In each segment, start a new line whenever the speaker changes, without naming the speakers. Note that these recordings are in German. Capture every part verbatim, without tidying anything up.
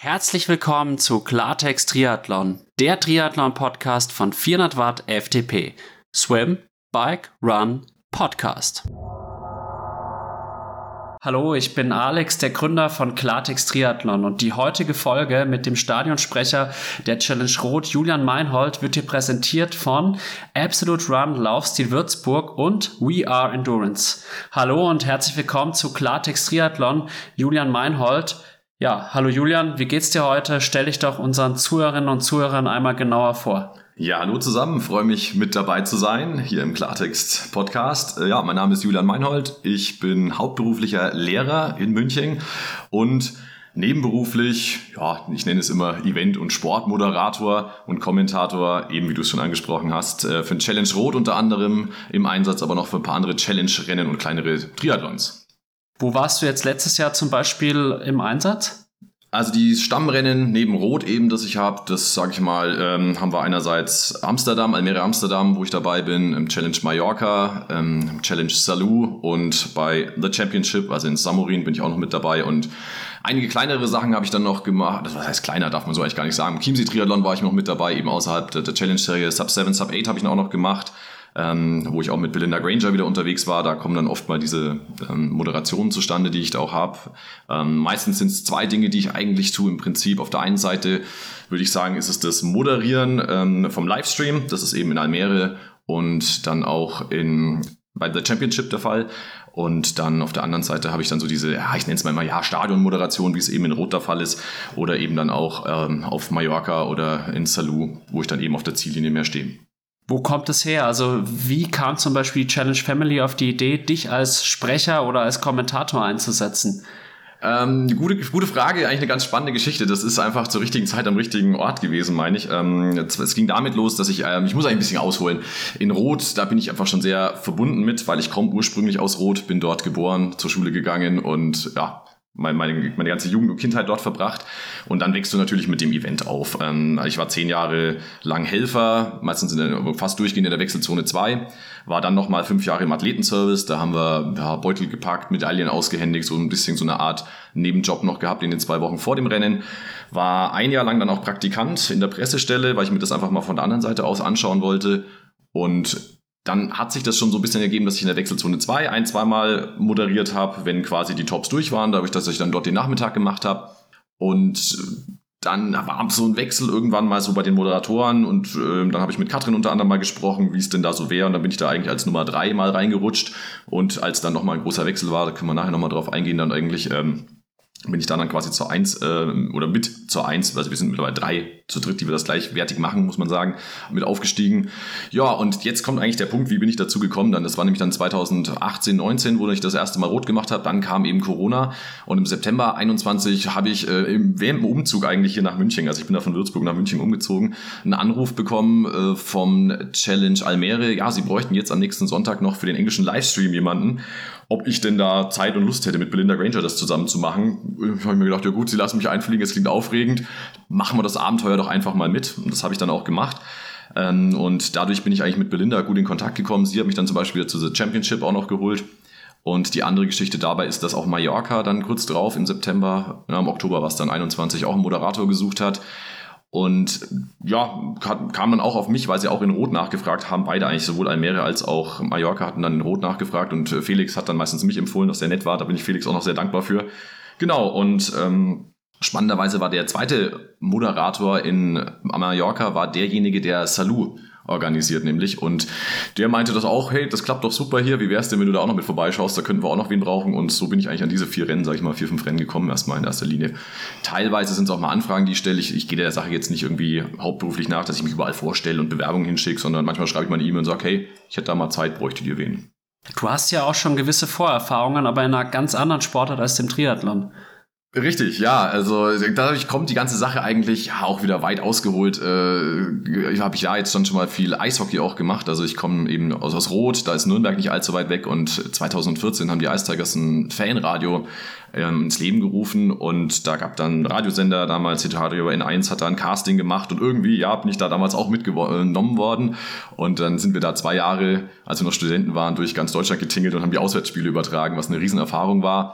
Herzlich willkommen zu Klartext Triathlon, der Triathlon-Podcast von vierhundert Watt F T P. Swim, Bike, Run, Podcast. Hallo, ich bin Alex, der Gründer von Klartext Triathlon, und die heutige Folge mit dem Stadionsprecher der Challenge Rot, Julian Meinhold, wird hier präsentiert von Absolute Run, Laufstil Würzburg und We Are Endurance. Hallo und herzlich willkommen zu Klartext Triathlon, Julian Meinhold. Ja, hallo Julian, wie geht's dir heute? Stell dich doch unseren Zuhörerinnen und Zuhörern einmal genauer vor.
Ja, hallo zusammen, freue mich mit dabei zu sein, hier im Klartext Podcast. Ja, mein Name ist Julian Meinhold, ich bin hauptberuflicher Lehrer in München und nebenberuflich, ja, ich nenne es immer Event- und Sportmoderator und Kommentator, eben wie du es schon angesprochen hast, für den Challenge Rot unter anderem im Einsatz, aber noch für ein paar andere Challenge-Rennen und kleinere Triathlons.
Wo warst du jetzt letztes Jahr zum Beispiel im Einsatz?
Also die Stammrennen neben Rot eben, das ich habe, das sage ich mal, ähm, haben wir einerseits Amsterdam, Almere Amsterdam, wo ich dabei bin, im Challenge Mallorca, ähm, Challenge Salou und bei The Championship, also in Samorin bin ich auch noch mit dabei, und einige kleinere Sachen habe ich dann noch gemacht. Das heißt kleiner, darf man so eigentlich gar nicht sagen. Im Chiemsee Triathlon war ich noch mit dabei, eben außerhalb der, der Challenge-Serie. Sub sieben, Sub acht habe ich auch noch gemacht. Ähm, wo ich auch mit Belinda Granger wieder unterwegs war. Da kommen dann oft mal diese ähm, Moderationen zustande, die ich da auch habe. Ähm, meistens sind es zwei Dinge, die ich eigentlich tue im Prinzip. Auf der einen Seite würde ich sagen, ist es das Moderieren ähm, vom Livestream. Das ist eben in Almere und dann auch in bei The Championship der Fall. Und dann auf der anderen Seite habe ich dann so diese, ja, ich nenne es mal immer, ja, Stadionmoderation, wie es eben in Rot der Fall ist. Oder eben dann auch ähm, auf Mallorca oder in Salou, wo ich dann eben auf der Ziellinie mehr stehe.
Wo kommt es her? Also wie kam zum Beispiel die Challenge Family auf die Idee, dich als Sprecher oder als Kommentator einzusetzen?
Ähm, gute, gute Frage, eigentlich eine ganz spannende Geschichte. Das ist einfach zur richtigen Zeit am richtigen Ort gewesen, meine ich. Ähm, es ging damit los, dass ich, ähm, ich muss eigentlich ein bisschen ausholen. In Rot, da bin ich einfach schon sehr verbunden mit, weil ich komme ursprünglich aus Rot, bin dort geboren, zur Schule gegangen und ja, Meine, meine, meine ganze Jugend und Kindheit dort verbracht, und dann wächst du natürlich mit dem Event auf. Ähm, ich war zehn Jahre lang Helfer, meistens in der, fast durchgehend in der Wechselzone zwei, war dann nochmal fünf Jahre im Athletenservice, da haben wir ja, Beutel gepackt, Medaillen ausgehändigt, so ein bisschen so eine Art Nebenjob noch gehabt in den zwei Wochen vor dem Rennen, war ein Jahr lang dann auch Praktikant in der Pressestelle, weil ich mir das einfach mal von der anderen Seite aus anschauen wollte, und dann hat sich das schon so ein bisschen ergeben, dass ich in der Wechselzone zwei ein-, zweimal moderiert habe, wenn quasi die Tops durch waren, dadurch, dass ich dann dort den Nachmittag gemacht habe. Und dann war so ein Wechsel irgendwann mal so bei den Moderatoren, und äh, dann habe ich mit Katrin unter anderem mal gesprochen, wie es denn da so wäre, und dann bin ich da eigentlich als Nummer drei mal reingerutscht, und als dann nochmal ein großer Wechsel war, da können wir nachher nochmal drauf eingehen, dann eigentlich ähm, bin ich dann, dann quasi zur eins äh, oder mit zur eins, also wir sind mittlerweile drei zu dritt, die wir das gleichwertig machen, muss man sagen, mit aufgestiegen. Ja, und jetzt kommt eigentlich der Punkt, wie bin ich dazu gekommen dann? Das war nämlich dann zweitausendachtzehn, neunzehn, wo ich das erste Mal Rot gemacht habe, dann kam eben Corona, und im September einundzwanzig habe ich äh, während dem Umzug eigentlich hier nach München, also ich bin da von Würzburg nach München umgezogen, einen Anruf bekommen äh, vom Challenge Almere, ja, sie bräuchten jetzt am nächsten Sonntag noch für den englischen Livestream jemanden, ob ich denn da Zeit und Lust hätte, mit Belinda Granger das zusammen zu machen. Ich habe mir gedacht, ja gut, sie lassen mich einfliegen, es klingt aufregend, machen wir das Abenteuer doch einfach mal mit. Und das habe ich dann auch gemacht. Und dadurch bin ich eigentlich mit Belinda gut in Kontakt gekommen. Sie hat mich dann zum Beispiel zu The Championship auch noch geholt. Und die andere Geschichte dabei ist, dass auch Mallorca dann kurz drauf im September, ja, im Oktober war es dann einundzwanzig, auch einen Moderator gesucht hat. Und ja, kam dann auch auf mich, weil sie auch in Rot nachgefragt haben. Beide eigentlich, sowohl Almere als auch Mallorca hatten dann in Rot nachgefragt, und Felix hat dann meistens mich empfohlen, was sehr nett war. Da bin ich Felix auch noch sehr dankbar für. Genau, und ähm, spannenderweise war der zweite Moderator in Mallorca war derjenige, der Salou organisiert nämlich, und der meinte das auch, hey, das klappt doch super hier, wie wär's denn, wenn du da auch noch mit vorbeischaust, da könnten wir auch noch wen brauchen, und so bin ich eigentlich an diese vier Rennen, sag ich mal, vier, fünf Rennen gekommen, erstmal in erster Linie. Teilweise sind es auch mal Anfragen, die ich stelle, ich, ich gehe der Sache jetzt nicht irgendwie hauptberuflich nach, dass ich mich überall vorstelle und Bewerbungen hinschicke, sondern manchmal schreibe ich mal eine E-Mail und sage, hey, ich hätte da mal Zeit, bräuchte dir wen.
Du hast ja auch schon gewisse Vorerfahrungen, aber in einer ganz anderen Sportart als dem Triathlon.
Richtig, ja, also dadurch kommt die ganze Sache eigentlich ja, auch wieder weit ausgeholt. Äh, ich habe ja jetzt schon schon mal viel Eishockey auch gemacht, also ich komme eben aus, aus Rot, da ist Nürnberg nicht allzu weit weg, und zweitausendvierzehn haben die Ice Tigers ein Fanradio ähm, ins Leben gerufen, und da gab dann einen Radiosender, damals Hitradio N eins hat da ein Casting gemacht, und irgendwie, ja, bin ich da damals auch mitgenommen worden, und dann sind wir da zwei Jahre, als wir noch Studenten waren, durch ganz Deutschland getingelt und haben die Auswärtsspiele übertragen, was eine Riesenerfahrung war.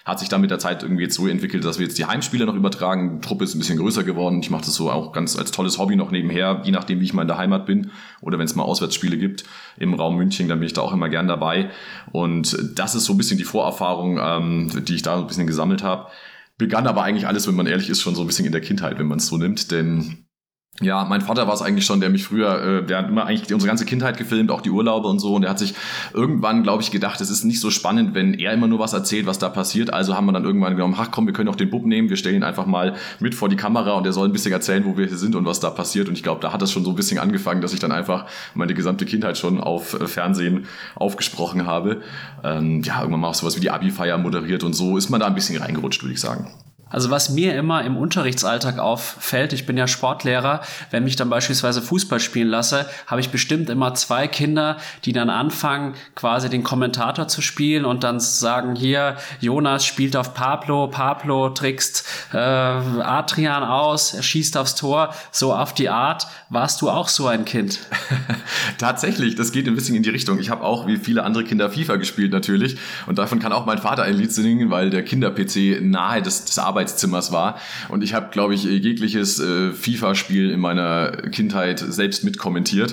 Hat sich dann mit der Zeit irgendwie jetzt so entwickelt, dass wir jetzt die Heimspiele noch übertragen. Die Truppe ist ein bisschen größer geworden. Ich mache das so auch ganz als tolles Hobby noch nebenher, je nachdem, wie ich mal in der Heimat bin oder wenn es mal Auswärtsspiele gibt im Raum München, dann bin ich da auch immer gern dabei. Und das ist so ein bisschen die Vorerfahrung, ähm, die ich da so ein bisschen gesammelt habe. Begann aber eigentlich alles, wenn man ehrlich ist, schon so ein bisschen in der Kindheit, wenn man es so nimmt, denn ja, mein Vater war es eigentlich schon, der mich früher, äh, der hat immer eigentlich unsere ganze Kindheit gefilmt, auch die Urlaube und so. Und der hat sich irgendwann, glaube ich, gedacht, es ist nicht so spannend, wenn er immer nur was erzählt, was da passiert. Also haben wir dann irgendwann genommen, ach komm, wir können auch den Bub nehmen, wir stellen ihn einfach mal mit vor die Kamera und der soll ein bisschen erzählen, wo wir hier sind und was da passiert. Und ich glaube, da hat es schon so ein bisschen angefangen, dass ich dann einfach meine gesamte Kindheit schon auf äh, Fernsehen aufgesprochen habe. Ähm, ja, irgendwann mal auch sowas wie die Abi-Feier moderiert und so ist man da ein bisschen reingerutscht, würde ich sagen.
Also was mir immer im Unterrichtsalltag auffällt, ich bin ja Sportlehrer, wenn mich dann beispielsweise Fußball spielen lasse, habe ich bestimmt immer zwei Kinder, die dann anfangen, quasi den Kommentator zu spielen und dann sagen, hier, Jonas spielt auf Pablo, Pablo trickst äh, Adrian aus, er schießt aufs Tor, so auf die Art. Warst du auch so ein Kind?
Tatsächlich, das geht ein bisschen in die Richtung. Ich habe auch, wie viele andere Kinder, FIFA gespielt natürlich und davon kann auch mein Vater ein Lied singen, weil der Kinder-P C nahe des, des Arbeitszimmers war und ich habe, glaube ich, jegliches äh, FIFA-Spiel in meiner Kindheit selbst mitkommentiert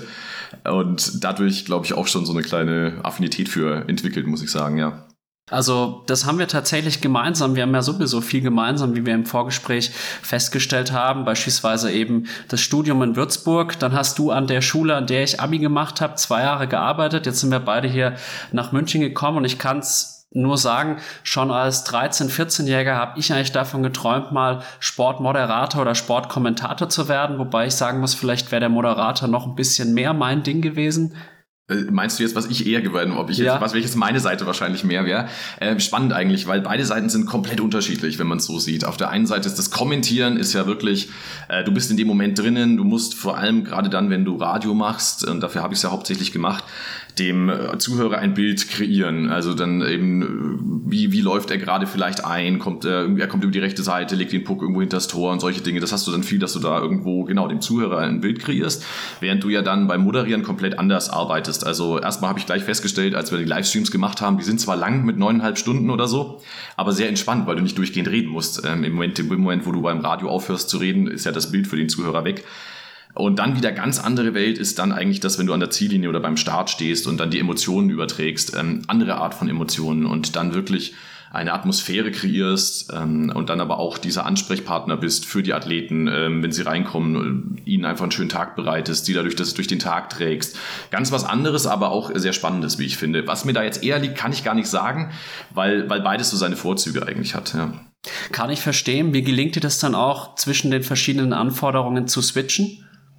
und dadurch, glaube ich, auch schon so eine kleine Affinität für entwickelt, muss ich sagen, ja.
Also das haben wir tatsächlich gemeinsam. Wir haben ja sowieso viel gemeinsam, wie wir im Vorgespräch festgestellt haben. Beispielsweise eben das Studium in Würzburg. Dann hast du an der Schule, an der ich Abi gemacht habe, zwei Jahre gearbeitet. Jetzt sind wir beide hier nach München gekommen und ich kann es nur sagen, schon als dreizehn-, vierzehnjähriger habe ich eigentlich davon geträumt, mal Sportmoderator oder Sportkommentator zu werden. Wobei ich sagen muss, vielleicht wäre der Moderator noch ein bisschen mehr mein Ding gewesen.
Meinst du jetzt, was ich eher geworden, ob ich jetzt,
ja.
was welches meine Seite wahrscheinlich mehr wäre? Äh, spannend eigentlich, weil beide Seiten sind komplett unterschiedlich, wenn man es so sieht. Auf der einen Seite ist das Kommentieren, ist ja wirklich, äh, du bist in dem Moment drinnen, du musst vor allem gerade dann, wenn du Radio machst, und dafür habe ich es ja hauptsächlich gemacht, dem äh, Zuhörer ein Bild kreieren. Also dann eben, wie wie läuft er gerade vielleicht ein, kommt er, er kommt über die rechte Seite, legt den Puck irgendwo hinter das Tor und solche Dinge. Das hast du dann viel, dass du da irgendwo genau dem Zuhörer ein Bild kreierst, während du ja dann beim Moderieren komplett anders arbeitest. Also erstmal habe ich gleich festgestellt, als wir die Livestreams gemacht haben, die sind zwar lang mit neuneinhalb Stunden oder so, aber sehr entspannt, weil du nicht durchgehend reden musst. Ähm, im, Moment, Im Moment, wo du beim Radio aufhörst zu reden, ist ja das Bild für den Zuhörer weg. Und dann wieder ganz andere Welt ist dann eigentlich das, wenn du an der Ziellinie oder beim Start stehst und dann die Emotionen überträgst, ähm, andere Art von Emotionen und dann wirklich eine Atmosphäre kreierst ähm, und dann aber auch dieser Ansprechpartner bist für die Athleten, ähm, wenn sie reinkommen, ihnen einfach einen schönen Tag bereitest, die dadurch das durch den Tag trägst. Ganz was anderes, aber auch sehr Spannendes, wie ich finde. Was mir da jetzt eher liegt, kann ich gar nicht sagen, weil, weil beides so seine Vorzüge eigentlich hat, ja.
Kann ich verstehen. Wie gelingt dir das dann auch, zwischen den verschiedenen Anforderungen zu switchen?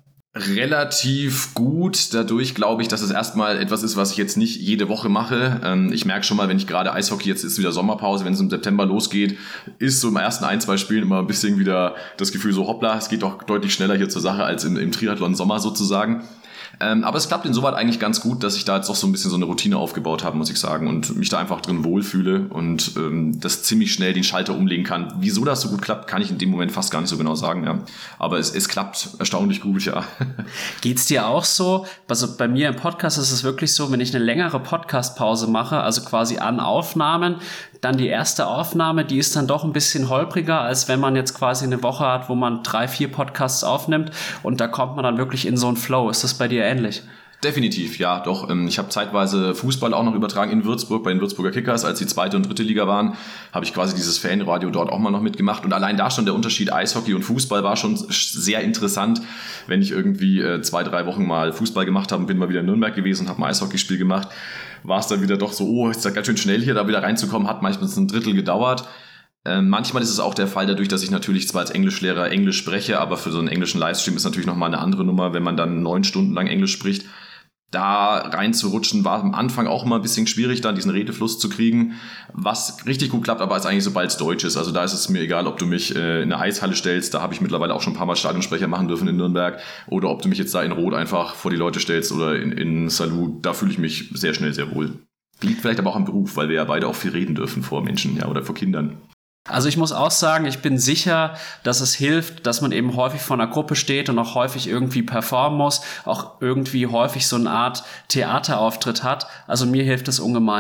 Relativ gut. Dadurch glaube ich, dass es erstmal etwas ist, was ich jetzt nicht jede Woche mache. Ähm, ich merke schon mal, wenn ich gerade Eishockey, jetzt ist wieder Sommerpause, wenn es im September losgeht, ist so im ersten ein, zwei Spielen immer ein bisschen wieder das Gefühl so, hoppla, es geht doch deutlich schneller hier zur Sache als im, im Triathlon Sommer sozusagen. Ähm, aber es klappt insoweit eigentlich ganz gut, dass ich da jetzt auch so ein bisschen so eine Routine aufgebaut habe, muss ich sagen, und mich da einfach drin wohlfühle und ähm, das ziemlich schnell den Schalter umlegen kann. Wieso das so gut klappt, kann ich in dem Moment fast gar nicht so genau sagen, ja. Aber es, es klappt erstaunlich gut, ja.
Geht's dir auch so? Also bei mir im Podcast ist es wirklich so, wenn ich eine längere Podcast-Pause mache, also quasi an Aufnahmen, dann die erste Aufnahme, die ist dann doch ein bisschen holpriger, als wenn man jetzt quasi eine Woche hat, wo man drei, vier Podcasts aufnimmt und da kommt man dann wirklich in so einen Flow. Ist das bei dir ähnlich?
Definitiv, ja, doch. Ich habe zeitweise Fußball auch noch übertragen in Würzburg, bei den Würzburger Kickers, als die zweite und dritte Liga waren, habe ich quasi dieses Fanradio dort auch mal noch mitgemacht. Und allein da schon der Unterschied Eishockey und Fußball war schon sehr interessant, wenn ich irgendwie äh, zwei, drei Wochen mal Fußball gemacht habe und bin mal wieder in Nürnberg gewesen und habe ein Eishockeyspiel gemacht, war es dann wieder doch so, oh, ist das ganz schön schnell hier da wieder reinzukommen, hat manchmal ein Drittel gedauert. Ähm, manchmal ist es auch der Fall, dadurch, dass ich natürlich zwar als Englischlehrer Englisch spreche, aber für so einen englischen Livestream ist natürlich nochmal eine andere Nummer, wenn man dann neun Stunden lang Englisch spricht. Da reinzurutschen war am Anfang auch mal ein bisschen schwierig, da diesen Redefluss zu kriegen. Was richtig gut klappt, aber ist eigentlich sobald es Deutsch ist. Also da ist es mir egal, ob du mich äh, in eine Eishalle stellst, da habe ich mittlerweile auch schon ein paar Mal Stadionsprecher machen dürfen in Nürnberg, oder ob du mich jetzt da in Rot einfach vor die Leute stellst oder in, in Salou, da fühle ich mich sehr schnell sehr wohl. Liegt vielleicht aber auch am Beruf, weil wir ja beide auch viel reden dürfen vor Menschen, ja, oder vor Kindern.
Also ich muss auch sagen, ich bin sicher, dass es hilft, dass man eben häufig vor einer Gruppe steht und auch häufig irgendwie performen muss, auch irgendwie häufig so eine Art Theaterauftritt hat. Also mir hilft es ungemein.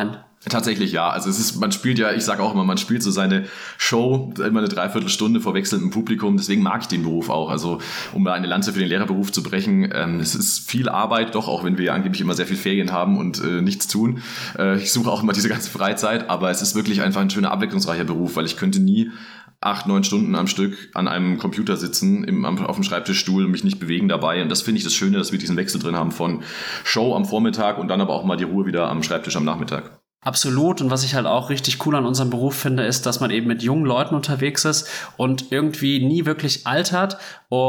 Tatsächlich ja, also es ist, man spielt ja, ich sage auch immer, man spielt so seine Show immer eine Dreiviertelstunde vor wechselndem Publikum, deswegen mag ich den Beruf auch, also um mal eine Lanze für den Lehrerberuf zu brechen, ähm, es ist viel Arbeit, doch auch wenn wir ja angeblich immer sehr viel Ferien haben und äh, nichts tun, äh, ich suche auch immer diese ganze Freizeit, aber es ist wirklich einfach ein schöner, abwechslungsreicher Beruf, weil ich könnte nie acht, neun Stunden am Stück an einem Computer sitzen, im, auf dem Schreibtischstuhl und mich nicht bewegen dabei. Und das finde ich das Schöne, dass wir diesen Wechsel drin haben von Show am Vormittag und dann aber auch mal die Ruhe wieder am Schreibtisch am Nachmittag.
Absolut. Und was ich halt auch richtig cool an unserem Beruf finde, ist, dass man eben mit jungen Leuten unterwegs ist und irgendwie nie wirklich altert.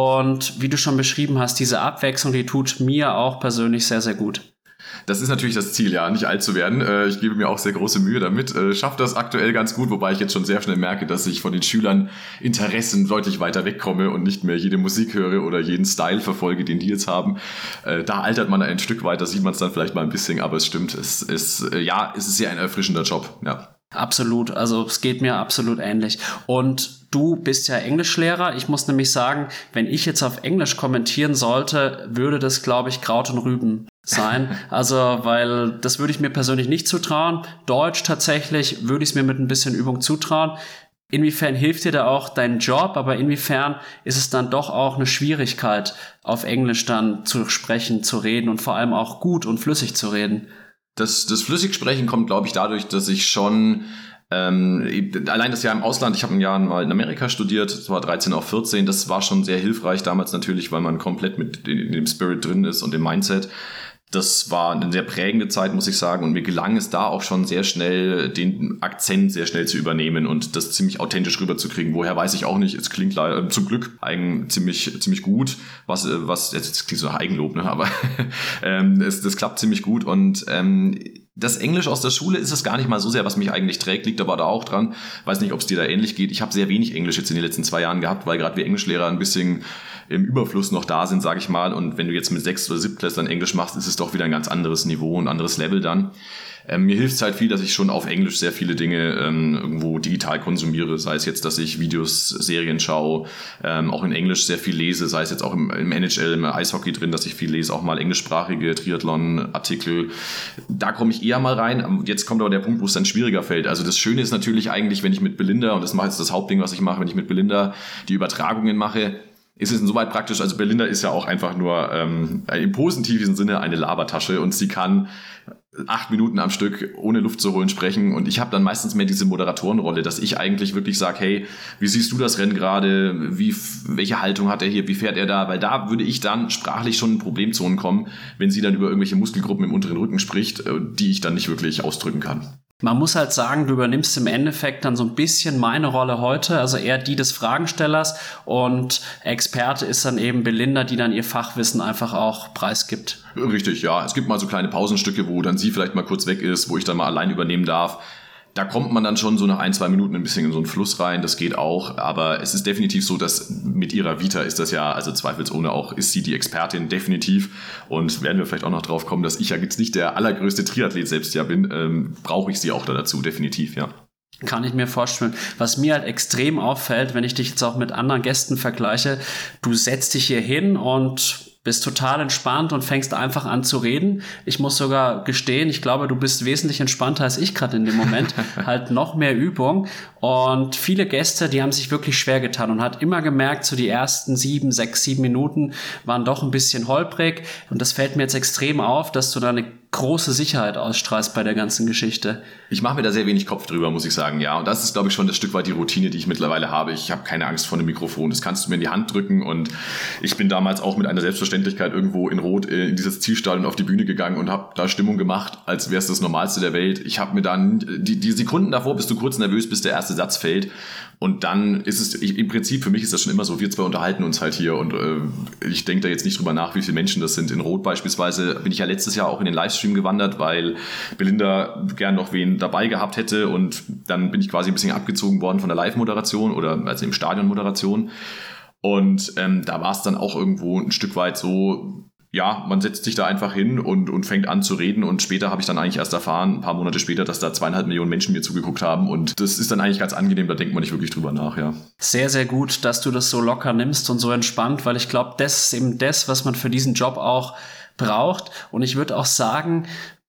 Und wie du schon beschrieben hast, diese Abwechslung, die tut mir auch persönlich sehr, sehr gut.
Das ist natürlich das Ziel, ja, nicht alt zu werden. Ich gebe mir auch sehr große Mühe damit, schaffe das aktuell ganz gut, wobei ich jetzt schon sehr schnell merke, dass ich von den Schülern Interessen deutlich weiter wegkomme und nicht mehr jede Musik höre oder jeden Style verfolge, den die jetzt haben. Da altert man ein Stück weiter, sieht man es dann vielleicht mal ein bisschen, aber es stimmt, es ist, ja, es ist sehr ein erfrischender Job, ja.
Absolut, also es geht mir absolut ähnlich. Und du bist ja Englischlehrer. Ich muss nämlich sagen, wenn ich jetzt auf Englisch kommentieren sollte, würde das, glaube ich, Kraut und Rüben sein. Also, weil das würde ich mir persönlich nicht zutrauen. Deutsch tatsächlich würde ich es mir mit ein bisschen Übung zutrauen. Inwiefern hilft dir da auch dein Job, aber inwiefern ist es dann doch auch eine Schwierigkeit, auf Englisch dann zu sprechen, zu reden und vor allem auch gut und flüssig zu reden?
Das, das Flüssigsprechen kommt, glaube ich, dadurch, dass ich schon ähm, allein das Jahr im Ausland, ich habe ein Jahr mal in Amerika studiert, das war dreizehn auf vierzehn, das war schon sehr hilfreich damals natürlich, weil man komplett mit in, in dem Spirit drin ist und dem Mindset. Das war eine sehr prägende Zeit, muss ich sagen, und mir gelang es da auch schon sehr schnell, den Akzent sehr schnell zu übernehmen und das ziemlich authentisch rüberzukriegen. Woher weiß ich auch nicht, es klingt leider, äh, zum Glück eigentlich ziemlich ziemlich gut, was, was jetzt klingt so nach Eigenlob, ne? Aber ähm, es, das klappt ziemlich gut und ähm, das Englisch aus der Schule ist es gar nicht mal so sehr, was mich eigentlich trägt, liegt aber da auch dran. Weiß nicht, ob es dir da ähnlich geht. Ich habe sehr wenig Englisch jetzt in den letzten zwei Jahren gehabt, weil gerade wir Englischlehrer ein bisschen im Überfluss noch da sind, sage ich mal. Und wenn du jetzt mit sechs oder siebtklässlern Englisch machst, ist es doch wieder ein ganz anderes Niveau, ein anderes Level dann. Ähm, mir hilft es halt viel, dass ich schon auf Englisch sehr viele Dinge ähm, irgendwo digital konsumiere, sei es jetzt, dass ich Videos, Serien schaue, ähm, auch in Englisch sehr viel lese, sei es jetzt auch im, im N H L, im Eishockey drin, dass ich viel lese, auch mal englischsprachige Triathlon-Artikel. Da komme ich eher mal rein. Jetzt kommt aber der Punkt, wo es dann schwieriger fällt. Also das Schöne ist natürlich eigentlich, wenn ich mit Belinda, und das mache jetzt das Hauptding, was ich mache, wenn ich mit Belinda die Übertragungen mache, ist es insoweit praktisch, also Belinda ist ja auch einfach nur ähm, im positiven Sinne eine Labertasche und sie kann acht Minuten am Stück ohne Luft zu holen sprechen und ich habe dann meistens mehr diese Moderatorenrolle, dass ich eigentlich wirklich sage, hey, wie siehst du das Rennen gerade, wie, welche Haltung hat er hier, wie fährt er da, weil da würde ich dann sprachlich schon in Problemzonen kommen, wenn sie dann über irgendwelche Muskelgruppen im unteren Rücken spricht, die ich dann nicht wirklich ausdrücken kann.
Man muss halt sagen, du übernimmst im Endeffekt dann so ein bisschen meine Rolle heute, also eher die des Fragenstellers und Experte ist dann eben Belinda, die dann ihr Fachwissen einfach auch preisgibt.
Richtig, ja. Es gibt mal so kleine Pausenstücke, wo dann sie vielleicht mal kurz weg ist, wo ich dann mal allein übernehmen darf. Da kommt man dann schon so nach ein, zwei Minuten ein bisschen in so einen Fluss rein, das geht auch, aber es ist definitiv so, dass mit ihrer Vita ist das ja, also zweifelsohne auch, ist sie die Expertin, definitiv, und werden wir vielleicht auch noch drauf kommen, dass ich ja jetzt nicht der allergrößte Triathlet selbst ja bin, ähm, brauche ich sie auch da dazu, definitiv, ja.
Kann ich mir vorstellen. Was mir halt extrem auffällt, wenn ich dich jetzt auch mit anderen Gästen vergleiche, du setzt dich hier hin und bist total entspannt und fängst einfach an zu reden. Ich muss sogar gestehen, ich glaube, du bist wesentlich entspannter als ich gerade in dem Moment. Halt noch mehr Übung. Und viele Gäste, die haben sich wirklich schwer getan und hat immer gemerkt, so die ersten sieben, sechs, sieben Minuten waren doch ein bisschen holprig. Und das fällt mir jetzt extrem auf, dass du da eine große Sicherheit ausstrahlst bei der ganzen Geschichte.
Ich mache mir da sehr wenig Kopf drüber, muss ich sagen, ja. Und das ist, glaube ich, schon ein Stück weit die Routine, die ich mittlerweile habe. Ich habe keine Angst vor einem Mikrofon. Das kannst du mir in die Hand drücken. Und ich bin damals auch mit einer Selbstverständlichkeit irgendwo in Rot in dieses Zielstadion auf die Bühne gegangen und habe da Stimmung gemacht, als wäre es das Normalste der Welt. Ich habe mir dann, die, die Sekunden davor bist du kurz nervös, bis der erste Satz fällt. Und dann ist es, ich, im Prinzip für mich ist das schon immer so, wir zwei unterhalten uns halt hier und äh, ich denke da jetzt nicht drüber nach, wie viele Menschen das sind. In Rot beispielsweise bin ich ja letztes Jahr auch in den Livestream gewandert, weil Belinda gern noch wen dabei gehabt hätte und dann bin ich quasi ein bisschen abgezogen worden von der Live-Moderation oder also im Stadion-Moderation und ähm, da war es dann auch irgendwo ein Stück weit so, ja, man setzt sich da einfach hin und, und fängt an zu reden und später habe ich dann eigentlich erst erfahren, ein paar Monate später, dass da zweieinhalb Millionen Menschen mir zugeguckt haben und das ist dann eigentlich ganz angenehm, da denkt man nicht wirklich drüber nach, ja.
Sehr, sehr gut, dass du das so locker nimmst und so entspannt, weil ich glaube, das ist eben das, was man für diesen Job auch braucht und ich würde auch sagen,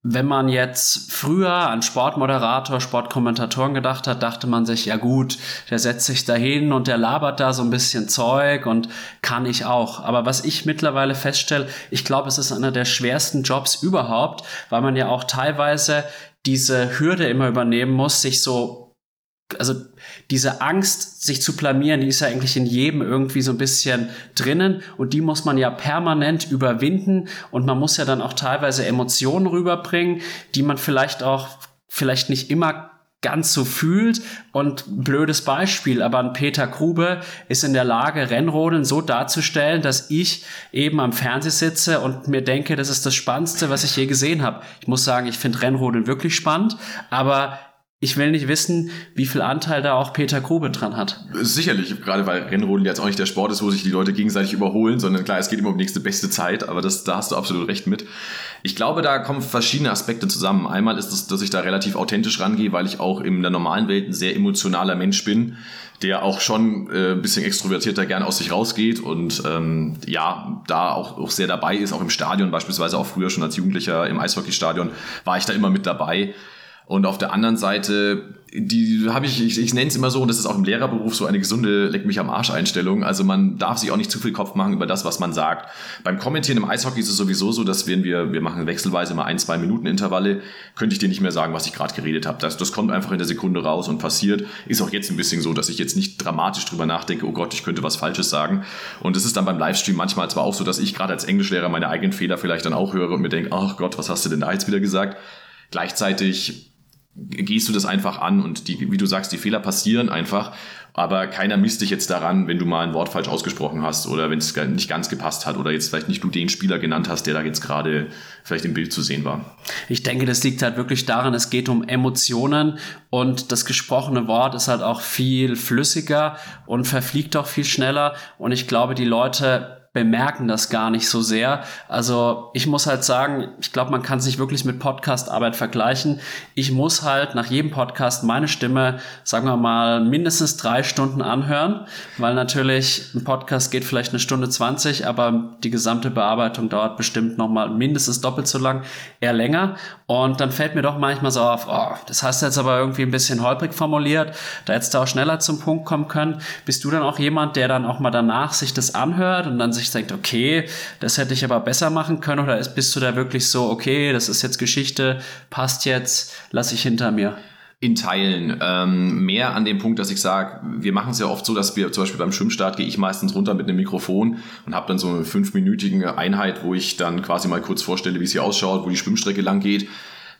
wenn man jetzt früher an Sportmoderator, Sportkommentatoren gedacht hat, dachte man sich, ja gut, der setzt sich da hin und der labert da so ein bisschen Zeug und kann ich auch. Aber was ich mittlerweile feststelle, ich glaube, es ist einer der schwersten Jobs überhaupt, weil man ja auch teilweise diese Hürde immer übernehmen muss, sich so also diese Angst, sich zu blamieren, die ist ja eigentlich in jedem irgendwie so ein bisschen drinnen und die muss man ja permanent überwinden und man muss ja dann auch teilweise Emotionen rüberbringen, die man vielleicht auch, vielleicht nicht immer ganz so fühlt und blödes Beispiel, aber ein Peter Grube ist in der Lage, Rennrodeln so darzustellen, dass ich eben am Fernseher sitze und mir denke, das ist das Spannendste, was ich je gesehen habe. Ich muss sagen, ich finde Rennrodeln wirklich spannend, aber ich will nicht wissen, wie viel Anteil da auch Peter Grube dran hat.
Sicherlich, gerade weil Rennrodeln jetzt auch nicht der Sport ist, wo sich die Leute gegenseitig überholen, sondern klar, es geht immer um die nächste beste Zeit, aber das, da hast du absolut recht mit. Ich glaube, da kommen verschiedene Aspekte zusammen. Einmal ist es, dass ich da relativ authentisch rangehe, weil ich auch in der normalen Welt ein sehr emotionaler Mensch bin, der auch schon äh, ein bisschen extrovertierter gerne aus sich rausgeht und ähm, ja, da auch, auch sehr dabei ist, auch im Stadion beispielsweise, auch früher schon als Jugendlicher im Eishockeystadion war ich da immer mit dabei. Und auf der anderen Seite, die habe ich, ich, ich nenne es immer so, und das ist auch im Lehrerberuf so eine gesunde Leck mich am Arsch Einstellung. Also man darf sich auch nicht zu viel Kopf machen über das, was man sagt. Beim Kommentieren im Eishockey ist es sowieso so, dass wenn wir, wir machen wechselweise immer ein, zwei Minuten Intervalle, könnte ich dir nicht mehr sagen, was ich gerade geredet habe. Das, das kommt einfach in der Sekunde raus und passiert. Ist auch jetzt ein bisschen so, dass ich jetzt nicht dramatisch drüber nachdenke, oh Gott, ich könnte was Falsches sagen. Und es ist dann beim Livestream manchmal zwar auch so, dass ich gerade als Englischlehrer meine eigenen Fehler vielleicht dann auch höre und mir denke, ach Gott, was hast du denn da jetzt wieder gesagt? Gleichzeitig gehst du das einfach an und die, wie du sagst, die Fehler passieren einfach, aber keiner misst dich jetzt daran, wenn du mal ein Wort falsch ausgesprochen hast oder wenn es nicht ganz gepasst hat oder jetzt vielleicht nicht du den Spieler genannt hast, der da jetzt gerade vielleicht im Bild zu sehen war.
Ich denke, das liegt halt wirklich daran, es geht um Emotionen und das gesprochene Wort ist halt auch viel flüssiger und verfliegt auch viel schneller und ich glaube, die Leute bemerken das gar nicht so sehr. Also ich muss halt sagen, ich glaube, man kann es nicht wirklich mit Podcast-Arbeit vergleichen. Ich muss halt nach jedem Podcast meine Stimme, sagen wir mal, mindestens drei Stunden anhören, weil natürlich ein Podcast geht vielleicht eine Stunde zwanzig, aber die gesamte Bearbeitung dauert bestimmt nochmal mindestens doppelt so lang, eher länger. Und dann fällt mir doch manchmal so auf, oh, das hast du jetzt aber irgendwie ein bisschen holprig formuliert, da hättest du auch schneller zum Punkt kommen können. Bist du dann auch jemand, der dann auch mal danach sich das anhört und dann sich denkt, okay, das hätte ich aber besser machen können, oder bist du da wirklich so, okay, das ist jetzt Geschichte, passt jetzt, lass ich hinter mir?
In Teilen. Ähm, mehr an dem Punkt, dass ich sage, wir machen es ja oft so, dass wir zum Beispiel beim Schwimmstart gehe ich meistens runter mit einem Mikrofon und habe dann so eine fünfminütige Einheit, wo ich dann quasi mal kurz vorstelle, wie es hier ausschaut, wo die Schwimmstrecke lang geht.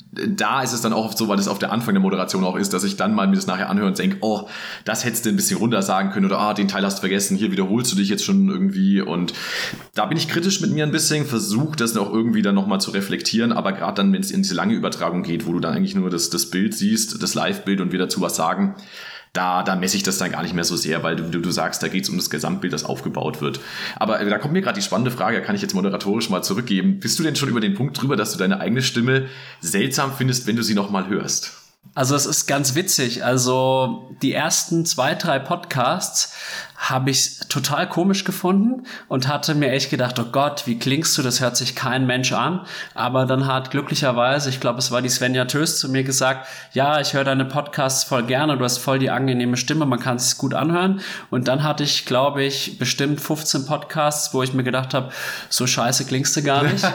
Da ist es dann auch oft so, weil es auf der Anfang der Moderation auch ist, dass ich dann mal mir das nachher anhöre und denke, oh, das hättest du ein bisschen runter sagen können oder ah, den Teil hast du vergessen, hier wiederholst du dich jetzt schon irgendwie und da bin ich kritisch mit mir ein bisschen, versuche das auch irgendwie dann nochmal zu reflektieren, aber gerade dann, wenn es in diese lange Übertragung geht, wo du dann eigentlich nur das, das Bild siehst, das Live-Bild und wir dazu was sagen, Da, da messe ich das dann gar nicht mehr so sehr, weil du, du, du sagst, da geht es um das Gesamtbild, das aufgebaut wird. Aber da kommt mir gerade die spannende Frage, kann ich jetzt moderatorisch mal zurückgeben. Bist du denn schon über den Punkt drüber, dass du deine eigene Stimme seltsam findest, wenn du sie nochmal hörst?
Also es ist ganz witzig. Also die ersten zwei, drei Podcasts habe ich total komisch gefunden und hatte mir echt gedacht, oh Gott, wie klingst du, das hört sich kein Mensch an. Aber dann hat glücklicherweise, ich glaube, es war die Svenja Töst zu mir gesagt, ja, ich höre deine Podcasts voll gerne, du hast voll die angenehme Stimme, man kann es gut anhören. Und dann hatte ich, glaube ich, bestimmt fünfzehn Podcasts, wo ich mir gedacht habe, so scheiße klingst du gar nicht.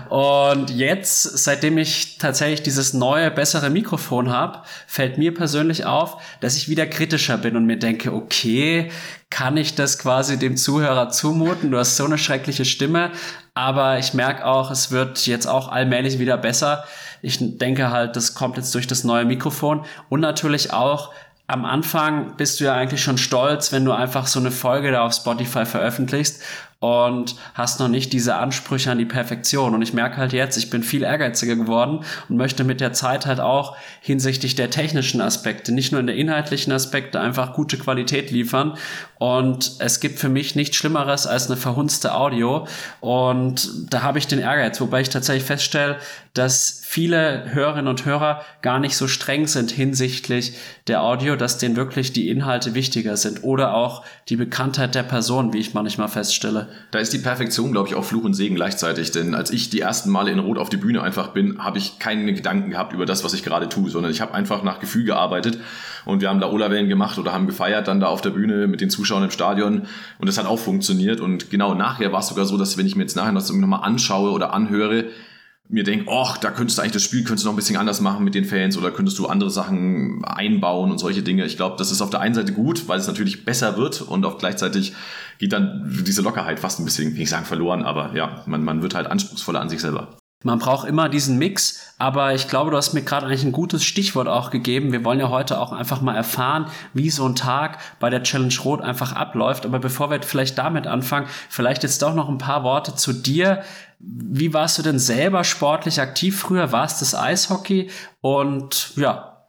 Und jetzt, seitdem ich tatsächlich dieses neue, bessere Mikrofon habe, fällt mir persönlich auf, dass ich wieder kritischer bin und mir denke, okay, kann ich das quasi dem Zuhörer zumuten? Du hast so eine schreckliche Stimme, aber ich merke auch, es wird jetzt auch allmählich wieder besser. Ich denke halt, das kommt jetzt durch das neue Mikrofon und natürlich auch am Anfang bist du ja eigentlich schon stolz, wenn du einfach so eine Folge da auf Spotify veröffentlichst und hast noch nicht diese Ansprüche an die Perfektion. Und ich merke halt jetzt, ich bin viel ehrgeiziger geworden und möchte mit der Zeit halt auch hinsichtlich der technischen Aspekte, nicht nur in der inhaltlichen Aspekte, einfach gute Qualität liefern. Und es gibt für mich nichts Schlimmeres als eine verhunzte Audio. Und da habe ich den Ehrgeiz, wobei ich tatsächlich feststelle, dass viele Hörerinnen und Hörer gar nicht so streng sind hinsichtlich der Audio, dass denen wirklich die Inhalte wichtiger sind oder auch die Bekanntheit der Person, wie ich manchmal feststelle.
Da ist die Perfektion, glaube ich, auch Fluch und Segen gleichzeitig, denn als ich die ersten Male in Rot auf die Bühne einfach bin, habe ich keine Gedanken gehabt über das, was ich gerade tue, sondern ich habe einfach nach Gefühl gearbeitet und wir haben Laola-Wellen gemacht oder haben gefeiert dann da auf der Bühne mit den Zuschauern im Stadion und das hat auch funktioniert und genau nachher war es sogar so, dass wenn ich mir jetzt nachher das irgendwie nochmal anschaue oder anhöre, mir denke, ach, da könntest du eigentlich das Spiel könntest du noch ein bisschen anders machen mit den Fans oder könntest du andere Sachen einbauen und solche Dinge. Ich glaube, das ist auf der einen Seite gut, weil es natürlich besser wird und auf gleichzeitig geht dann diese Lockerheit fast ein bisschen, will ich sagen, verloren, aber ja, man, man wird halt anspruchsvoller an sich selber.
Man braucht immer diesen Mix, aber ich glaube, du hast mir gerade eigentlich ein gutes Stichwort auch gegeben. Wir wollen ja heute auch einfach mal erfahren, wie so ein Tag bei der Challenge Rot einfach abläuft. Aber bevor wir vielleicht damit anfangen, vielleicht jetzt doch noch ein paar Worte zu dir. Wie warst du denn selber sportlich aktiv früher? War es das Eishockey? Und ja.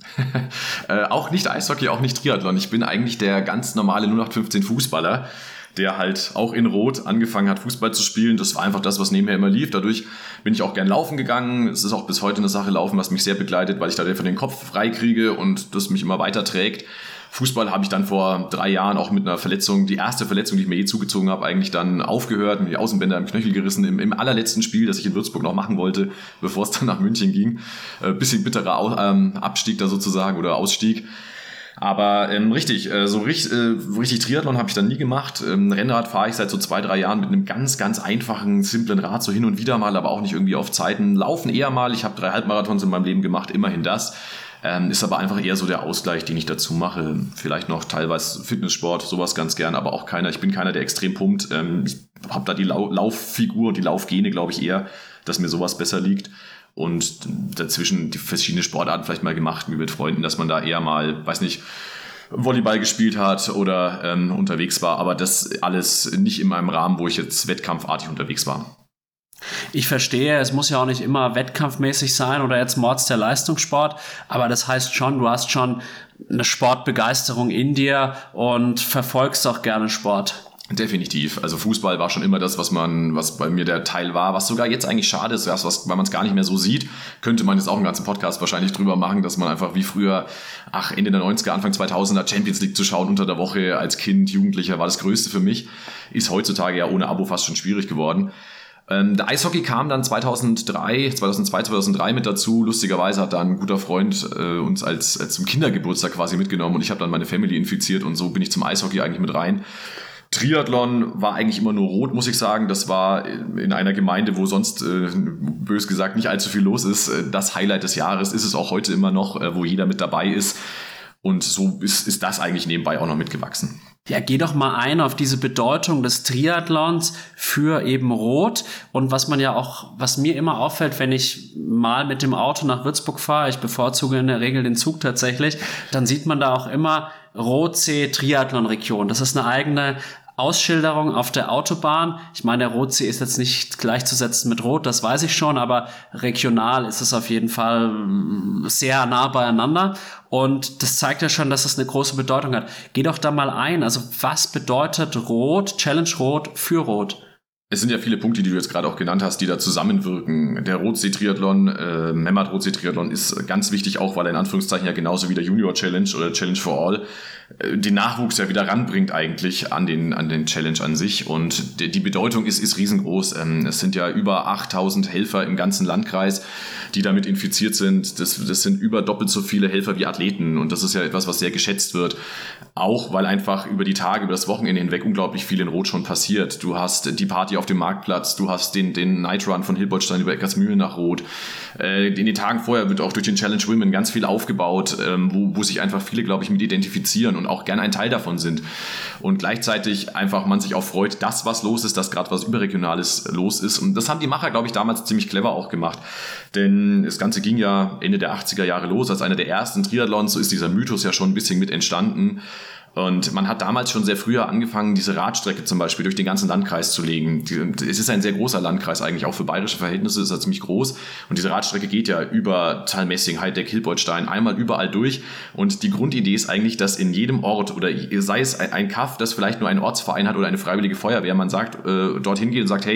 äh, auch nicht Eishockey, auch nicht Triathlon. Ich bin eigentlich der ganz normale null acht fünfzehn Fußballer, der halt auch in Rot angefangen hat, Fußball zu spielen. Das war einfach das, was nebenher immer lief. Dadurch bin ich auch gern laufen gegangen. Es ist auch bis heute eine Sache Laufen, was mich sehr begleitet, weil ich da einfach den Kopf frei kriege und das mich immer weiter trägt. Fußball habe ich dann vor drei Jahren auch mit einer Verletzung, die erste Verletzung, die ich mir je zugezogen habe, eigentlich dann aufgehört, mir die Außenbänder im Knöchel gerissen, im, im allerletzten Spiel, das ich in Würzburg noch machen wollte, bevor es dann nach München ging. Äh, bisschen bitterer Au- ähm, Abstieg da sozusagen oder Ausstieg. Aber ähm, richtig, äh, so richtig, äh, richtig Triathlon habe ich dann nie gemacht. Ähm, Rennrad fahre ich seit so zwei, drei Jahren mit einem ganz, ganz einfachen, simplen Rad, so hin und wieder mal, aber auch nicht irgendwie auf Zeiten. Laufen eher mal, ich habe drei Halbmarathons in meinem Leben gemacht, immerhin das. Ähm, ist aber einfach eher so der Ausgleich, den ich dazu mache. Vielleicht noch teilweise Fitnesssport, sowas ganz gern, aber auch keiner. Ich bin keiner, der extrem pumpt. Ähm, ich habe da die Lau- Lauffigur und die Laufgene, glaube ich, eher, dass mir sowas besser liegt. Und dazwischen die verschiedenen Sportarten vielleicht mal gemacht, wie mit Freunden, dass man da eher mal, weiß nicht, Volleyball gespielt hat oder ähm, unterwegs war. Aber das alles nicht in einem Rahmen, wo ich jetzt wettkampfartig unterwegs war.
Ich verstehe, es muss ja auch nicht immer wettkampfmäßig sein oder jetzt Mords der Leistungssport, aber das heißt schon, du hast schon eine Sportbegeisterung in dir und verfolgst auch gerne Sport.
Definitiv. Also Fußball war schon immer das, was man, was bei mir der Teil war, was sogar jetzt eigentlich schade ist, was, weil man es gar nicht mehr so sieht, könnte man jetzt auch einen ganzen Podcast wahrscheinlich drüber machen, dass man einfach wie früher, ach, Ende der neunziger, Anfang zweitausender Champions League zu schauen unter der Woche als Kind, Jugendlicher war das Größte für mich. Ist heutzutage ja ohne Abo fast schon schwierig geworden. Ähm, der Eishockey kam dann zweitausenddrei, zweitausendzwei, zweitausenddrei mit dazu. Lustigerweise hat da ein guter Freund äh, uns als, als zum Kindergeburtstag quasi mitgenommen und ich habe dann meine Family infiziert und so bin ich zum Eishockey eigentlich mit rein. Triathlon war eigentlich immer nur Rot, muss ich sagen. Das war in einer Gemeinde, wo sonst, äh, bös gesagt, nicht allzu viel los ist. Das Highlight des Jahres ist es auch heute immer noch, äh, wo jeder mit dabei ist. Und so ist, ist das eigentlich nebenbei auch noch mitgewachsen.
Ja, geh doch mal ein auf diese Bedeutung des Triathlons für eben Rot. Und was man ja auch, was mir immer auffällt, wenn ich mal mit dem Auto nach Würzburg fahre, ich bevorzuge in der Regel den Zug tatsächlich, dann sieht man da auch immer Rotsee Triathlon-Region. Das ist eine eigene Ausschilderung auf der Autobahn. Ich meine, der Rotsee ist jetzt nicht gleichzusetzen mit Rot, das weiß ich schon, aber regional ist es auf jeden Fall sehr nah beieinander und das zeigt ja schon, dass es eine große Bedeutung hat. Geh doch da mal ein, also was bedeutet Rot, Challenge Rot für Rot?
Es sind ja viele Punkte, die du jetzt gerade auch genannt hast, die da zusammenwirken. Der Rotsee-Triathlon, äh, Memmert-Rotsee-Triathlon ist ganz wichtig, auch weil er in Anführungszeichen ja genauso wie der Junior-Challenge oder Challenge for All äh, den Nachwuchs ja wieder ranbringt eigentlich an den an den Challenge an sich. Und die, die Bedeutung ist ist riesengroß. Ähm, es sind ja über achttausend Helfer im ganzen Landkreis, die damit infiziert sind. Das, das sind über doppelt so viele Helfer wie Athleten. Und das ist ja etwas, was sehr geschätzt wird. Auch weil einfach über die Tage, über das Wochenende hinweg unglaublich viel in Rot schon passiert. Du hast die Party auf dem Marktplatz, du hast den, den Night Run von Hilbertstein über Eckersmühlen nach Rot. Äh, in den Tagen vorher wird auch durch den Challenge Women ganz viel aufgebaut, ähm, wo, wo sich einfach viele, glaube ich, mit identifizieren und auch gerne ein Teil davon sind. Und gleichzeitig einfach man sich auch freut, dass was los ist, dass gerade was Überregionales los ist. Und das haben die Macher, glaube ich, damals ziemlich clever auch gemacht. Denn das Ganze ging ja Ende der achtziger Jahre los, als einer der ersten Triathlons, so ist dieser Mythos ja schon ein bisschen mit entstanden. Und man hat damals schon sehr früher angefangen, diese Radstrecke zum Beispiel durch den ganzen Landkreis zu legen. Es ist ein sehr großer Landkreis eigentlich, auch für bayerische Verhältnisse ist er ziemlich groß. Und diese Radstrecke geht ja über Thalmessing, Heideck, Hilbertstein, einmal überall durch. Und die Grundidee ist eigentlich, dass in jedem Ort oder sei es ein Kaff, das vielleicht nur einen Ortsverein hat oder eine freiwillige Feuerwehr, man sagt, äh, dorthin geht und sagt, hey,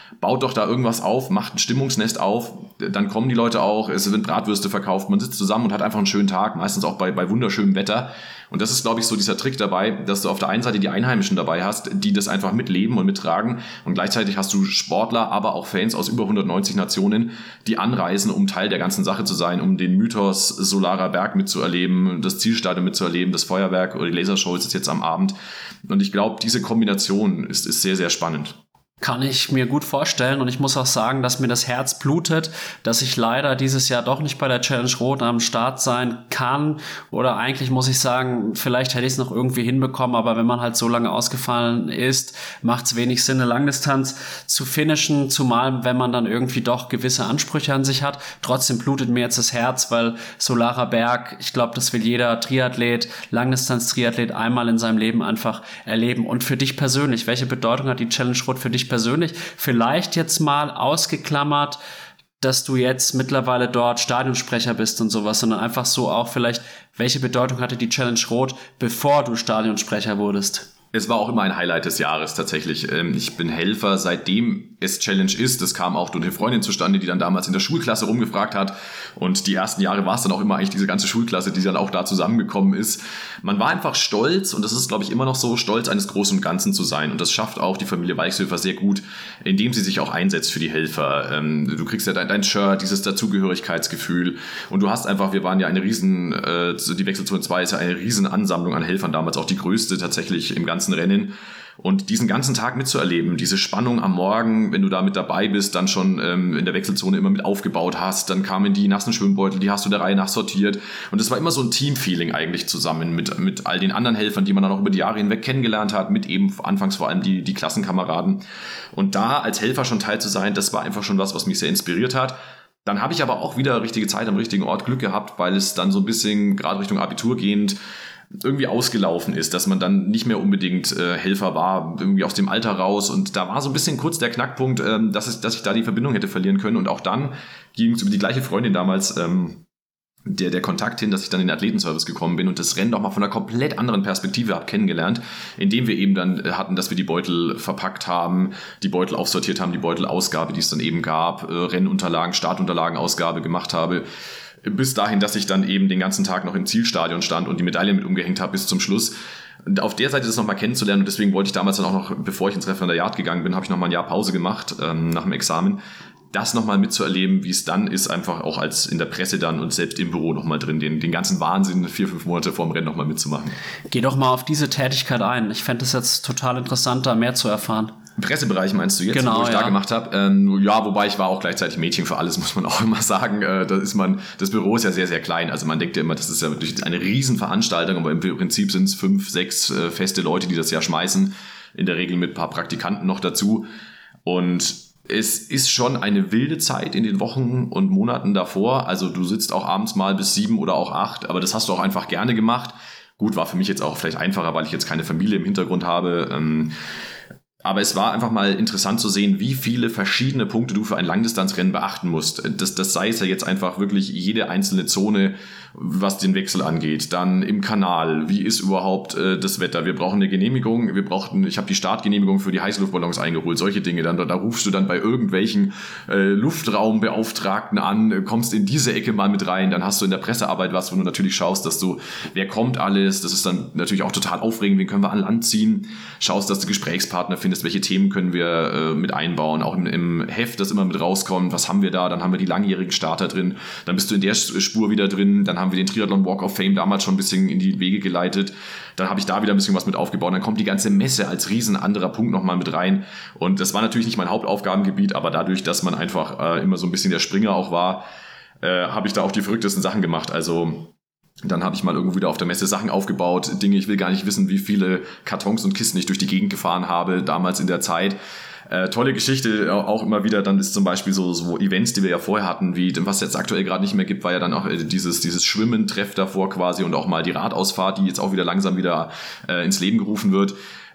baut doch da irgendwas auf, macht ein Stimmungsnest auf, dann kommen die Leute auch, es werden Bratwürste verkauft, man sitzt zusammen und hat einfach einen schönen Tag, meistens auch bei, bei wunderschönem Wetter. Und das ist, glaube ich, so dieser Trick dabei, dass du auf der einen Seite die Einheimischen dabei hast, die das einfach mitleben und mittragen, und gleichzeitig hast du Sportler, aber auch Fans aus über hundertneunzig Nationen, die anreisen, um Teil der ganzen Sache zu sein, um den Mythos Solarer Berg mitzuerleben, das Zielstadion mitzuerleben, das Feuerwerk oder die Lasershow ist jetzt am Abend. Und ich glaube, diese Kombination ist, ist sehr, sehr spannend.
Kann ich mir gut vorstellen, und ich muss auch sagen, dass mir das Herz blutet, dass ich leider dieses Jahr doch nicht bei der Challenge Rot am Start sein kann, oder eigentlich muss ich sagen, vielleicht hätte ich es noch irgendwie hinbekommen, aber wenn man halt so lange ausgefallen ist, macht es wenig Sinn, eine Langdistanz zu finishen, zumal wenn man dann irgendwie doch gewisse Ansprüche an sich hat. Trotzdem blutet mir jetzt das Herz, weil Solarer Berg, ich glaube, das will jeder Triathlet, Langdistanz-Triathlet einmal in seinem Leben einfach erleben. Und für dich persönlich, welche Bedeutung hat die Challenge Rot für dich persönlich? Vielleicht jetzt mal ausgeklammert, dass du jetzt mittlerweile dort Stadionsprecher bist und sowas, sondern einfach so auch vielleicht, welche Bedeutung hatte die Challenge Rot, bevor du Stadionsprecher wurdest?
Es war auch immer ein Highlight des Jahres tatsächlich. Ich bin Helfer, seitdem es Challenge ist. Das kam auch durch eine Freundin zustande, die dann damals in der Schulklasse rumgefragt hat. Und die ersten Jahre war es dann auch immer eigentlich diese ganze Schulklasse, die dann auch da zusammengekommen ist. Man war einfach stolz, und das ist, glaube ich, immer noch so, stolz eines Großen und Ganzen zu sein. Und das schafft auch die Familie Weichshöfer sehr gut, indem sie sich auch einsetzt für die Helfer. Du kriegst ja dein, dein Shirt, dieses Dazugehörigkeitsgefühl. Und du hast einfach, wir waren ja eine riesen, die Wechselzone zwei ist ja eine riesen Ansammlung an Helfern, damals auch die größte tatsächlich im ganzen Rennen. Und diesen ganzen Tag mitzuerleben, diese Spannung am Morgen, wenn du da mit dabei bist, dann schon ähm, in der Wechselzone immer mit aufgebaut hast, dann kamen die nassen Schwimmbeutel, die hast du der Reihe nach sortiert. Und es war immer so ein Teamfeeling eigentlich zusammen mit, mit all den anderen Helfern, die man dann auch über die Jahre hinweg kennengelernt hat, mit eben anfangs vor allem die, die Klassenkameraden. Und da als Helfer schon teil zu sein, das war einfach schon was, was mich sehr inspiriert hat. Dann habe ich aber auch wieder richtige Zeit am richtigen Ort Glück gehabt, weil es dann so ein bisschen, gerade Richtung Abitur gehend, irgendwie ausgelaufen ist, dass man dann nicht mehr unbedingt äh, Helfer war, irgendwie aus dem Alter raus, und da war so ein bisschen kurz der Knackpunkt, ähm, dass, ich, dass ich da die Verbindung hätte verlieren können, und auch dann ging es über die gleiche Freundin damals ähm, der, der Kontakt hin, dass ich dann in den Athletenservice gekommen bin und das Rennen doch mal von einer komplett anderen Perspektive habe kennengelernt, indem wir eben dann hatten, dass wir die Beutel verpackt haben, die Beutel aufsortiert haben, die Beutelausgabe, die es dann eben gab, äh, Rennunterlagen, Startunterlagenausgabe gemacht habe, bis dahin, dass ich dann eben den ganzen Tag noch im Zielstadion stand und die Medaille mit umgehängt habe bis zum Schluss. Und auf der Seite das nochmal kennenzulernen, und deswegen wollte ich damals dann auch noch, bevor ich ins Referendariat gegangen bin, habe ich nochmal ein Jahr Pause gemacht ähm, nach dem Examen. Das nochmal mitzuerleben, wie es dann ist, einfach auch als in der Presse dann und selbst im Büro nochmal drin, den, den ganzen Wahnsinn vier, fünf Monate vorm Rennen nochmal mitzumachen.
Geh doch mal auf diese Tätigkeit ein. Ich fände es jetzt total interessant, da mehr zu erfahren.
Im Pressebereich meinst du jetzt,
genau,
wo ich
ja.
da gemacht habe? Ähm, ja, wobei ich war auch gleichzeitig Mädchen für alles, muss man auch immer sagen. Äh, da ist man, das Büro ist ja sehr, sehr klein. Also man denkt ja immer, das ist ja wirklich eine Riesenveranstaltung, aber im Prinzip sind es fünf, sechs äh, feste Leute, die das ja schmeißen. In der Regel mit ein paar Praktikanten noch dazu. Und es ist schon eine wilde Zeit in den Wochen und Monaten davor. Also du sitzt auch abends mal bis sieben oder auch acht, aber das hast du auch einfach gerne gemacht. Gut, war für mich jetzt auch vielleicht einfacher, weil ich jetzt keine Familie im Hintergrund habe. Ähm, Aber es war einfach mal interessant zu sehen, wie viele verschiedene Punkte du für ein Langdistanzrennen beachten musst. Das, das sei es ja jetzt einfach wirklich jede einzelne Zone, was den Wechsel angeht. Dann im Kanal, wie ist überhaupt äh, das Wetter? Wir brauchen eine Genehmigung, wir brauchten, ich habe die Startgenehmigung für die Heißluftballons eingeholt, solche Dinge. Dann, da rufst du dann bei irgendwelchen äh, Luftraumbeauftragten an, kommst in diese Ecke mal mit rein, dann hast du in der Pressearbeit was, wo du natürlich schaust, dass du, wer kommt alles, das ist dann natürlich auch total aufregend, wen können wir an Land ziehen, schaust, dass du Gesprächspartner findest, welche Themen können wir äh, mit einbauen, auch im, im Heft, das immer mit rauskommt, was haben wir da, dann haben wir die langjährigen Starter drin, dann bist du in der Spur wieder drin, dann haben wir den Triathlon Walk of Fame damals schon ein bisschen in die Wege geleitet, dann habe ich da wieder ein bisschen was mit aufgebaut, dann kommt die ganze Messe als riesen anderer Punkt nochmal mit rein, und das war natürlich nicht mein Hauptaufgabengebiet, aber dadurch, dass man einfach äh, immer so ein bisschen der Springer auch war, äh, habe ich da auch die verrücktesten Sachen gemacht, also dann habe ich mal irgendwo wieder auf der Messe Sachen aufgebaut, Dinge, ich will gar nicht wissen, wie viele Kartons und Kisten ich durch die Gegend gefahren habe, damals in der Zeit. Äh, tolle Geschichte, auch immer wieder, dann ist zum Beispiel so, so Events, die wir ja vorher hatten, wie was jetzt aktuell gerade nicht mehr gibt, war ja dann auch äh, dieses, dieses Schwimmen-Treff davor quasi und auch mal die Radausfahrt, die jetzt auch wieder langsam wieder äh, ins Leben gerufen wird.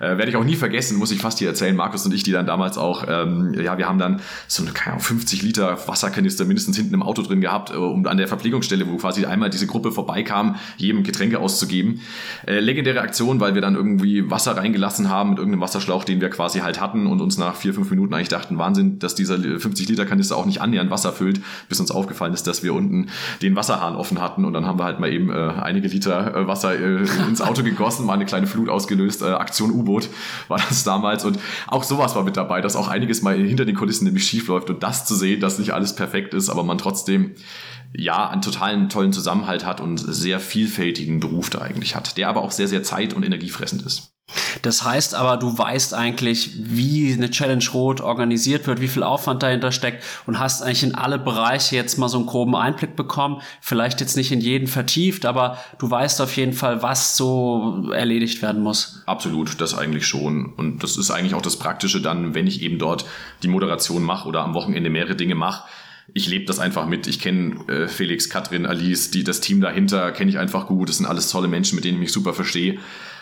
Äh, werde ich auch nie vergessen, muss ich fast hier erzählen, Markus und ich, die dann damals auch, ähm, ja, wir haben dann so eine, keine Ahnung, fünfzig Liter Wasserkanister mindestens hinten im Auto drin gehabt, äh, um an der Verpflegungsstelle, wo quasi einmal diese Gruppe vorbeikam, jedem Getränke auszugeben. Äh, legendäre Aktion, weil wir dann irgendwie Wasser reingelassen haben mit irgendeinem Wasserschlauch, den wir quasi halt hatten und uns nach vier, fünf Minuten eigentlich dachten, Wahnsinn, dass dieser fünfzig Liter Kanister auch nicht annähernd Wasser füllt, bis uns aufgefallen ist, dass wir unten den Wasserhahn offen hatten und dann haben wir halt mal eben äh, einige Liter äh, Wasser äh, ins Auto gegossen, mal eine kleine Flut ausgelöst, äh, Aktion U-Boot war das damals und auch sowas war mit dabei, dass auch einiges mal hinter den Kulissen nämlich schief läuft und das zu sehen, dass nicht alles perfekt ist, aber man trotzdem ja einen totalen tollen Zusammenhalt hat und sehr vielfältigen Beruf da eigentlich hat, der aber auch sehr, sehr zeit- und energiefressend ist.
Das heißt aber, du weißt eigentlich, wie eine Challenge Rot organisiert wird, wie viel Aufwand dahinter steckt und hast eigentlich in alle Bereiche jetzt mal so einen groben Einblick bekommen. Vielleicht jetzt nicht in jeden vertieft, aber du weißt auf jeden Fall, was so erledigt werden muss.
Absolut, das eigentlich schon. Und das ist eigentlich auch das Praktische dann, wenn ich eben dort die Moderation mache oder am Wochenende mehrere Dinge mache. Ich lebe das einfach mit. Ich kenne äh, Felix, Katrin, Alice, die, das Team dahinter kenne ich einfach gut. Das sind alles tolle Menschen, mit denen ich mich super verstehe.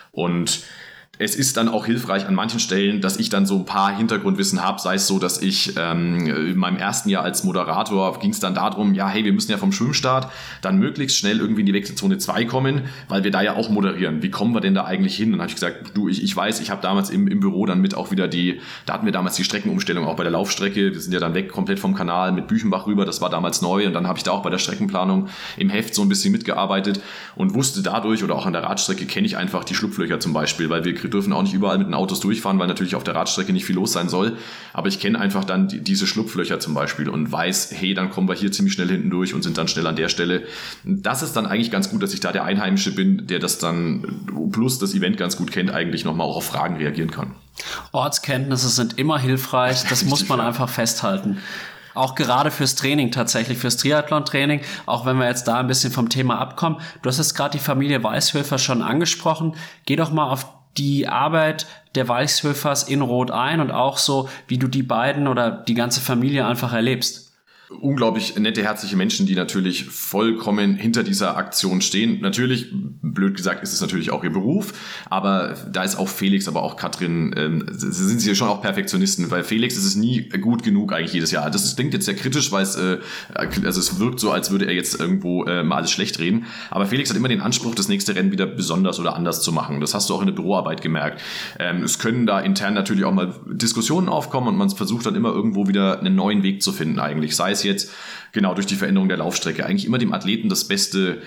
Und es ist dann auch hilfreich an manchen Stellen, dass ich dann so ein paar Hintergrundwissen habe, sei es so, dass ich ähm, in meinem ersten Jahr als Moderator ging es dann darum, ja, hey, wir müssen ja vom Schwimmstart dann möglichst schnell irgendwie in die Wechselzone zwei kommen, weil wir da ja auch moderieren. Wie kommen wir denn da eigentlich hin? Und dann habe ich gesagt, du, ich, ich weiß, ich habe damals im, im Büro dann mit auch wieder die, da hatten wir damals die Streckenumstellung auch bei der Laufstrecke. Wir sind ja dann weg komplett vom Kanal mit Büchenbach rüber, das war damals neu und dann habe ich da auch bei der Streckenplanung im Heft so ein bisschen mitgearbeitet und wusste dadurch oder auch an der Radstrecke kenne ich einfach die Schlupflöcher zum Beispiel, weil wir dürfen auch nicht überall mit den Autos durchfahren, weil natürlich auf der Radstrecke nicht viel los sein soll. Aber ich kenne einfach dann die, diese Schlupflöcher zum Beispiel und weiß, hey, dann kommen wir hier ziemlich schnell hinten durch und sind dann schnell an der Stelle. Das ist dann eigentlich ganz gut, dass ich da der Einheimische bin, der das dann plus das Event ganz gut kennt, eigentlich nochmal auch auf Fragen reagieren kann.
Ortskenntnisse sind immer hilfreich, das muss man einfach festhalten. Auch gerade fürs Training tatsächlich, fürs Triathlon-Training, auch wenn wir jetzt da ein bisschen vom Thema abkommen. Du hast jetzt gerade die Familie Weichshöfer schon angesprochen. Geh doch mal auf die Arbeit der Weichshöfers in Rot ein und auch so, wie du die beiden oder die ganze Familie einfach erlebst.
Unglaublich nette, herzliche Menschen, die natürlich vollkommen hinter dieser Aktion stehen. Natürlich, blöd gesagt, ist es natürlich auch ihr Beruf, aber da ist auch Felix, aber auch Katrin, ähm, sind sie schon auch Perfektionisten, weil Felix ist es nie gut genug eigentlich jedes Jahr. Das klingt jetzt sehr kritisch, weil es, äh, also es wirkt so, als würde er jetzt irgendwo äh, mal alles schlecht reden, aber Felix hat immer den Anspruch, das nächste Rennen wieder besonders oder anders zu machen. Das hast du auch in der Büroarbeit gemerkt. Ähm, es können da intern natürlich auch mal Diskussionen aufkommen und man versucht dann immer irgendwo wieder einen neuen Weg zu finden eigentlich, sei es jetzt genau durch die Veränderung der Laufstrecke, eigentlich immer dem Athleten das beste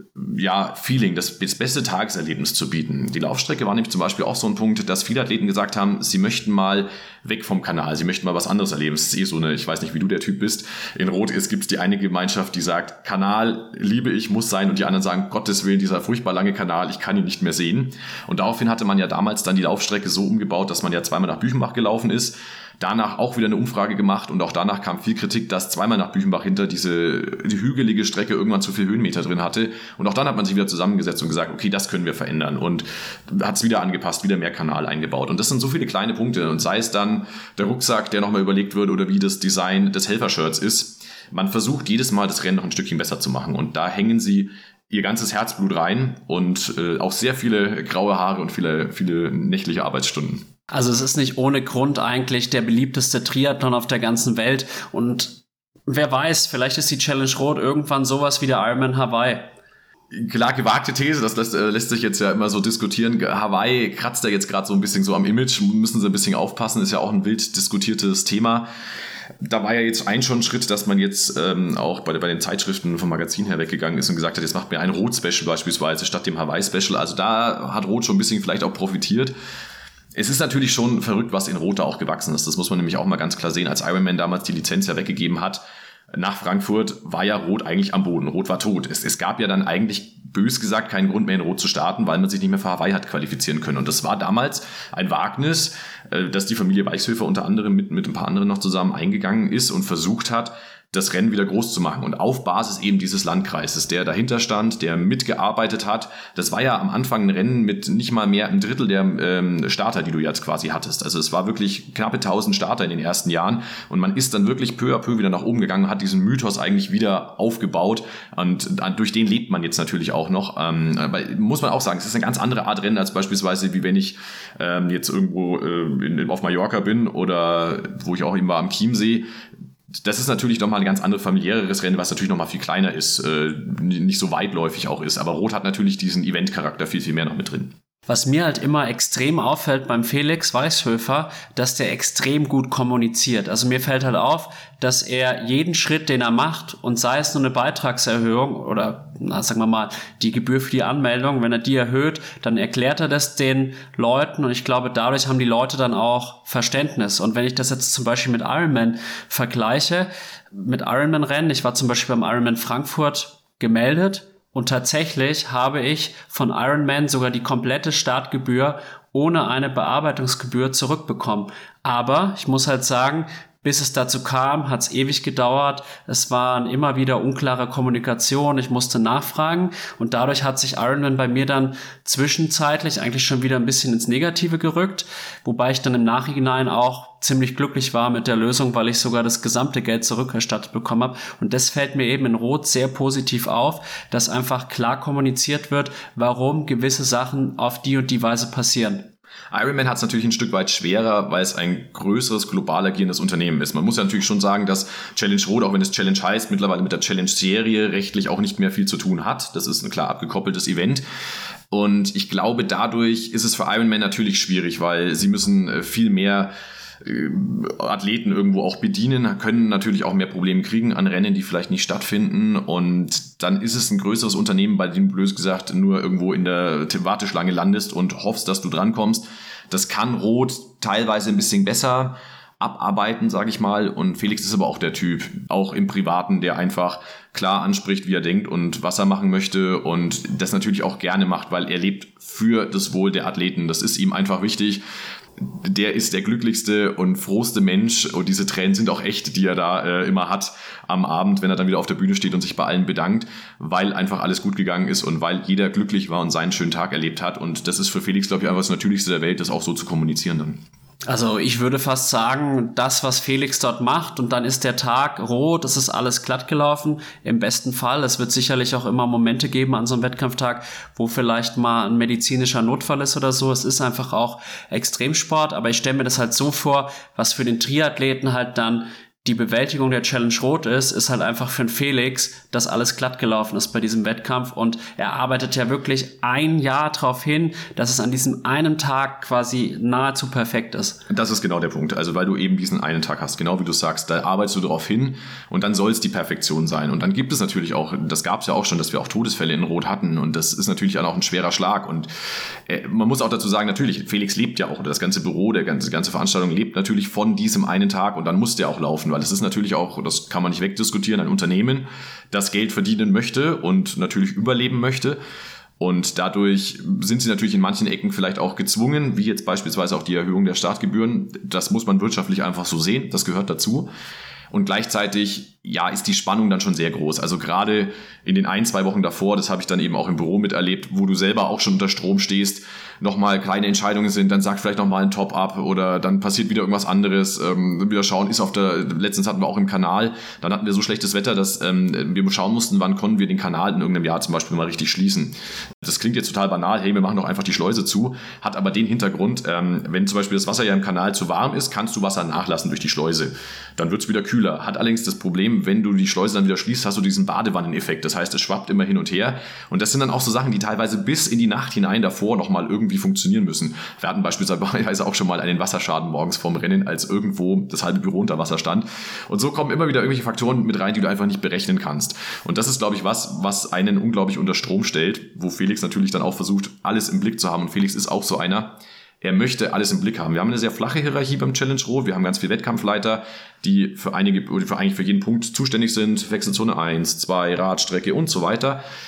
ja, Feeling, das, das beste Tageserlebnis zu bieten. Die Laufstrecke war nämlich zum Beispiel auch so ein Punkt, dass viele Athleten gesagt haben, sie möchten mal weg vom Kanal, sie möchten mal was anderes erleben. Es ist eh so eine, ich weiß nicht, wie du der Typ bist. In Rot gibt es die eine Gemeinschaft, die sagt, Kanal liebe ich, muss sein, und die anderen sagen, Gottes Willen, dieser furchtbar lange Kanal, ich kann ihn nicht mehr sehen. Und daraufhin hatte man ja damals dann die Laufstrecke so umgebaut, dass man ja zweimal nach Büchenbach gelaufen ist, danach auch wieder eine Umfrage gemacht und auch danach kam viel Kritik, dass zweimal nach Büchenbach hinter diese die hügelige Strecke irgendwann zu viel Höhenmeter drin hatte. Und auch dann hat man sich wieder zusammengesetzt und gesagt, okay, das können wir verändern, und hat es wieder angepasst, wieder mehr Kanal eingebaut. Und das sind so viele kleine Punkte, und sei es dann der Rucksack, der nochmal überlegt wird, oder wie das Design des Helfershirts ist. Man versucht jedes Mal das Rennen noch ein Stückchen besser zu machen, und da hängen sie ihr ganzes Herzblut rein und äh, auch sehr viele graue Haare und viele, viele nächtliche Arbeitsstunden.
Also es ist nicht ohne Grund eigentlich der beliebteste Triathlon auf der ganzen Welt, und wer weiß, vielleicht ist die Challenge Rot irgendwann sowas wie der Ironman Hawaii.
Klar, gewagte These, das lässt, äh, lässt sich jetzt ja immer so diskutieren. Hawaii kratzt ja jetzt gerade so ein bisschen so am Image, müssen sie ein bisschen aufpassen, ist ja auch ein wild diskutiertes Thema. Da war ja jetzt ein schon Schritt, dass man jetzt ähm, auch bei, bei den Zeitschriften vom Magazin her weggegangen ist und gesagt hat, jetzt macht mir ein Rot-Special beispielsweise statt dem Hawaii-Special. Also da hat Rot schon ein bisschen vielleicht auch profitiert. Es ist natürlich schon verrückt, was in Rot da auch gewachsen ist. Das muss man nämlich auch mal ganz klar sehen. Als Ironman damals die Lizenz ja weggegeben hat, nach Frankfurt war ja Rot eigentlich am Boden. Rot war tot. Es, es gab ja dann eigentlich, bös gesagt, keinen Grund mehr in Rot zu starten, weil man sich nicht mehr für Hawaii hat qualifizieren können. Und das war damals ein Wagnis, dass die Familie Weichshöfer unter anderem mit, mit ein paar anderen noch zusammen eingegangen ist und versucht hat, das Rennen wieder groß zu machen und auf Basis eben dieses Landkreises, der dahinter stand, der mitgearbeitet hat. Das war ja am Anfang ein Rennen mit nicht mal mehr ein Drittel der ähm, Starter, die du jetzt quasi hattest. Also es war wirklich knappe tausend Starter in den ersten Jahren und man ist dann wirklich peu à peu wieder nach oben gegangen, hat diesen Mythos eigentlich wieder aufgebaut und durch den lebt man jetzt natürlich auch noch. Ähm, aber muss man auch sagen, es ist eine ganz andere Art Rennen als beispielsweise, wie wenn ich ähm, jetzt irgendwo äh, in, auf Mallorca bin oder wo ich auch eben war am Chiemsee. Das ist natürlich nochmal ein ganz anderes, familiäreres Rennen, was natürlich nochmal viel kleiner ist, äh, nicht so weitläufig auch ist. Aber Rot hat natürlich diesen Event-Charakter viel, viel mehr noch mit drin.
Was mir halt immer extrem auffällt beim Felix Weishöfer, dass der extrem gut kommuniziert. Also mir fällt halt auf, dass er jeden Schritt, den er macht, und sei es nur eine Beitragserhöhung oder, na, sagen wir mal, die Gebühr für die Anmeldung, wenn er die erhöht, dann erklärt er das den Leuten und ich glaube, dadurch haben die Leute dann auch Verständnis. Und wenn ich das jetzt zum Beispiel mit Ironman vergleiche, mit Ironman-Rennen, ich war zum Beispiel beim Ironman Frankfurt gemeldet, und tatsächlich habe ich von Ironman sogar die komplette Startgebühr ohne eine Bearbeitungsgebühr zurückbekommen. Aber ich muss halt sagen, bis es dazu kam, hat es ewig gedauert. Es waren immer wieder unklare Kommunikation. Ich musste nachfragen und dadurch hat sich Ironman bei mir dann zwischenzeitlich eigentlich schon wieder ein bisschen ins Negative gerückt, wobei ich dann im Nachhinein auch ziemlich glücklich war mit der Lösung, weil ich sogar das gesamte Geld zurückerstattet bekommen habe. Und das fällt mir eben in Rot sehr positiv auf, dass einfach klar kommuniziert wird, warum gewisse Sachen auf die und die Weise passieren.
Ironman hat es natürlich ein Stück weit schwerer, weil es ein größeres, global agierendes Unternehmen ist. Man muss ja natürlich schon sagen, dass Challenge Rot, auch wenn es Challenge heißt, mittlerweile mit der Challenge-Serie rechtlich auch nicht mehr viel zu tun hat. Das ist ein klar abgekoppeltes Event. Und ich glaube, dadurch ist es für Ironman natürlich schwierig, weil sie müssen viel mehr Athleten irgendwo auch bedienen, können natürlich auch mehr Probleme kriegen an Rennen, die vielleicht nicht stattfinden und dann ist es ein größeres Unternehmen, bei dem du blöd gesagt nur irgendwo in der Warteschlange landest und hoffst, dass du drankommst. Das kann Rot teilweise ein bisschen besser abarbeiten, sage ich mal, und Felix ist aber auch der Typ, auch im Privaten, der einfach klar anspricht, wie er denkt und was er machen möchte und das natürlich auch gerne macht, weil er lebt für das Wohl der Athleten. Das ist ihm einfach wichtig. Der ist der glücklichste und frohste Mensch und diese Tränen sind auch echt, die er da äh, immer hat am Abend, wenn er dann wieder auf der Bühne steht und sich bei allen bedankt, weil einfach alles gut gegangen ist und weil jeder glücklich war und seinen schönen Tag erlebt hat und das ist für Felix, glaube ich, einfach das Natürlichste der Welt, das auch so zu kommunizieren dann.
Also ich würde fast sagen, das, was Felix dort macht und dann ist der Tag rot, es ist alles glatt gelaufen, im besten Fall. Es wird sicherlich auch immer Momente geben an so einem Wettkampftag, wo vielleicht mal ein medizinischer Notfall ist oder so. Es ist einfach auch Extremsport, aber ich stelle mir das halt so vor, was für den Triathleten halt dann die Bewältigung der Challenge Rot ist, ist halt einfach für den Felix, dass alles glatt gelaufen ist bei diesem Wettkampf und er arbeitet ja wirklich ein Jahr darauf hin, dass es an diesem einen Tag quasi nahezu perfekt ist.
Das ist genau der Punkt, also weil du eben diesen einen Tag hast, genau wie du sagst, da arbeitest du darauf hin und dann soll es die Perfektion sein und dann gibt es natürlich auch, das gab es ja auch schon, dass wir auch Todesfälle in Rot hatten und das ist natürlich auch ein schwerer Schlag und äh, man muss auch dazu sagen, natürlich, Felix lebt ja auch, oder das ganze Büro, der ganze, die ganze Veranstaltung lebt natürlich von diesem einen Tag und dann muss der auch laufen, weil es ist natürlich auch, das kann man nicht wegdiskutieren, ein Unternehmen, das Geld verdienen möchte und natürlich überleben möchte. Und dadurch sind sie natürlich in manchen Ecken vielleicht auch gezwungen, wie jetzt beispielsweise auch die Erhöhung der Startgebühren. Das muss man wirtschaftlich einfach so sehen, das gehört dazu. Und gleichzeitig, ja, ist die Spannung dann schon sehr groß. Also gerade in den ein, zwei Wochen davor, das habe ich dann eben auch im Büro miterlebt, wo du selber auch schon unter Strom stehst, nochmal kleine Entscheidungen sind, dann sagt vielleicht nochmal ein Top-Up oder dann passiert wieder irgendwas anderes. Ähm, wieder schauen, ist auf der, letztens hatten wir auch im Kanal, dann hatten wir so schlechtes Wetter, dass ähm, wir schauen mussten, wann konnten wir den Kanal in irgendeinem Jahr zum Beispiel mal richtig schließen. Das klingt jetzt total banal, hey, wir machen doch einfach die Schleuse zu, hat aber den Hintergrund, ähm, wenn zum Beispiel das Wasser ja im Kanal zu warm ist, kannst du Wasser nachlassen durch die Schleuse. Dann wird es wieder kühler. Hat allerdings das Problem, wenn du die Schleuse dann wieder schließt, hast du diesen Badewanneneffekt. Das heißt, es schwappt immer hin und her. Und das sind dann auch so Sachen, die teilweise bis in die Nacht hinein davor nochmal irgendwie funktionieren müssen. Wir hatten beispielsweise auch schon mal einen Wasserschaden morgens vorm Rennen, als irgendwo das halbe Büro unter Wasser stand. Und so kommen immer wieder irgendwelche Faktoren mit rein, die du einfach nicht berechnen kannst. Und das ist, glaube ich, was, was einen unglaublich unter Strom stellt, wo Felix natürlich dann auch versucht, alles im Blick zu haben. Und Felix ist auch so einer, er möchte alles im Blick haben. Wir haben eine sehr flache Hierarchie beim Challenge Rot. Wir haben ganz viele Wettkampfleiter, die für einige, oder für eigentlich für jeden Punkt zuständig sind. Wechselzone eins, zwei, Radstrecke und so weiter.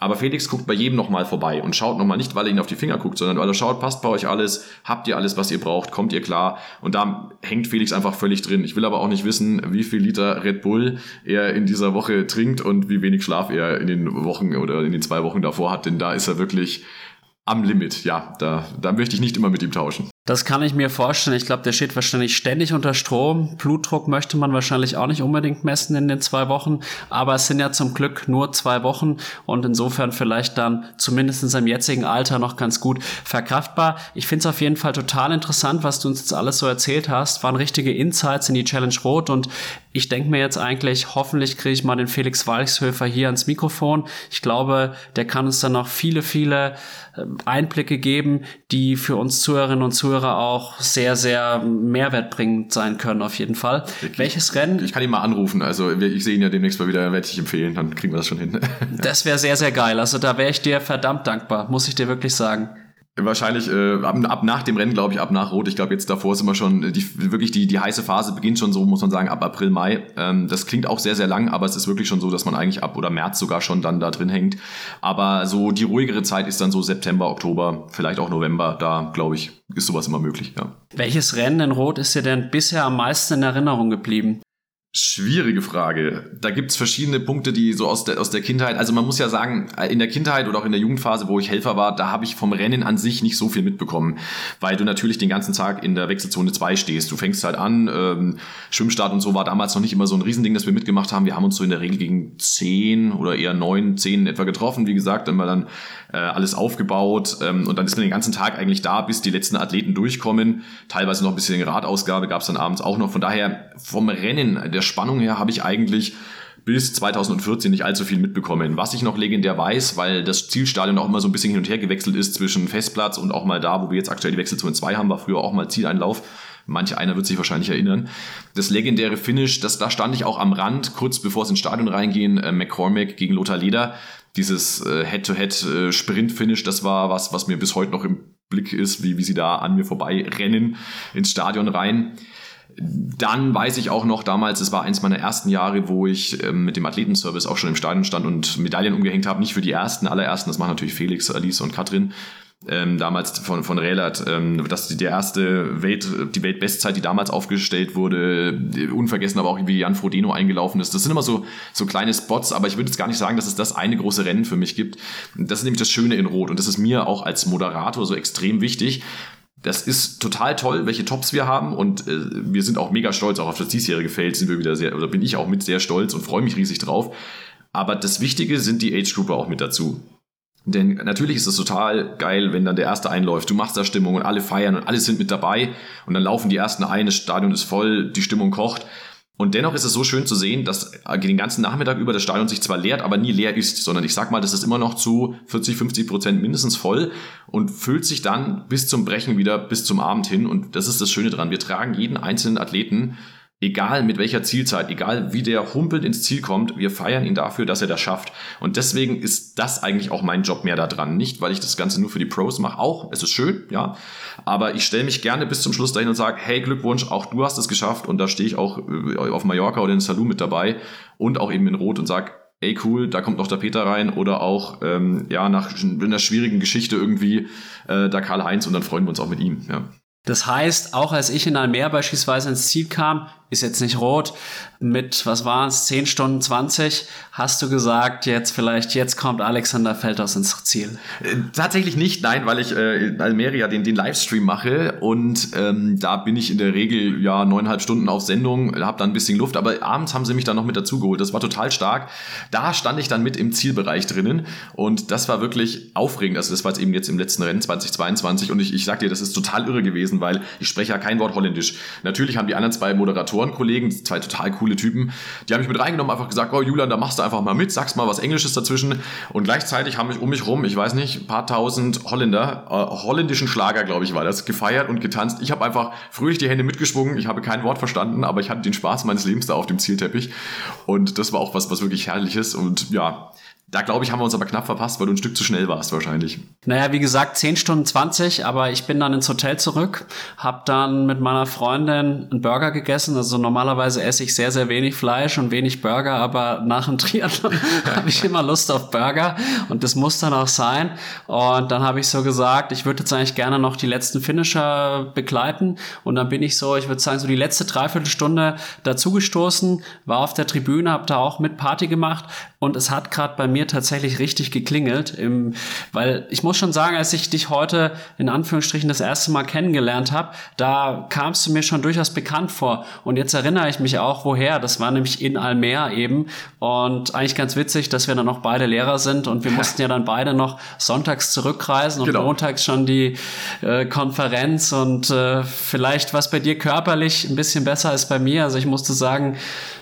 Aber Felix guckt bei jedem nochmal vorbei und schaut nochmal nicht, weil er ihn auf die Finger guckt, sondern weil er schaut, passt bei euch alles, habt ihr alles, was ihr braucht, kommt ihr klar? Und da hängt Felix einfach völlig drin. Ich will aber auch nicht wissen, wie viel Liter Red Bull er in dieser Woche trinkt und wie wenig Schlaf er in den Wochen oder in den zwei Wochen davor hat, denn da ist er wirklich am Limit. Ja, da, da möchte ich nicht immer mit ihm tauschen.
Das kann ich mir vorstellen. Ich glaube, der steht wahrscheinlich ständig unter Strom. Blutdruck möchte man wahrscheinlich auch nicht unbedingt messen in den zwei Wochen. Aber es sind ja zum Glück nur zwei Wochen und insofern vielleicht dann zumindest in seinem jetzigen Alter noch ganz gut verkraftbar. Ich finde es auf jeden Fall total interessant, was du uns jetzt alles so erzählt hast. Waren richtige Insights in die Challenge Rot und ich denke mir jetzt eigentlich, hoffentlich kriege ich mal den Felix Walchshöfer hier ans Mikrofon. Ich glaube, der kann uns dann noch viele, viele Einblicke geben, die für uns Zuhörerinnen und Zuhörer auch sehr, sehr mehrwertbringend sein können, auf jeden Fall.
Ich,
Welches Rennen?
Ich kann ihn mal anrufen, also ich sehe ihn ja demnächst mal wieder, werde ich empfehlen, dann kriegen wir das schon hin.
Das wäre sehr, sehr geil, also da wäre ich dir verdammt dankbar, muss ich dir wirklich sagen.
Wahrscheinlich äh, ab, ab nach dem Rennen, glaube ich, ab nach Rot. Ich glaube, jetzt davor ist immer schon, die, wirklich die, die heiße Phase beginnt schon so, muss man sagen, ab April, Mai. Ähm, das klingt auch sehr, sehr lang, aber es ist wirklich schon so, dass man eigentlich ab oder März sogar schon dann da drin hängt. Aber so die ruhigere Zeit ist dann so September, Oktober, vielleicht auch November. Da, glaube ich, ist sowas immer möglich, ja.
Welches Rennen in Rot ist dir denn bisher am meisten in Erinnerung geblieben?
Schwierige Frage. Da gibt's verschiedene Punkte, die so aus der, aus der Kindheit, also man muss ja sagen, in der Kindheit oder auch in der Jugendphase, wo ich Helfer war, da habe ich vom Rennen an sich nicht so viel mitbekommen, weil du natürlich den ganzen Tag in der Wechselzone zwei stehst. Du fängst halt an, ähm, Schwimmstart und so war damals noch nicht immer so ein Riesending, das wir mitgemacht haben. Wir haben uns so in der Regel gegen zehn oder eher neun, zehn etwa getroffen, wie gesagt, dann mal dann äh, alles aufgebaut ähm, und dann ist man den ganzen Tag eigentlich da, bis die letzten Athleten durchkommen. Teilweise noch ein bisschen Radausgabe gab's dann abends auch noch. Von daher vom Rennen, der Spannung her habe ich eigentlich bis zwanzig vierzehn nicht allzu viel mitbekommen. Was ich noch legendär weiß, weil das Zielstadion auch immer so ein bisschen hin und her gewechselt ist zwischen Festplatz und auch mal da, wo wir jetzt aktuell die Wechselzone zwei haben, war früher auch mal Zieleinlauf. Manch einer wird sich wahrscheinlich erinnern. Das legendäre Finish, das, da stand ich auch am Rand, kurz bevor es ins Stadion reingehen, äh, McCormick gegen Lothar Leder. Dieses äh, Head-to-Head-Sprint-Finish, das war was, was mir bis heute noch im Blick ist, wie, wie sie da an mir vorbei rennen ins Stadion rein. Dann weiß ich auch noch damals, es war eins meiner ersten Jahre, wo ich ähm, mit dem Athletenservice auch schon im Stadion stand und Medaillen umgehängt habe. Nicht für die ersten, allerersten, das machen natürlich Felix, Alice und Katrin. Ähm, damals von, von Rehlert, ähm, dass die, die erste Welt, die Weltbestzeit, die damals aufgestellt wurde, unvergessen aber auch wie Jan Frodeno eingelaufen ist. Das sind immer so, so kleine Spots, aber ich würde jetzt gar nicht sagen, dass es das eine große Rennen für mich gibt. Das ist nämlich das Schöne in Rot und das ist mir auch als Moderator so extrem wichtig. Das ist total toll, welche Tops wir haben und äh, wir sind auch mega stolz, auch auf das diesjährige Feld sind wir wieder sehr, oder bin ich auch mit sehr stolz und freue mich riesig drauf. Aber das Wichtige sind die Age-Grouper auch mit dazu. Denn natürlich ist es total geil, wenn dann der Erste einläuft. Du machst da Stimmung und alle feiern und alle sind mit dabei und dann laufen die Ersten ein, das Stadion ist voll, die Stimmung kocht. Und dennoch ist es so schön zu sehen, dass den ganzen Nachmittag über das Stadion sich zwar leert, aber nie leer ist, sondern ich sag mal, das ist immer noch zu vierzig, fünfzig Prozent mindestens voll und füllt sich dann bis zum Brechen wieder, bis zum Abend hin. Und das ist das Schöne dran. Wir tragen jeden einzelnen Athleten, egal mit welcher Zielzeit, egal wie der humpelnd ins Ziel kommt, wir feiern ihn dafür, dass er das schafft. Und deswegen ist das eigentlich auch mein Job mehr da dran. Nicht, weil ich das Ganze nur für die Pros mache, auch, es ist schön, ja, aber ich stelle mich gerne bis zum Schluss dahin und sage, hey, Glückwunsch, auch du hast es geschafft und da stehe ich auch auf Mallorca oder in Salou mit dabei und auch eben in Rot und sage, ey, cool, da kommt noch der Peter rein oder auch, ähm, ja, nach einer schwierigen Geschichte irgendwie äh, der Karl-Heinz und dann freuen wir uns auch mit ihm, ja.
Das heißt, auch als ich in Almere beispielsweise ins Ziel kam, ist jetzt nicht Rot, mit, was war es, zehn Stunden zwanzig, hast du gesagt, jetzt vielleicht, jetzt kommt Alexander Feldhaus ins Ziel?
Äh, tatsächlich nicht, nein, weil ich äh, in Almere ja den, den Livestream mache und ähm, da bin ich in der Regel ja neuneinhalb Stunden auf Sendung, habe dann ein bisschen Luft, aber abends haben sie mich dann noch mit dazu geholt, das war total stark. Da stand ich dann mit im Zielbereich drinnen und das war wirklich aufregend, also das war jetzt eben jetzt im letzten Rennen zwanzig zweiundzwanzig und ich, ich sag dir, das ist total irre gewesen, weil ich spreche ja kein Wort Holländisch. Natürlich haben die anderen zwei Moderatorenkollegen, zwei total coole Typen, die haben mich mit reingenommen, einfach gesagt, oh Julian, da machst du einfach mal mit, sagst mal was Englisches dazwischen und gleichzeitig haben mich um mich rum, ich weiß nicht, ein paar tausend Holländer, äh, holländischen Schlager, glaube ich, war das, gefeiert und getanzt. Ich habe einfach fröhlich die Hände mitgeschwungen, ich habe kein Wort verstanden, aber ich hatte den Spaß meines Lebens da auf dem Zielteppich und das war auch was, was wirklich Herrliches und ja, Da, glaube ich, haben wir uns aber knapp verpasst, weil du ein Stück zu schnell warst wahrscheinlich.
Naja, wie gesagt, zehn Stunden zwanzig, aber ich bin dann ins Hotel zurück, habe dann mit meiner Freundin einen Burger gegessen. Also normalerweise esse ich sehr, sehr wenig Fleisch und wenig Burger, aber nach dem Triathlon habe ich immer Lust auf Burger und das muss dann auch sein. Und dann habe ich so gesagt, ich würde jetzt eigentlich gerne noch die letzten Finisher begleiten und dann bin ich so, ich würde sagen, so die letzte Dreiviertelstunde dazugestoßen, war auf der Tribüne, habe da auch mit Party gemacht und es hat gerade bei mir tatsächlich richtig geklingelt, im, weil ich muss schon sagen, als ich dich heute in Anführungsstrichen das erste Mal kennengelernt habe, da kamst du mir schon durchaus bekannt vor und jetzt erinnere ich mich auch, woher, das war nämlich in Almere eben und eigentlich ganz witzig, dass wir dann noch beide Lehrer sind und wir mussten ja dann beide noch sonntags zurückreisen und genau. montags schon die äh, Konferenz und äh, vielleicht was bei dir körperlich ein bisschen besser als bei mir, also ich musste sagen,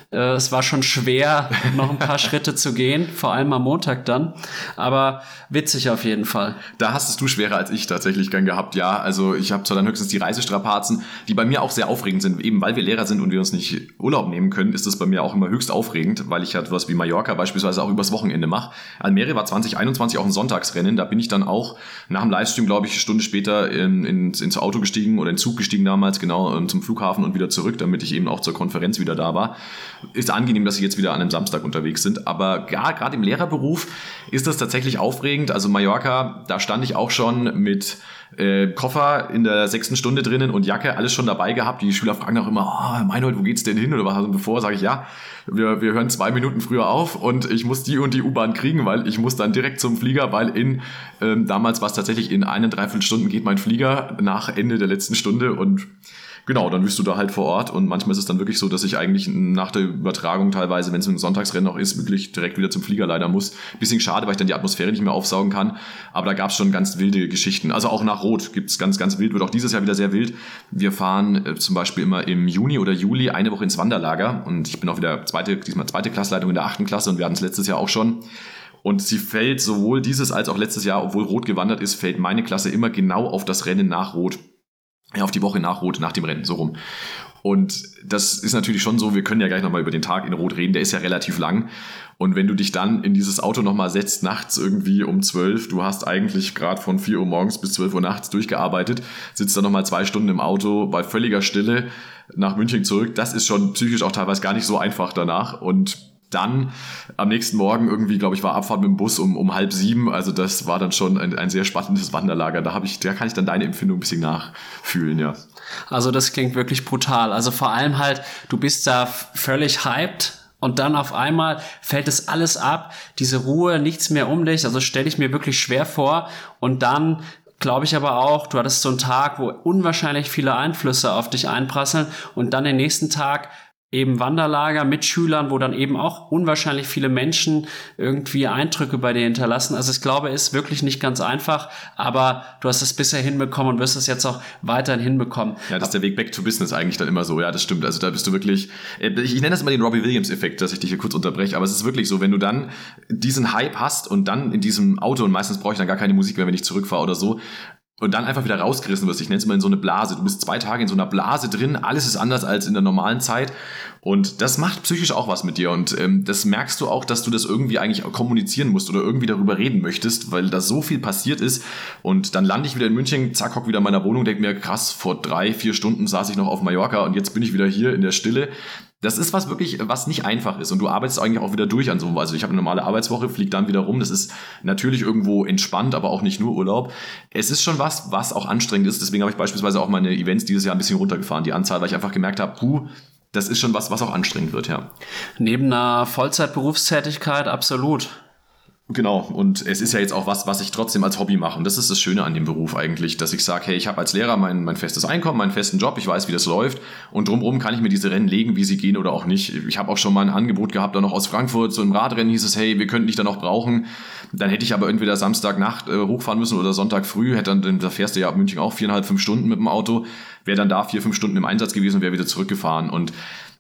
es war schon schwer, noch ein paar Schritte zu gehen, vor allem am Montag dann. Aber witzig auf jeden Fall.
Da hast es du schwerer als ich tatsächlich gern gehabt, ja. Also ich habe zwar dann höchstens die Reisestrapazen, die bei mir auch sehr aufregend sind. Eben weil wir Lehrer sind und wir uns nicht Urlaub nehmen können, ist das bei mir auch immer höchst aufregend, weil ich halt was wie Mallorca beispielsweise auch übers Wochenende mache. Almere war zwanzig einundzwanzig auch ein Sonntagsrennen. Da bin ich dann auch nach dem Livestream, glaube ich, eine Stunde später in, in, ins Auto gestiegen oder in den Zug gestiegen damals, genau, zum Flughafen und wieder zurück, damit ich eben auch zur Konferenz wieder da war. Ist angenehm, dass sie jetzt wieder an einem Samstag unterwegs sind, aber ja, gerade im Lehrerberuf ist das tatsächlich aufregend. Also Mallorca, da stand ich auch schon mit äh, Koffer in der sechsten Stunde drinnen und Jacke, alles schon dabei gehabt. Die Schüler fragen auch immer, oh, Meinhold, wo geht's denn hin? Oder was haben wir bevor? Sage ich, ja, wir, wir hören zwei Minuten früher auf und ich muss die und die U-Bahn kriegen, weil ich muss dann direkt zum Flieger, weil in, ähm, damals war es tatsächlich in eine, dreiviertel Stunden geht mein Flieger nach Ende der letzten Stunde und genau, dann bist du da halt vor Ort und manchmal ist es dann wirklich so, dass ich eigentlich nach der Übertragung teilweise, wenn es ein Sonntagsrennen noch ist, wirklich direkt wieder zum Flieger leider muss. Bisschen schade, weil ich dann die Atmosphäre nicht mehr aufsaugen kann, aber da gab es schon ganz wilde Geschichten. Also auch nach Rot gibt es ganz, ganz wild, wird auch dieses Jahr wieder sehr wild. Wir fahren äh, zum Beispiel immer im Juni oder Juli eine Woche ins Wanderlager und ich bin auch wieder zweite, diesmal zweite Klassleitung in der achten Klasse und wir hatten es letztes Jahr auch schon. Und sie fällt sowohl dieses als auch letztes Jahr, obwohl Rot gewandert ist, fällt meine Klasse immer genau auf das Rennen nach Rot. Ja, auf die Woche nach Rot, nach dem Rennen, so rum. Und das ist natürlich schon so, wir können ja gleich nochmal über den Tag in Rot reden, der ist ja relativ lang. Und wenn du dich dann in dieses Auto nochmal setzt, nachts irgendwie um zwölf, du hast eigentlich gerade von vier Uhr morgens bis zwölf Uhr nachts durchgearbeitet, sitzt dann nochmal zwei Stunden im Auto bei völliger Stille nach München zurück, das ist schon psychisch auch teilweise gar nicht so einfach danach. Und dann am nächsten Morgen irgendwie, glaube ich, war Abfahrt mit dem Bus um, um halb sieben. Also das war dann schon ein, ein sehr spannendes Wanderlager. Da habe ich, da kann ich dann deine Empfindung ein bisschen nachfühlen, ja.
Also das klingt wirklich brutal. Also vor allem halt, du bist da völlig hyped. Und dann auf einmal fällt es alles ab, diese Ruhe, nichts mehr um dich. Also stelle ich mir wirklich schwer vor. Und dann glaube ich aber auch, du hattest so einen Tag, wo unwahrscheinlich viele Einflüsse auf dich einprasseln. Und dann den nächsten Tag eben Wanderlager mit Schülern, wo dann eben auch unwahrscheinlich viele Menschen irgendwie Eindrücke bei dir hinterlassen. Also ich glaube, es ist wirklich nicht ganz einfach, aber du hast es bisher hinbekommen und wirst es jetzt auch weiterhin hinbekommen.
Ja, das ist der Weg back to business eigentlich dann immer so. Ja, das stimmt. Also da bist du wirklich, ich nenne das immer den Robbie Williams-Effekt, dass ich dich hier kurz unterbreche, aber es ist wirklich so, wenn du dann diesen Hype hast und dann in diesem Auto, und meistens brauche ich dann gar keine Musik mehr, wenn ich zurückfahre oder so, und dann einfach wieder rausgerissen wirst. Ich nenne es immer in so eine Blase. Du bist zwei Tage in so einer Blase drin. Alles ist anders als in der normalen Zeit. Und das macht psychisch auch was mit dir. Und ähm, das merkst du auch, dass du das irgendwie eigentlich kommunizieren musst oder irgendwie darüber reden möchtest, weil da so viel passiert ist. Und dann lande ich wieder in München, zack, hock wieder in meiner Wohnung, denke mir, krass, vor drei, vier Stunden saß ich noch auf Mallorca und jetzt bin ich wieder hier in der Stille. Das ist was wirklich, was nicht einfach ist und du arbeitest eigentlich auch wieder durch an so, also ich habe eine normale Arbeitswoche, fliege dann wieder rum, das ist natürlich irgendwo entspannt, aber auch nicht nur Urlaub. Es ist schon was, was auch anstrengend ist, deswegen habe ich beispielsweise auch meine Events dieses Jahr ein bisschen runtergefahren, die Anzahl, weil ich einfach gemerkt habe, puh, das ist schon was, was auch anstrengend wird, ja.
Neben einer Vollzeitberufstätigkeit, absolut.
Genau, und es ist ja jetzt auch was, was ich trotzdem als Hobby mache. Und das ist das Schöne an dem Beruf eigentlich, dass ich sage, hey, ich habe als Lehrer mein, mein festes Einkommen, meinen festen Job, ich weiß, wie das läuft. Und drumherum kann ich mir diese Rennen legen, wie sie gehen oder auch nicht. Ich habe auch schon mal ein Angebot gehabt, da noch aus Frankfurt, so im Radrennen hieß es, hey, wir könnten dich da noch brauchen. Dann hätte ich aber entweder Samstagnacht äh, hochfahren müssen oder Sonntag früh, hätte dann, da fährst du ja ab München auch viereinhalb, fünf Stunden mit dem Auto, wäre dann da vier, fünf Stunden im Einsatz gewesen und wäre wieder zurückgefahren. Und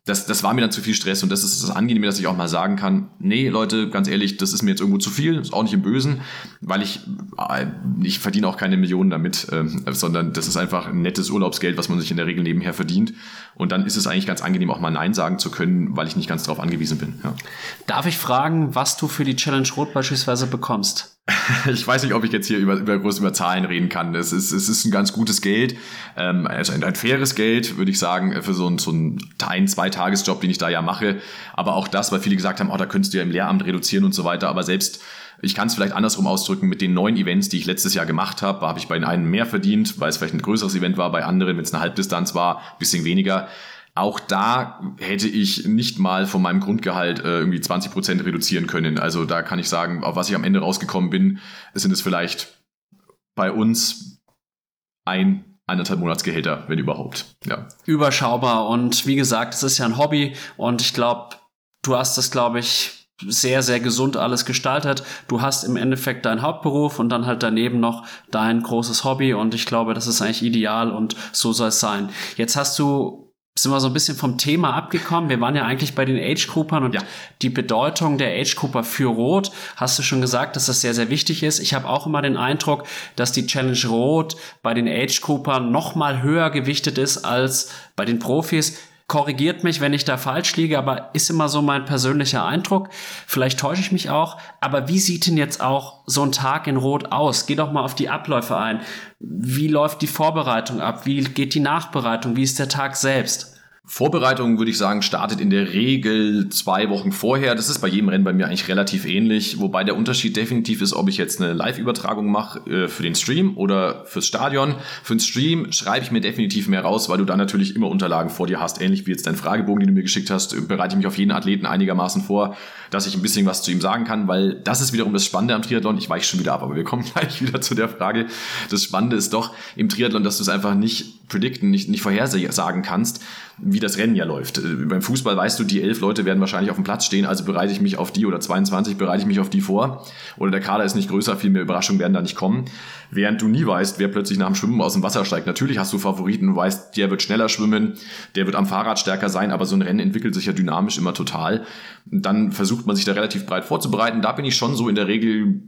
Das, das war mir dann zu viel Stress und das ist das Angenehme, dass ich auch mal sagen kann, nee, Leute, ganz ehrlich, das ist mir jetzt irgendwo zu viel, ist auch nicht im Bösen, weil ich, ich verdiene auch keine Millionen damit, äh, sondern das ist einfach ein nettes Urlaubsgeld, was man sich in der Regel nebenher verdient und dann ist es eigentlich ganz angenehm, auch mal Nein sagen zu können, weil ich nicht ganz darauf angewiesen bin. Ja.
Darf ich fragen, was du für die Challenge Rot beispielsweise bekommst?
Ich weiß nicht, ob ich jetzt hier über, über groß über Zahlen reden kann. Es ist, es ist ein ganz gutes Geld, ähm, also ein, ein faires Geld, würde ich sagen, für so ein, so ein, ein zwei Tagesjob, den ich da ja mache. Aber auch das, weil viele gesagt haben, oh, da könntest du ja im Lehramt reduzieren und so weiter. Aber selbst, ich kann es vielleicht andersrum ausdrücken, mit den neun Events, die ich letztes Jahr gemacht habe, habe ich bei den einen mehr verdient, weil es vielleicht ein größeres Event war, bei anderen, wenn es eine Halbdistanz war, ein bisschen weniger. Auch da hätte ich nicht mal von meinem Grundgehalt äh, irgendwie zwanzig Prozent reduzieren können. Also da kann ich sagen, auf was ich am Ende rausgekommen bin, sind es vielleicht bei uns ein, eineinhalb Monatsgehälter, wenn überhaupt. Ja.
Überschaubar und wie gesagt, es ist ja ein Hobby und ich glaube, du hast das, glaube ich, sehr, sehr gesund alles gestaltet. Du hast im Endeffekt deinen Hauptberuf und dann halt daneben noch dein großes Hobby und ich glaube, das ist eigentlich ideal und so soll es sein. Jetzt hast du sind wir so ein bisschen vom Thema abgekommen. Wir waren ja eigentlich bei den Age-Groupern und ja. Die Bedeutung der Age-Grouper für Rot, hast du schon gesagt, dass das sehr, sehr wichtig ist. Ich habe auch immer den Eindruck, dass die Challenge Rot bei den Age-Groupern noch mal höher gewichtet ist als bei den Profis. Korrigiert mich, wenn ich da falsch liege, aber ist immer so mein persönlicher Eindruck. Vielleicht täusche ich mich auch, aber wie sieht denn jetzt auch so ein Tag in Rot aus? Geh doch mal auf die Abläufe ein. Wie läuft die Vorbereitung ab? Wie geht die Nachbereitung? Wie ist der Tag selbst?
Vorbereitung, würde ich sagen, startet in der Regel zwei Wochen vorher. Das ist bei jedem Rennen bei mir eigentlich relativ ähnlich, wobei der Unterschied definitiv ist, ob ich jetzt eine Live-Übertragung mache äh, für den Stream oder fürs Stadion. Für den Stream schreibe ich mir definitiv mehr raus, weil du dann natürlich immer Unterlagen vor dir hast, ähnlich wie jetzt dein Fragebogen, den du mir geschickt hast, bereite ich mich auf jeden Athleten einigermaßen vor, dass ich ein bisschen was zu ihm sagen kann, weil das ist wiederum das Spannende am Triathlon. Ich weiche schon wieder ab, aber wir kommen gleich wieder zu der Frage. Das Spannende ist doch im Triathlon, dass du es einfach nicht predikten, nicht, nicht vorhersagen kannst, wie das Rennen ja läuft. Beim Fußball weißt du, die elf Leute werden wahrscheinlich auf dem Platz stehen, also bereite ich mich auf die oder zweiundzwanzig, bereite ich mich auf die vor. Oder der Kader ist nicht größer, viel mehr Überraschungen werden da nicht kommen. Während du nie weißt, wer plötzlich nach dem Schwimmen aus dem Wasser steigt. Natürlich hast du Favoriten, du weißt, der wird schneller schwimmen, der wird am Fahrrad stärker sein, aber so ein Rennen entwickelt sich ja dynamisch immer total. Dann versucht man sich da relativ breit vorzubereiten. Da bin ich schon so in der Regel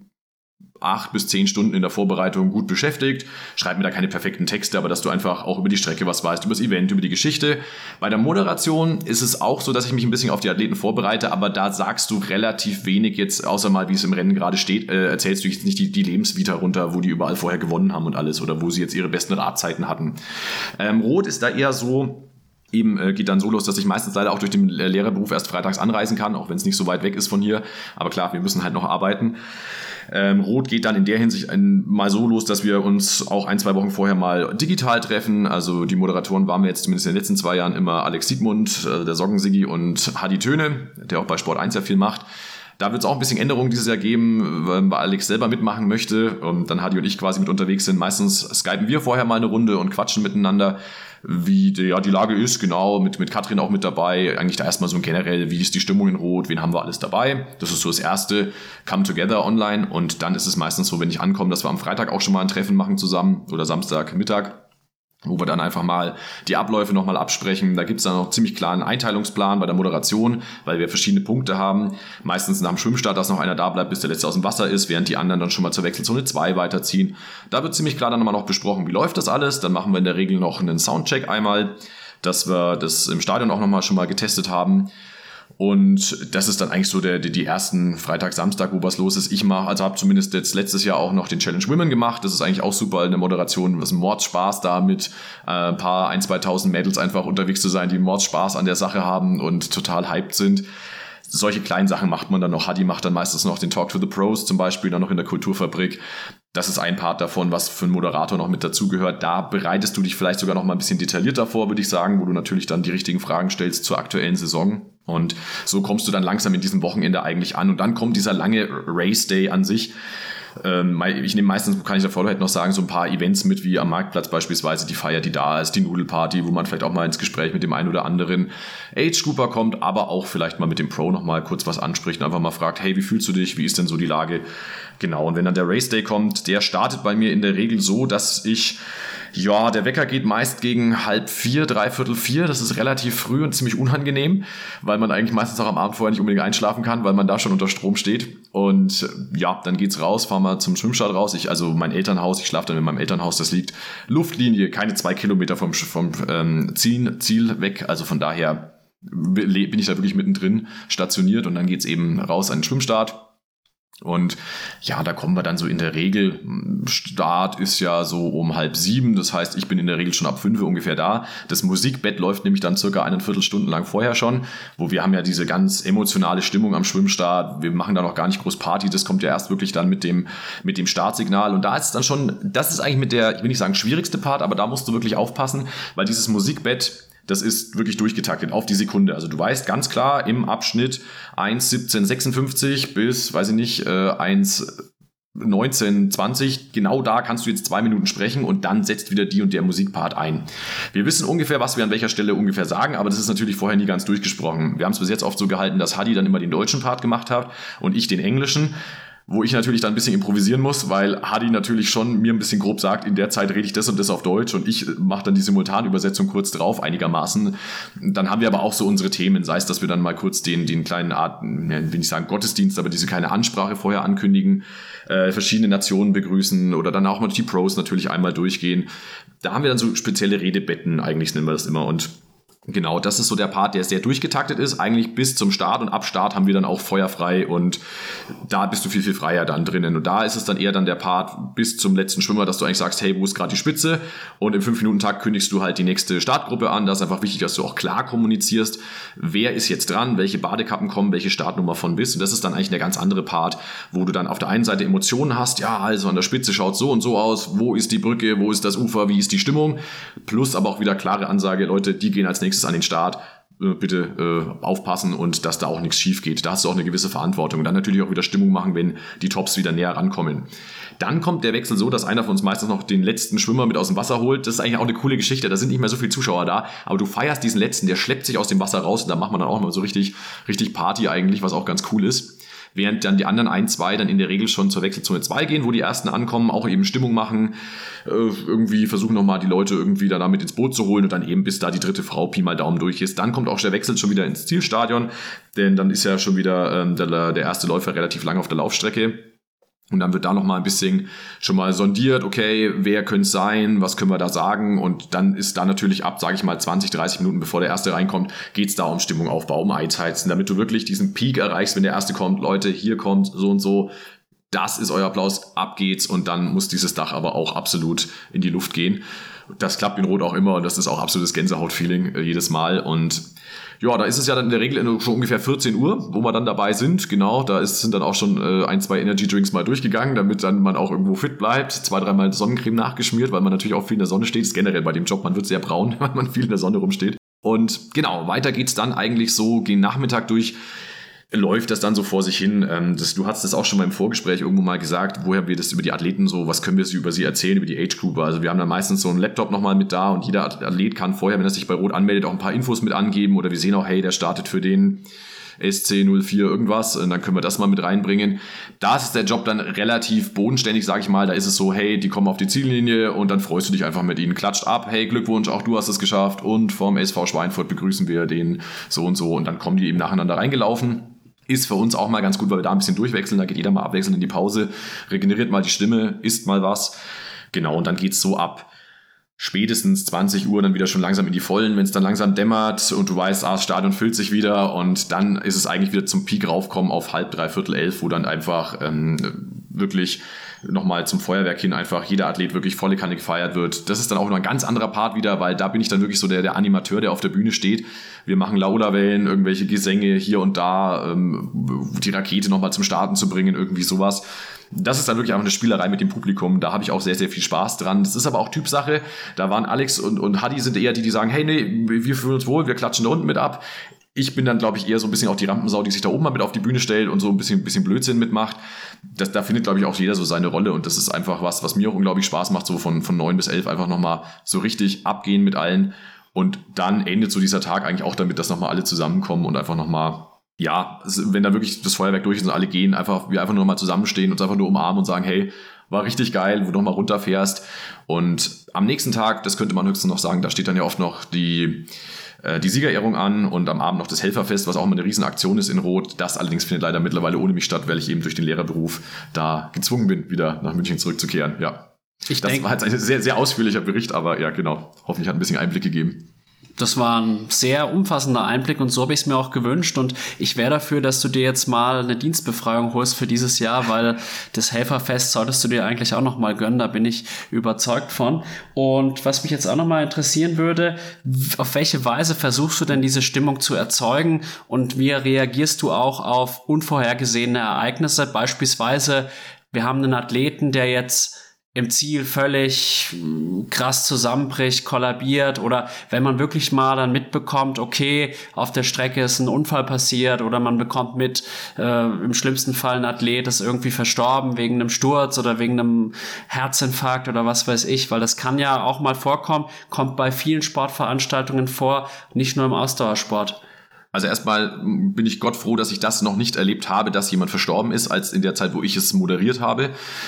acht bis zehn Stunden in der Vorbereitung gut beschäftigt. Schreib mir da keine perfekten Texte, aber dass du einfach auch über die Strecke was weißt, über das Event, über die Geschichte. Bei der Moderation ist es auch so, dass ich mich ein bisschen auf die Athleten vorbereite, aber da sagst du relativ wenig jetzt, außer mal, wie es im Rennen gerade steht, äh, erzählst du jetzt nicht die, die Lebensvita runter, wo die überall vorher gewonnen haben und alles oder wo sie jetzt ihre besten Radzeiten hatten. Ähm, Rot ist da eher so, eben äh, geht dann so los, dass ich meistens leider auch durch den Lehrerberuf erst freitags anreisen kann, auch wenn es nicht so weit weg ist von hier. Aber klar, wir müssen halt noch arbeiten. Ähm, Rot geht dann in der Hinsicht ein, mal so los, dass wir uns auch ein, zwei Wochen vorher mal digital treffen. Also die Moderatoren waren wir jetzt zumindest in den letzten zwei Jahren immer Alex Siegmund, äh, der Soggensiggi und Hadi Töne, der auch bei Sport eins ja viel macht. Da wird es auch ein bisschen Änderungen dieses Jahr geben, weil Alex selber mitmachen möchte und dann Hadi und ich quasi mit unterwegs sind. Meistens skypen wir vorher mal eine Runde und quatschen miteinander, wie die, ja, die Lage ist, genau, mit, mit Katrin auch mit dabei. Eigentlich da erstmal so generell, wie ist die Stimmung in Rot, wen haben wir alles dabei. Das ist so das erste Come Together online und dann ist es meistens so, wenn ich ankomme, dass wir am Freitag auch schon mal ein Treffen machen zusammen oder Samstagmittag, wo wir dann einfach mal die Abläufe nochmal absprechen. Da gibt es dann noch ziemlich klaren Einteilungsplan bei der Moderation, weil wir verschiedene Punkte haben. Meistens nach dem Schwimmstart, dass noch einer da bleibt, bis der Letzte aus dem Wasser ist, während die anderen dann schon mal zur Wechselzone zwei weiterziehen. Da wird ziemlich klar dann nochmal noch besprochen, wie läuft das alles. Dann machen wir in der Regel noch einen Soundcheck einmal, dass wir das im Stadion auch nochmal schon mal getestet haben. Und das ist dann eigentlich so der, die, die ersten Freitag, Samstag, wo was los ist. Ich mache, also habe zumindest jetzt letztes Jahr auch noch den Challenge Women gemacht. Das ist eigentlich auch super in der Moderation. Das ist ein Mordspaß da mit äh, ein paar, ein, zweitausend Mädels einfach unterwegs zu sein, die Mordspaß an der Sache haben und total hyped sind. Solche kleinen Sachen macht man dann noch. Hadi macht dann meistens noch den Talk to the Pros zum Beispiel, dann noch in der Kulturfabrik. Das ist ein Part davon, was für einen Moderator noch mit dazugehört. Da bereitest du dich vielleicht sogar noch mal ein bisschen detaillierter vor, würde ich sagen, wo du natürlich dann die richtigen Fragen stellst zur aktuellen Saison. Und so kommst du dann langsam in diesem Wochenende eigentlich an. Und dann kommt dieser lange Race Day an sich. Ich nehme meistens, kann ich davor halt noch sagen, so ein paar Events mit, wie am Marktplatz beispielsweise die Feier, die da ist, die Nudelparty, wo man vielleicht auch mal ins Gespräch mit dem einen oder anderen Age-Grouper kommt, aber auch vielleicht mal mit dem Pro noch mal kurz was anspricht und einfach mal fragt, hey, wie fühlst du dich, wie ist denn so die Lage? Genau, und wenn dann der Race Day kommt, der startet bei mir in der Regel so, dass ich Ja, der Wecker geht meist gegen halb vier, dreiviertel vier. Das ist relativ früh und ziemlich unangenehm, weil man eigentlich meistens auch am Abend vorher nicht unbedingt einschlafen kann, weil man da schon unter Strom steht. Und ja, dann geht's raus, fahren wir zum Schwimmstart raus. Ich, also mein Elternhaus, ich schlafe dann in meinem Elternhaus, das liegt Luftlinie, keine zwei Kilometer vom, vom ähm, Ziel, Ziel weg. Also von daher bin ich da wirklich mittendrin stationiert und dann geht's eben raus an den Schwimmstart. Und ja, da kommen wir dann so in der Regel, Start ist ja so um halb sieben, das heißt, ich bin in der Regel schon ab fünf ungefähr da. Das Musikbett läuft nämlich dann circa eineinviertel Stunden lang vorher schon, wo wir haben ja diese ganz emotionale Stimmung am Schwimmstart, wir machen da noch gar nicht groß Party, das kommt ja erst wirklich dann mit dem, mit dem Startsignal und da ist es dann schon, das ist eigentlich mit der, ich will nicht sagen schwierigste Part, aber da musst du wirklich aufpassen, weil dieses Musikbett, das ist wirklich durchgetaktet auf die Sekunde. Also du weißt ganz klar im Abschnitt eins siebzehn sechsundfünfzig bis, weiß ich nicht, äh, eins neunzehn zwanzig, genau da kannst du jetzt zwei Minuten sprechen und dann setzt wieder die und der Musikpart ein. Wir wissen ungefähr, was wir an welcher Stelle ungefähr sagen, aber das ist natürlich vorher nie ganz durchgesprochen. Wir haben es bis jetzt oft so gehalten, dass Hadi dann immer den deutschen Part gemacht hat und ich den englischen. Wo ich natürlich dann ein bisschen improvisieren muss, weil Hadi natürlich schon mir ein bisschen grob sagt, in der Zeit rede ich das und das auf Deutsch und ich mache dann die Simultanübersetzung kurz drauf, einigermaßen. Dann haben wir aber auch so unsere Themen, sei es, dass wir dann mal kurz den, den kleinen Art, will ich sagen Gottesdienst, aber diese kleine Ansprache vorher ankündigen, äh, verschiedene Nationen begrüßen oder dann auch mal die Pros natürlich einmal durchgehen. Da haben wir dann so spezielle Redebetten, eigentlich nennen wir das immer und genau, das ist so der Part, der sehr durchgetaktet ist, eigentlich bis zum Start und ab Start haben wir dann auch feuerfrei und da bist du viel, viel freier dann drinnen und da ist es dann eher dann der Part bis zum letzten Schwimmer, dass du eigentlich sagst, hey, wo ist gerade die Spitze und im fünf Minuten Takt kündigst du halt die nächste Startgruppe an, da ist einfach wichtig, dass du auch klar kommunizierst, wer ist jetzt dran, welche Badekappen kommen, welche Startnummer von bis und das ist dann eigentlich der ganz andere Part, wo du dann auf der einen Seite Emotionen hast, ja, also an der Spitze schaut so und so aus, wo ist die Brücke, wo ist das Ufer, wie ist die Stimmung, plus aber auch wieder klare Ansage, Leute, die gehen als nächstes an den Start, bitte äh, aufpassen und dass da auch nichts schief geht. Da hast du auch eine gewisse Verantwortung. Und dann natürlich auch wieder Stimmung machen, wenn die Tops wieder näher rankommen. Dann kommt der Wechsel so, dass einer von uns meistens noch den letzten Schwimmer mit aus dem Wasser holt. Das ist eigentlich auch eine coole Geschichte. Da sind nicht mehr so viele Zuschauer da, aber du feierst diesen letzten, der schleppt sich aus dem Wasser raus und da macht man dann auch mal so richtig, richtig Party eigentlich, was auch ganz cool ist. Während dann die anderen ein, zwei dann in der Regel schon zur Wechselzone zwei gehen, wo die ersten ankommen, auch eben Stimmung machen, äh, irgendwie versuchen nochmal die Leute irgendwie da mit ins Boot zu holen und dann eben bis da die dritte Frau Pi mal Daumen durch ist. Dann kommt auch der Wechsel schon wieder ins Zielstadion, denn dann ist ja schon wieder ähm, der, der erste Läufer relativ lang auf der Laufstrecke. Und dann wird da nochmal ein bisschen schon mal sondiert, okay, wer könnte es sein, was können wir da sagen? Und dann ist da natürlich ab, sage ich mal, zwanzig, dreißig Minuten, bevor der Erste reinkommt, geht es da um Stimmungaufbau, um Einheizen, damit du wirklich diesen Peak erreichst, wenn der Erste kommt, Leute, hier kommt so und so, das ist euer Applaus, ab geht's und dann muss dieses Dach aber auch absolut in die Luft gehen. Das klappt in Rot auch immer und das ist auch absolutes Gänsehaut-Feeling äh, jedes Mal und ja, da ist es ja dann in der Regel schon ungefähr vierzehn Uhr, wo wir dann dabei sind. Genau, da ist, sind dann auch schon äh, ein, zwei Energy Drinks mal durchgegangen, damit dann man auch irgendwo fit bleibt. Zwei, dreimal Sonnencreme nachgeschmiert, weil man natürlich auch viel in der Sonne steht. Das ist generell bei dem Job, man wird sehr braun, weil man viel in der Sonne rumsteht. Und genau, weiter geht's dann eigentlich so gegen Nachmittag durch. Läuft das dann so vor sich hin. Ähm, das, du hast das auch schon mal im Vorgespräch irgendwo mal gesagt, woher wir das über die Athleten so, was können wir über sie erzählen, über die Age Group. Also wir haben dann meistens so einen Laptop nochmal mit da und jeder Athlet kann vorher, wenn er sich bei Rot anmeldet, auch ein paar Infos mit angeben oder wir sehen auch, hey, der startet für den S C null vier irgendwas und dann können wir das mal mit reinbringen. Da ist der Job dann relativ bodenständig, sage ich mal. Da ist es so, hey, die kommen auf die Ziellinie und dann freust du dich einfach mit ihnen, klatscht ab, hey, Glückwunsch, auch du hast es geschafft und vom S V Schweinfurt begrüßen wir den so und so und dann kommen die eben nacheinander reingelaufen. Ist für uns auch mal ganz gut, weil wir da ein bisschen durchwechseln. Da geht jeder mal abwechselnd in die Pause, regeneriert mal die Stimme, isst mal was. Genau, und dann geht's so ab spätestens zwanzig Uhr dann wieder schon langsam in die Vollen, wenn es dann langsam dämmert und du weißt, ah, das Stadion füllt sich wieder und dann ist es eigentlich wieder zum Peak raufkommen auf halb, dreiviertel elf, wo dann einfach ähm, wirklich nochmal zum Feuerwerk hin einfach jeder Athlet wirklich volle Kanne gefeiert wird. Das ist dann auch noch ein ganz anderer Part wieder, weil da bin ich dann wirklich so der, der Animateur, der auf der Bühne steht. Wir machen Laudawellen, irgendwelche Gesänge hier und da, ähm, die Rakete nochmal zum Starten zu bringen, irgendwie sowas. Das ist dann wirklich einfach eine Spielerei mit dem Publikum. Da habe ich auch sehr, sehr viel Spaß dran. Das ist aber auch Typsache. Da waren Alex und, und Hadi sind eher die, die sagen, hey, nee, wir fühlen uns wohl, wir klatschen da unten mit ab. Ich bin dann, glaube ich, eher so ein bisschen auch die Rampensau, die sich da oben mal mit auf die Bühne stellt und so ein bisschen, bisschen Blödsinn mitmacht. Das, da findet, glaube ich, auch jeder so seine Rolle und das ist einfach was, was mir auch unglaublich Spaß macht, so von, von neun bis elf einfach nochmal so richtig abgehen mit allen und dann endet so dieser Tag eigentlich auch damit, dass nochmal alle zusammenkommen und einfach nochmal, ja, wenn da wirklich das Feuerwerk durch ist und alle gehen, einfach, wir einfach nur nochmal zusammenstehen und uns einfach nur umarmen und sagen, hey, war richtig geil, wo du nochmal runterfährst. Und am nächsten Tag, das könnte man höchstens noch sagen, da steht dann ja oft noch die, äh, die Siegerehrung an und am Abend noch das Helferfest, was auch immer eine Riesenaktion ist in Rot. Das allerdings findet leider mittlerweile ohne mich statt, weil ich eben durch den Lehrerberuf da gezwungen bin, wieder nach München zurückzukehren. Ja. Ich das denk, war jetzt ein sehr, sehr ausführlicher Bericht, aber ja, genau. Hoffentlich hat ein bisschen Einblick gegeben.
Das war ein sehr umfassender Einblick und so habe ich es mir auch gewünscht und ich wäre dafür, dass du dir jetzt mal eine Dienstbefreiung holst für dieses Jahr, weil das Helferfest solltest du dir eigentlich auch noch mal gönnen, da bin ich überzeugt von. Und was mich jetzt auch noch mal interessieren würde, auf welche Weise versuchst du denn diese Stimmung zu erzeugen und wie reagierst du auch auf unvorhergesehene Ereignisse? Beispielsweise, wir haben einen Athleten, der jetzt im Ziel völlig krass zusammenbricht, kollabiert oder wenn man wirklich mal dann mitbekommt, okay, auf der Strecke ist ein Unfall passiert oder man bekommt mit, äh, im schlimmsten Fall ein Athlet ist irgendwie verstorben wegen einem Sturz oder wegen einem Herzinfarkt oder was weiß ich, weil das kann ja auch mal vorkommen, kommt bei vielen Sportveranstaltungen vor, nicht nur im Ausdauersport.
Also erstmal bin ich Gott froh, dass ich das noch nicht erlebt habe, dass jemand verstorben ist, als in der Zeit, wo ich es moderiert habe.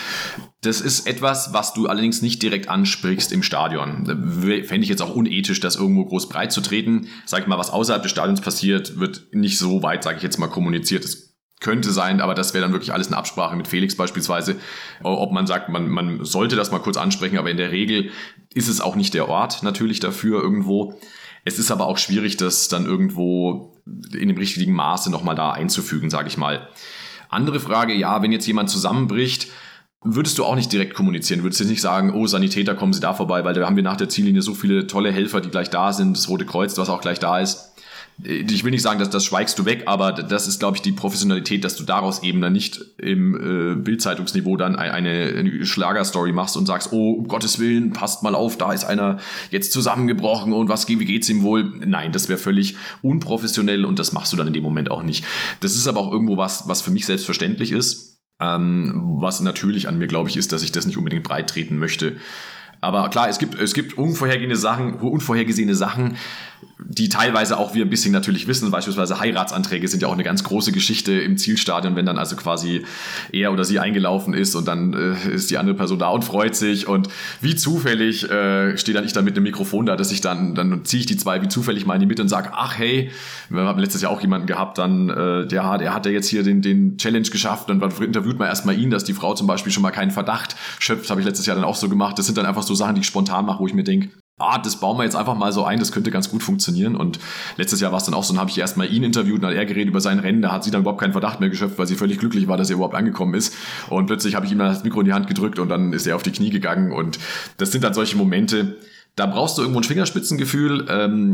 Das ist etwas, was du allerdings nicht direkt ansprichst im Stadion. Fände ich jetzt auch unethisch, das irgendwo groß breit zu treten. Sag ich mal, was außerhalb des Stadions passiert, wird nicht so weit, sage ich jetzt mal, kommuniziert. Das könnte sein, aber das wäre dann wirklich alles eine Absprache mit Felix beispielsweise. Ob man sagt, man, man sollte das mal kurz ansprechen, aber in der Regel ist es auch nicht der Ort natürlich dafür irgendwo. Es ist aber auch schwierig, das dann irgendwo in dem richtigen Maße nochmal da einzufügen, sage ich mal. Andere Frage, ja, wenn jetzt jemand zusammenbricht, würdest du auch nicht direkt kommunizieren, würdest jetzt nicht sagen, oh Sanitäter, kommen Sie da vorbei, weil da haben wir nach der Ziellinie so viele tolle Helfer, die gleich da sind, das Rote Kreuz, was auch gleich da ist. Ich will nicht sagen, dass das schweigst du weg, aber das ist, glaube ich, die Professionalität, dass du daraus eben dann nicht im äh, Bild-Zeitungsniveau dann eine, eine Schlagerstory machst und sagst, oh, um Gottes Willen, passt mal auf, da ist einer jetzt zusammengebrochen und was, wie geht's ihm wohl? Nein, das wäre völlig unprofessionell und das machst du dann in dem Moment auch nicht. Das ist aber auch irgendwo was, was für mich selbstverständlich ist, ähm, was natürlich an mir, glaube ich, ist, dass ich das nicht unbedingt breit treten möchte. Aber klar, es gibt, es gibt unvorhergesehene Sachen, unvorhergesehene Sachen, die teilweise auch wir ein bisschen natürlich wissen. Beispielsweise Heiratsanträge sind ja auch eine ganz große Geschichte im Zielstadion, wenn dann also quasi er oder sie eingelaufen ist und dann äh, ist die andere Person da und freut sich und wie zufällig äh, stehe dann ich dann mit einem Mikrofon da, dass ich dann, dann ziehe ich die zwei wie zufällig mal in die Mitte und sage, ach hey, wir haben letztes Jahr auch jemanden gehabt, dann äh, der, der hat ja jetzt hier den, den Challenge geschafft und dann interviewt man erstmal ihn, dass die Frau zum Beispiel schon mal keinen Verdacht schöpft, habe ich letztes Jahr dann auch so gemacht. Das sind dann einfach so Sachen, die ich spontan mache, wo ich mir denke, ah, das bauen wir jetzt einfach mal so ein, das könnte ganz gut funktionieren. Und letztes Jahr war es dann auch so, dann habe ich erstmal ihn interviewt, dann hat er geredet über sein Rennen, da hat sie dann überhaupt keinen Verdacht mehr geschöpft, weil sie völlig glücklich war, dass er überhaupt angekommen ist. Und plötzlich habe ich ihm dann das Mikro in die Hand gedrückt und dann ist er auf die Knie gegangen. Und das sind dann solche Momente, da brauchst du irgendwo ein Fingerspitzengefühl.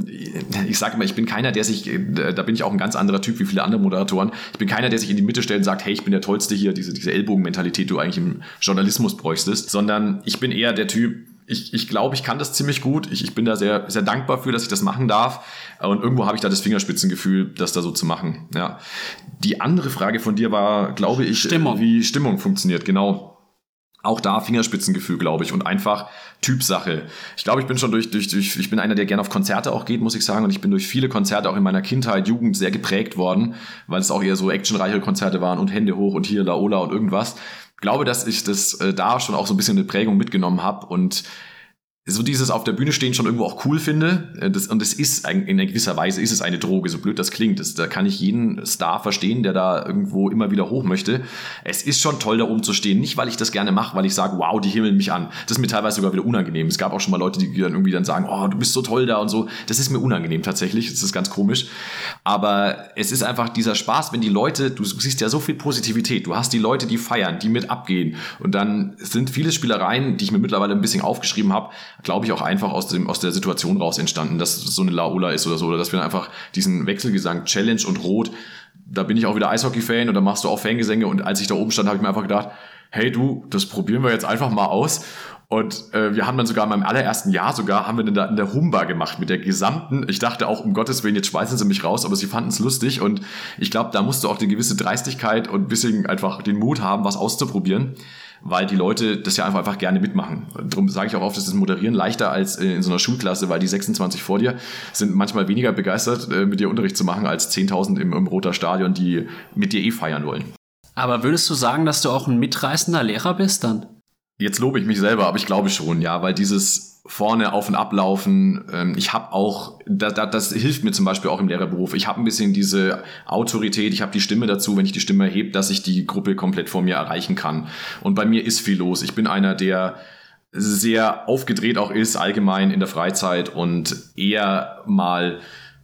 Ich sage immer, ich bin keiner, der sich, da bin ich auch ein ganz anderer Typ wie viele andere Moderatoren, ich bin keiner, der sich in die Mitte stellt und sagt, hey, ich bin der Tollste hier, diese, diese Ellbogenmentalität, die du eigentlich im Journalismus bräuchtest, sondern ich bin eher der Typ, Ich, ich glaube, ich kann das ziemlich gut. Ich, ich bin da sehr, sehr dankbar für, dass ich das machen darf. Und irgendwo habe ich da das Fingerspitzengefühl, das da so zu machen. Ja. Die andere Frage von dir war, glaube ich,
Stimmung.
Wie Stimmung funktioniert. Genau. Auch da Fingerspitzengefühl, glaube ich, und einfach Typsache. Ich glaube, ich bin schon durch, durch, durch, ich bin einer, der gerne auf Konzerte auch geht, muss ich sagen, und ich bin durch viele Konzerte auch in meiner Kindheit, Jugend sehr geprägt worden, weil es auch eher so actionreiche Konzerte waren und Hände hoch und hier Laola und irgendwas. Ich glaube, dass ich das äh, da schon auch so ein bisschen eine Prägung mitgenommen habe und so dieses auf der Bühne stehen schon irgendwo auch cool finde. Das, und es ist ein, in gewisser Weise ist es eine Droge, so blöd das klingt. Das, da kann ich jeden Star verstehen, der da irgendwo immer wieder hoch möchte. Es ist schon toll, da oben zu stehen. Nicht, weil ich das gerne mache, weil ich sage, wow, die himmeln mich an. Das ist mir teilweise sogar wieder unangenehm. Es gab auch schon mal Leute, die dann irgendwie dann sagen, oh, du bist so toll da und so. Das ist mir unangenehm tatsächlich. Das ist ganz komisch. Aber es ist einfach dieser Spaß, wenn die Leute, du siehst ja so viel Positivität. Du hast die Leute, die feiern, die mit abgehen. Und dann sind viele Spielereien, die ich mir mittlerweile ein bisschen aufgeschrieben habe, glaube ich, auch einfach aus dem aus der Situation raus entstanden, dass so eine Laola ist oder so, oder dass wir dann einfach diesen Wechselgesang Challenge und Rot, da bin ich auch wieder Eishockey-Fan und da machst du auch Fangesänge und als ich da oben stand, habe ich mir einfach gedacht, hey du, das probieren wir jetzt einfach mal aus. Und äh, wir haben dann sogar in meinem allerersten Jahr sogar, haben wir dann da in der Humba gemacht mit der gesamten, ich dachte auch, um Gottes Willen, jetzt schmeißen sie mich raus, aber sie fanden es lustig und ich glaube, da musst du auch eine gewisse Dreistigkeit und ein bisschen einfach den Mut haben, was auszuprobieren, weil die Leute das ja einfach, einfach gerne mitmachen. Darum sage ich auch oft, das ist Moderieren leichter als in so einer Schulklasse, weil die sechsundzwanzig vor dir sind manchmal weniger begeistert, mit dir Unterricht zu machen, als zehntausend im, im Roter Stadion, die mit dir eh feiern wollen.
Aber würdest du sagen, dass du auch ein mitreißender Lehrer bist dann?
Jetzt lobe ich mich selber, aber ich glaube schon, ja, weil dieses vorne auf und ablaufen, ähm, ich habe auch, das, das, das hilft mir zum Beispiel auch im Lehrerberuf. Ich habe ein bisschen diese Autorität, ich habe die Stimme dazu, wenn ich die Stimme erhebe, dass ich die Gruppe komplett vor mir erreichen kann. Und bei mir ist viel los. Ich bin einer, der sehr aufgedreht auch ist, allgemein in der Freizeit und eher mal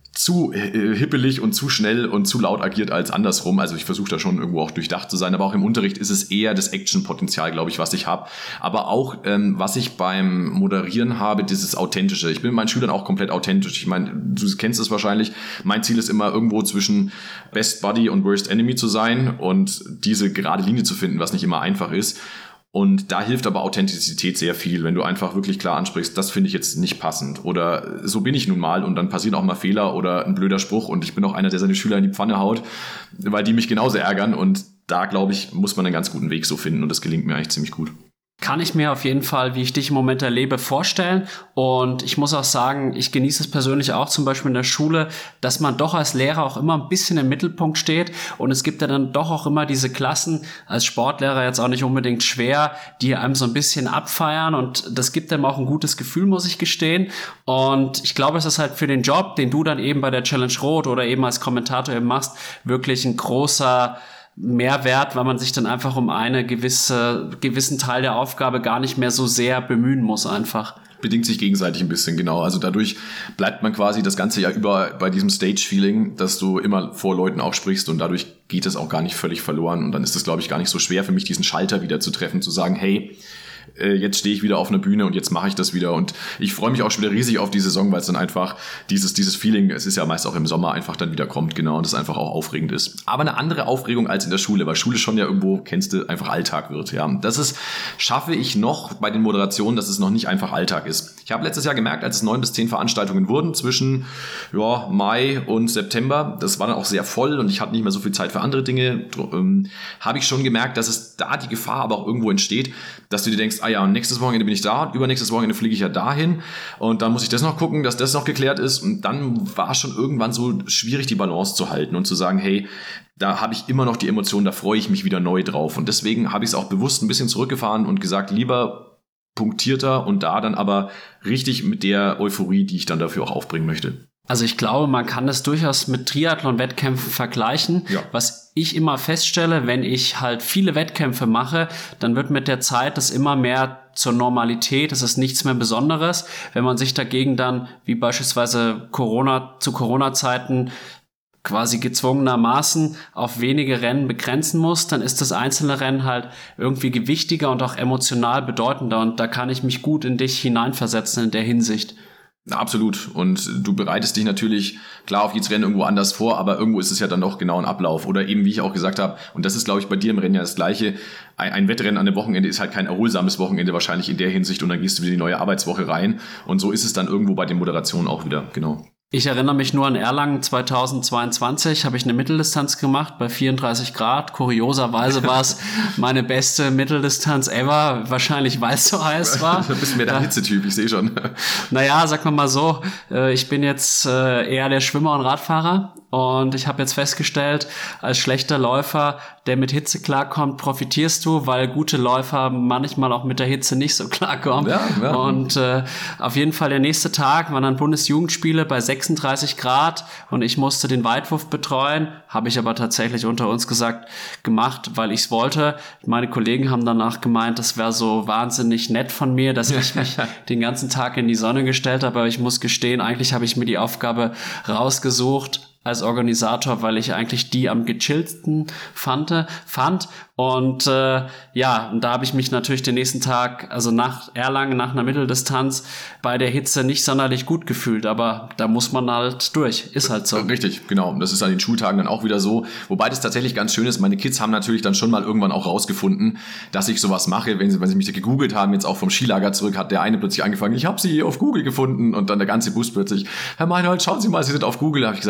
zu hippelig und zu schnell und zu laut agiert als andersrum. Also ich versuche da schon irgendwo auch durchdacht zu sein, aber auch im Unterricht ist es eher das Action-Potenzial, glaube ich, was ich habe. Aber auch, ähm, was ich beim Moderieren habe, dieses Authentische. Ich bin mit meinen Schülern auch komplett authentisch. Ich meine, du kennst es wahrscheinlich. Mein Ziel ist immer, irgendwo zwischen Best Buddy und Worst Enemy zu sein und diese gerade Linie zu finden, was nicht immer einfach ist. Und da hilft aber Authentizität sehr viel, wenn du einfach wirklich klar ansprichst, das finde ich jetzt nicht passend oder so bin ich nun mal und dann passieren auch mal Fehler oder ein blöder Spruch und ich bin auch einer, der seine Schüler in die Pfanne haut, weil die mich genauso ärgern und da, glaube ich, muss man einen ganz guten Weg so finden und das gelingt mir eigentlich ziemlich gut.
Kann ich mir auf jeden Fall, wie ich dich im Moment erlebe, vorstellen. Und ich muss auch sagen, ich genieße es persönlich auch zum Beispiel in der Schule, dass man doch als Lehrer auch immer ein bisschen im Mittelpunkt steht. Und es gibt ja dann doch auch immer diese Klassen, als Sportlehrer jetzt auch nicht unbedingt schwer, die einem so ein bisschen abfeiern. Und das gibt einem auch ein gutes Gefühl, muss ich gestehen. Und ich glaube, es ist halt für den Job, den du dann eben bei der Challenge Rot oder eben als Kommentator eben machst, wirklich ein großer Mehrwert, weil man sich dann einfach um eine gewisse, gewissen Teil der Aufgabe gar nicht mehr so sehr bemühen muss einfach.
Bedingt sich gegenseitig ein bisschen, genau. Also dadurch bleibt man quasi das ganze Jahr über bei diesem Stage-Feeling, dass du immer vor Leuten auch sprichst und dadurch geht es auch gar nicht völlig verloren und dann ist es, glaube ich, gar nicht so schwer für mich, diesen Schalter wieder zu treffen, zu sagen, hey, jetzt stehe ich wieder auf einer Bühne und jetzt mache ich das wieder und ich freue mich auch schon wieder riesig auf die Saison, weil es dann einfach dieses, dieses Feeling, es ist ja meist auch im Sommer einfach dann wieder kommt, genau, und es einfach auch aufregend ist. Aber eine andere Aufregung als in der Schule, weil Schule schon ja irgendwo, kennst du, einfach Alltag wird, ja. Das ist, schaffe ich noch bei den Moderationen, dass es noch nicht einfach Alltag ist. Ich habe letztes Jahr gemerkt, als es neun bis zehn Veranstaltungen wurden zwischen, ja, Mai und September, das war dann auch sehr voll und ich hatte nicht mehr so viel Zeit für andere Dinge, ähm, habe ich schon gemerkt, dass es da die Gefahr aber auch irgendwo entsteht, dass du dir denkst, ah ja, und nächstes Wochenende bin ich da, und übernächstes Wochenende fliege ich ja dahin und dann muss ich das noch gucken, dass das noch geklärt ist und dann war schon irgendwann so schwierig, die Balance zu halten und zu sagen, hey, da habe ich immer noch die Emotionen, da freue ich mich wieder neu drauf und deswegen habe ich es auch bewusst ein bisschen zurückgefahren und gesagt, lieber punktierter und da dann aber richtig mit der Euphorie, die ich dann dafür auch aufbringen möchte.
Also ich glaube, man kann das durchaus mit Triathlon-Wettkämpfen vergleichen. Ja. Was ich immer feststelle, wenn ich halt viele Wettkämpfe mache, dann wird mit der Zeit das immer mehr zur Normalität. Es ist nichts mehr Besonderes. Wenn man sich dagegen dann, wie beispielsweise Corona, zu Corona-Zeiten quasi gezwungenermaßen auf wenige Rennen begrenzen muss, dann ist das einzelne Rennen halt irgendwie gewichtiger und auch emotional bedeutender. Und da kann ich mich gut in dich hineinversetzen in der Hinsicht.
Absolut. Und du bereitest dich natürlich klar auf jedes Rennen irgendwo anders vor, aber irgendwo ist es ja dann doch genau ein Ablauf. Oder eben, wie ich auch gesagt habe, und das ist, glaube ich, bei dir im Rennen ja das Gleiche, ein, ein Wettrennen an einem Wochenende ist halt kein erholsames Wochenende wahrscheinlich in der Hinsicht und dann gehst du wieder in die neue Arbeitswoche rein. Und so ist es dann irgendwo bei den Moderationen auch wieder, genau.
Ich erinnere mich nur an Erlangen zweitausendzweiundzwanzig, habe ich eine Mitteldistanz gemacht bei vierunddreißig Grad. Kurioserweise war es meine beste Mitteldistanz ever, wahrscheinlich weil es so heiß war.
Du bist mehr der Hitzetyp, ich sehe schon.
Naja, sag mal mal so, ich bin jetzt eher der Schwimmer und Radfahrer und ich habe jetzt festgestellt, als schlechter Läufer, der mit Hitze klarkommt, profitierst du, weil gute Läufer manchmal auch mit der Hitze nicht so klarkommen. Ja, ja. Und äh, auf jeden Fall der nächste Tag waren dann Bundesjugendspiele bei sechsunddreißig Grad und ich musste den Weitwurf betreuen, habe ich aber tatsächlich unter uns gesagt gemacht, weil ich es wollte. Meine Kollegen haben danach gemeint, das wäre so wahnsinnig nett von mir, dass ich mich den ganzen Tag in die Sonne gestellt habe, aber ich muss gestehen, eigentlich habe ich mir die Aufgabe rausgesucht als Organisator, weil ich eigentlich die am gechillten fand, fand. Und äh, ja, und da habe ich mich natürlich den nächsten Tag, also nach Erlangen, nach einer Mitteldistanz, bei der Hitze nicht sonderlich gut gefühlt. Aber da muss man halt durch. Ist halt so.
Richtig, genau. Das ist an den Schultagen dann auch wieder so. Wobei das tatsächlich ganz schön ist. Meine Kids haben natürlich dann schon mal irgendwann auch rausgefunden, dass ich sowas mache. Wenn sie, wenn sie mich da gegoogelt haben, jetzt auch vom Skilager zurück, hat der eine plötzlich angefangen, ich habe sie auf Google gefunden. Und dann der ganze Bus plötzlich, Herr Meinhold, schauen Sie mal, Sie sind auf Google. Da habe ich gesagt, ja, ja,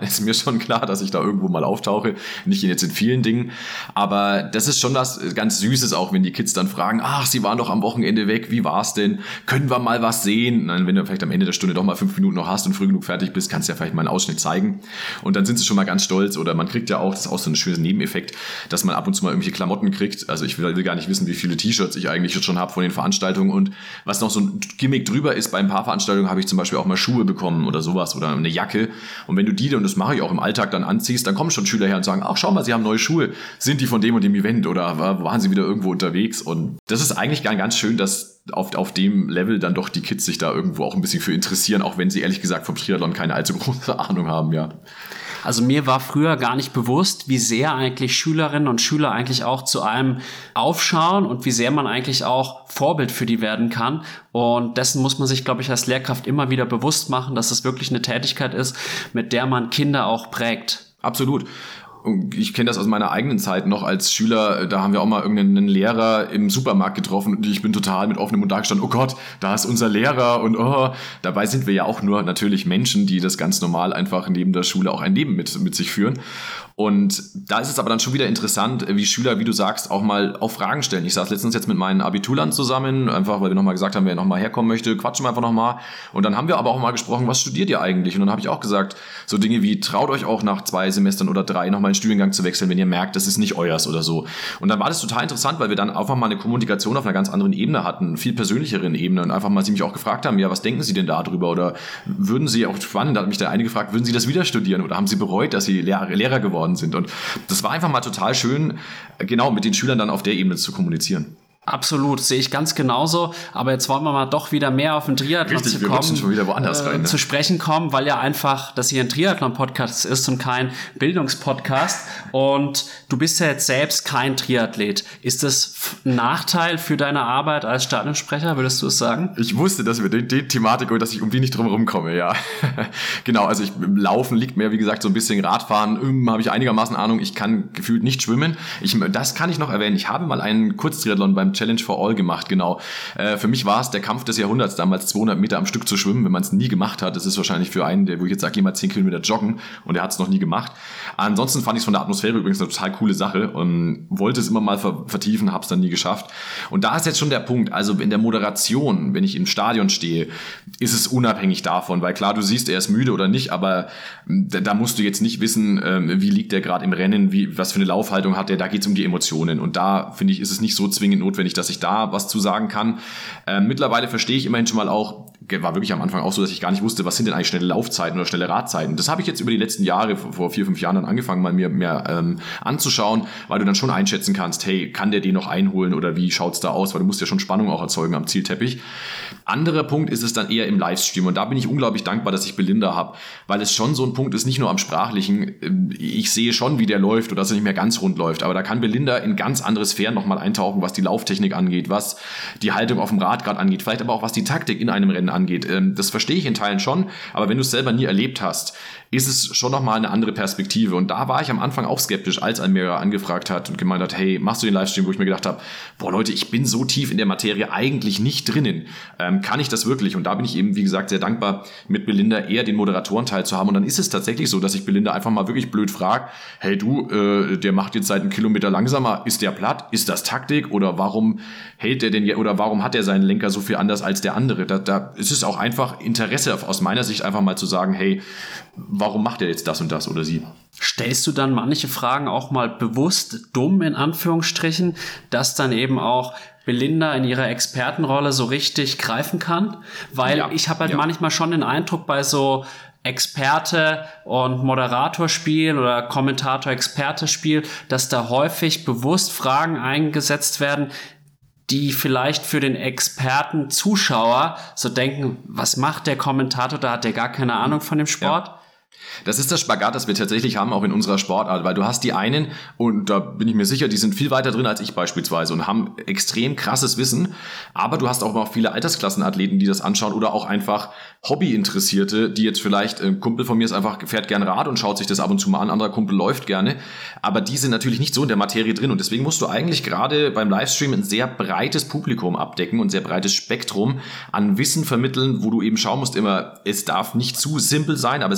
ist mir schon klar, dass ich da irgendwo mal auftauche. Nicht jetzt in vielen Dingen. Aber das ist schon was ganz Süßes auch, wenn die Kids dann fragen, ach, sie waren doch am Wochenende weg, wie war's denn? Können wir mal was sehen? Und wenn du vielleicht am Ende der Stunde doch mal fünf Minuten noch hast und früh genug fertig bist, kannst du ja vielleicht mal einen Ausschnitt zeigen. Und dann sind sie schon mal ganz stolz. Oder man kriegt ja auch, das ist auch so ein schönes Nebeneffekt, dass man ab und zu mal irgendwelche Klamotten kriegt. Also ich will, will gar nicht wissen, wie viele T-Shirts ich eigentlich schon habe von den Veranstaltungen. Und was noch so ein Gimmick drüber ist, bei ein paar Veranstaltungen habe ich zum Beispiel auch mal Schuhe bekommen oder sowas oder eine Jacke. Und wenn du die, und das mache ich auch im Alltag, dann anziehst, dann kommen schon Schüler her und sagen, ach, schau mal, sie haben neue Schuhe. Sind die von dem und dem Event oder waren sie wieder irgendwo unterwegs? Und das ist eigentlich ganz schön, dass auf, auf dem Level dann doch die Kids sich da irgendwo auch ein bisschen für interessieren, auch wenn sie ehrlich gesagt vom Triathlon keine allzu große Ahnung haben, ja.
Also mir war früher gar nicht bewusst, wie sehr eigentlich Schülerinnen und Schüler eigentlich auch zu einem aufschauen und wie sehr man eigentlich auch Vorbild für die werden kann. Und dessen muss man sich, glaube ich, als Lehrkraft immer wieder bewusst machen, dass es wirklich eine Tätigkeit ist, mit der man Kinder auch prägt.
Absolut. Ich kenne das aus meiner eigenen Zeit noch als Schüler, da haben wir auch mal irgendeinen Lehrer im Supermarkt getroffen und ich bin total mit offenem Mund da gestanden, oh Gott, da ist unser Lehrer und oh, dabei sind wir ja auch nur natürlich Menschen, die das ganz normal einfach neben der Schule auch ein Leben mit, mit sich führen. Und da ist es aber dann schon wieder interessant, wie Schüler, wie du sagst, auch mal auf Fragen stellen. Ich saß letztens jetzt mit meinen Abiturlern zusammen, einfach weil wir nochmal gesagt haben, wer nochmal herkommen möchte, quatschen wir einfach nochmal. Und dann haben wir aber auch mal gesprochen, was studiert ihr eigentlich? Und dann habe ich auch gesagt, so Dinge wie, traut euch auch nach zwei Semestern oder drei nochmal einen Studiengang zu wechseln, wenn ihr merkt, das ist nicht euers oder so. Und dann war das total interessant, weil wir dann einfach mal eine Kommunikation auf einer ganz anderen Ebene hatten, viel persönlicheren Ebene und einfach mal sie mich auch gefragt haben, ja, was denken Sie denn da drüber? Oder würden Sie, auch spannend, da hat mich der eine gefragt, würden Sie das wieder studieren oder haben Sie bereut, dass Sie Lehrer, Lehrer geworden sind? Und das war einfach mal total schön, genau mit den Schülern dann auf der Ebene zu kommunizieren.
Absolut, sehe ich ganz genauso. Aber jetzt wollen wir mal doch wieder mehr auf den Triathlon
Richtig,
zu
wir
kommen,
schon wieder woanders
äh,
rein, ne?
zu sprechen kommen, weil ja einfach das hier ein Triathlon-Podcast ist und kein Bildungspodcast. Und du bist ja jetzt selbst kein Triathlet. Ist das ein Nachteil für deine Arbeit als Stadionsprecher, würdest du es sagen?
Ich wusste, dass wir die, die Thematik, dass ich um die nicht drum herum komme, ja. Genau, also ich, Laufen liegt mir, wie gesagt, so ein bisschen Radfahren, ähm, habe ich einigermaßen Ahnung. Ich kann gefühlt nicht schwimmen. Ich, das kann ich noch erwähnen. Ich habe mal einen Kurztriathlon beim Challenge for All gemacht, genau. Äh, für mich war es der Kampf des Jahrhunderts, damals zweihundert Meter am Stück zu schwimmen, wenn man es nie gemacht hat. Das ist wahrscheinlich für einen, der, wo ich jetzt sage, geh mal zehn Kilometer joggen und der hat es noch nie gemacht. Ansonsten fand ich es von der Atmosphäre übrigens eine total coole Sache und wollte es immer mal ver- vertiefen, habe es dann nie geschafft. Und da ist jetzt schon der Punkt, also in der Moderation, wenn ich im Stadion stehe, ist es unabhängig davon, weil klar, du siehst, er ist müde oder nicht, aber da, da musst du jetzt nicht wissen, ähm, wie liegt der gerade im Rennen, wie, was für eine Laufhaltung hat der, da geht es um die Emotionen und da, finde ich, ist es nicht so zwingend notwendig, dass ich da was zu sagen kann. Ähm, mittlerweile verstehe ich immerhin schon mal auch, war wirklich am Anfang auch so, dass ich gar nicht wusste, was sind denn eigentlich schnelle Laufzeiten oder schnelle Radzeiten. Das habe ich jetzt über die letzten Jahre, vor vier, fünf Jahren dann angefangen, mal mir mehr ähm, anzuschauen, weil du dann schon einschätzen kannst, hey, kann der den noch einholen oder wie schaut's da aus? Weil du musst ja schon Spannung auch erzeugen am Zielteppich. Anderer Punkt ist es dann eher im Livestream und da bin ich unglaublich dankbar, dass ich Belinda habe, weil es schon so ein Punkt ist, nicht nur am Sprachlichen. Ich sehe schon, wie der läuft oder dass er nicht mehr ganz rund läuft, aber da kann Belinda in ganz andere Sphären nochmal eintauchen, was die Lauftechnik angeht, was die Haltung auf dem Rad gerade angeht, vielleicht aber auch was die Taktik in einem Rennen angeht. Das verstehe ich in Teilen schon, aber wenn du es selber nie erlebt hast, ist es schon nochmal eine andere Perspektive. Und da war ich am Anfang auch skeptisch, als ein Mehrer angefragt hat und gemeint hat, hey, machst du den Livestream, wo ich mir gedacht habe, boah Leute, ich bin so tief in der Materie eigentlich nicht drinnen. Ähm, kann ich das wirklich? Und da bin ich eben, wie gesagt, sehr dankbar, mit Belinda eher den Moderatorenteil zu haben. Und dann ist es tatsächlich so, dass ich Belinda einfach mal wirklich blöd frage, hey du, äh, der macht jetzt seit einem Kilometer langsamer, ist der platt? Ist das Taktik? Oder warum hält der denn, oder warum hat er seinen Lenker so viel anders als der andere? Da, da ist es auch einfach Interesse aus meiner Sicht einfach mal zu sagen, hey, warum macht er jetzt das und das oder sie?
Stellst du dann manche Fragen auch mal bewusst dumm in Anführungsstrichen, dass dann eben auch Belinda in ihrer Expertenrolle so richtig greifen kann? Weil ja, ich habe halt ja. manchmal schon den Eindruck bei so Experte und Moderatorspiel oder Kommentator-Experte-Spiel, dass da häufig bewusst Fragen eingesetzt werden, die vielleicht für den Experten Zuschauer so denken, was macht der Kommentator, da hat der gar keine Ahnung von dem Sport.
Ja. Das ist das Spagat, das wir tatsächlich haben, auch in unserer Sportart, weil du hast die einen, und da bin ich mir sicher, die sind viel weiter drin als ich beispielsweise und haben extrem krasses Wissen, aber du hast auch noch viele Altersklassenathleten, die das anschauen oder auch einfach Hobbyinteressierte, die jetzt vielleicht, ein Kumpel von mir ist einfach, fährt gern Rad und schaut sich das ab und zu mal an, anderer Kumpel läuft gerne, aber die sind natürlich nicht so in der Materie drin und deswegen musst du eigentlich gerade beim Livestream ein sehr breites Publikum abdecken und ein sehr breites Spektrum an Wissen vermitteln, wo du eben schauen musst immer, es darf nicht zu simpel sein, aber es darf eigentlich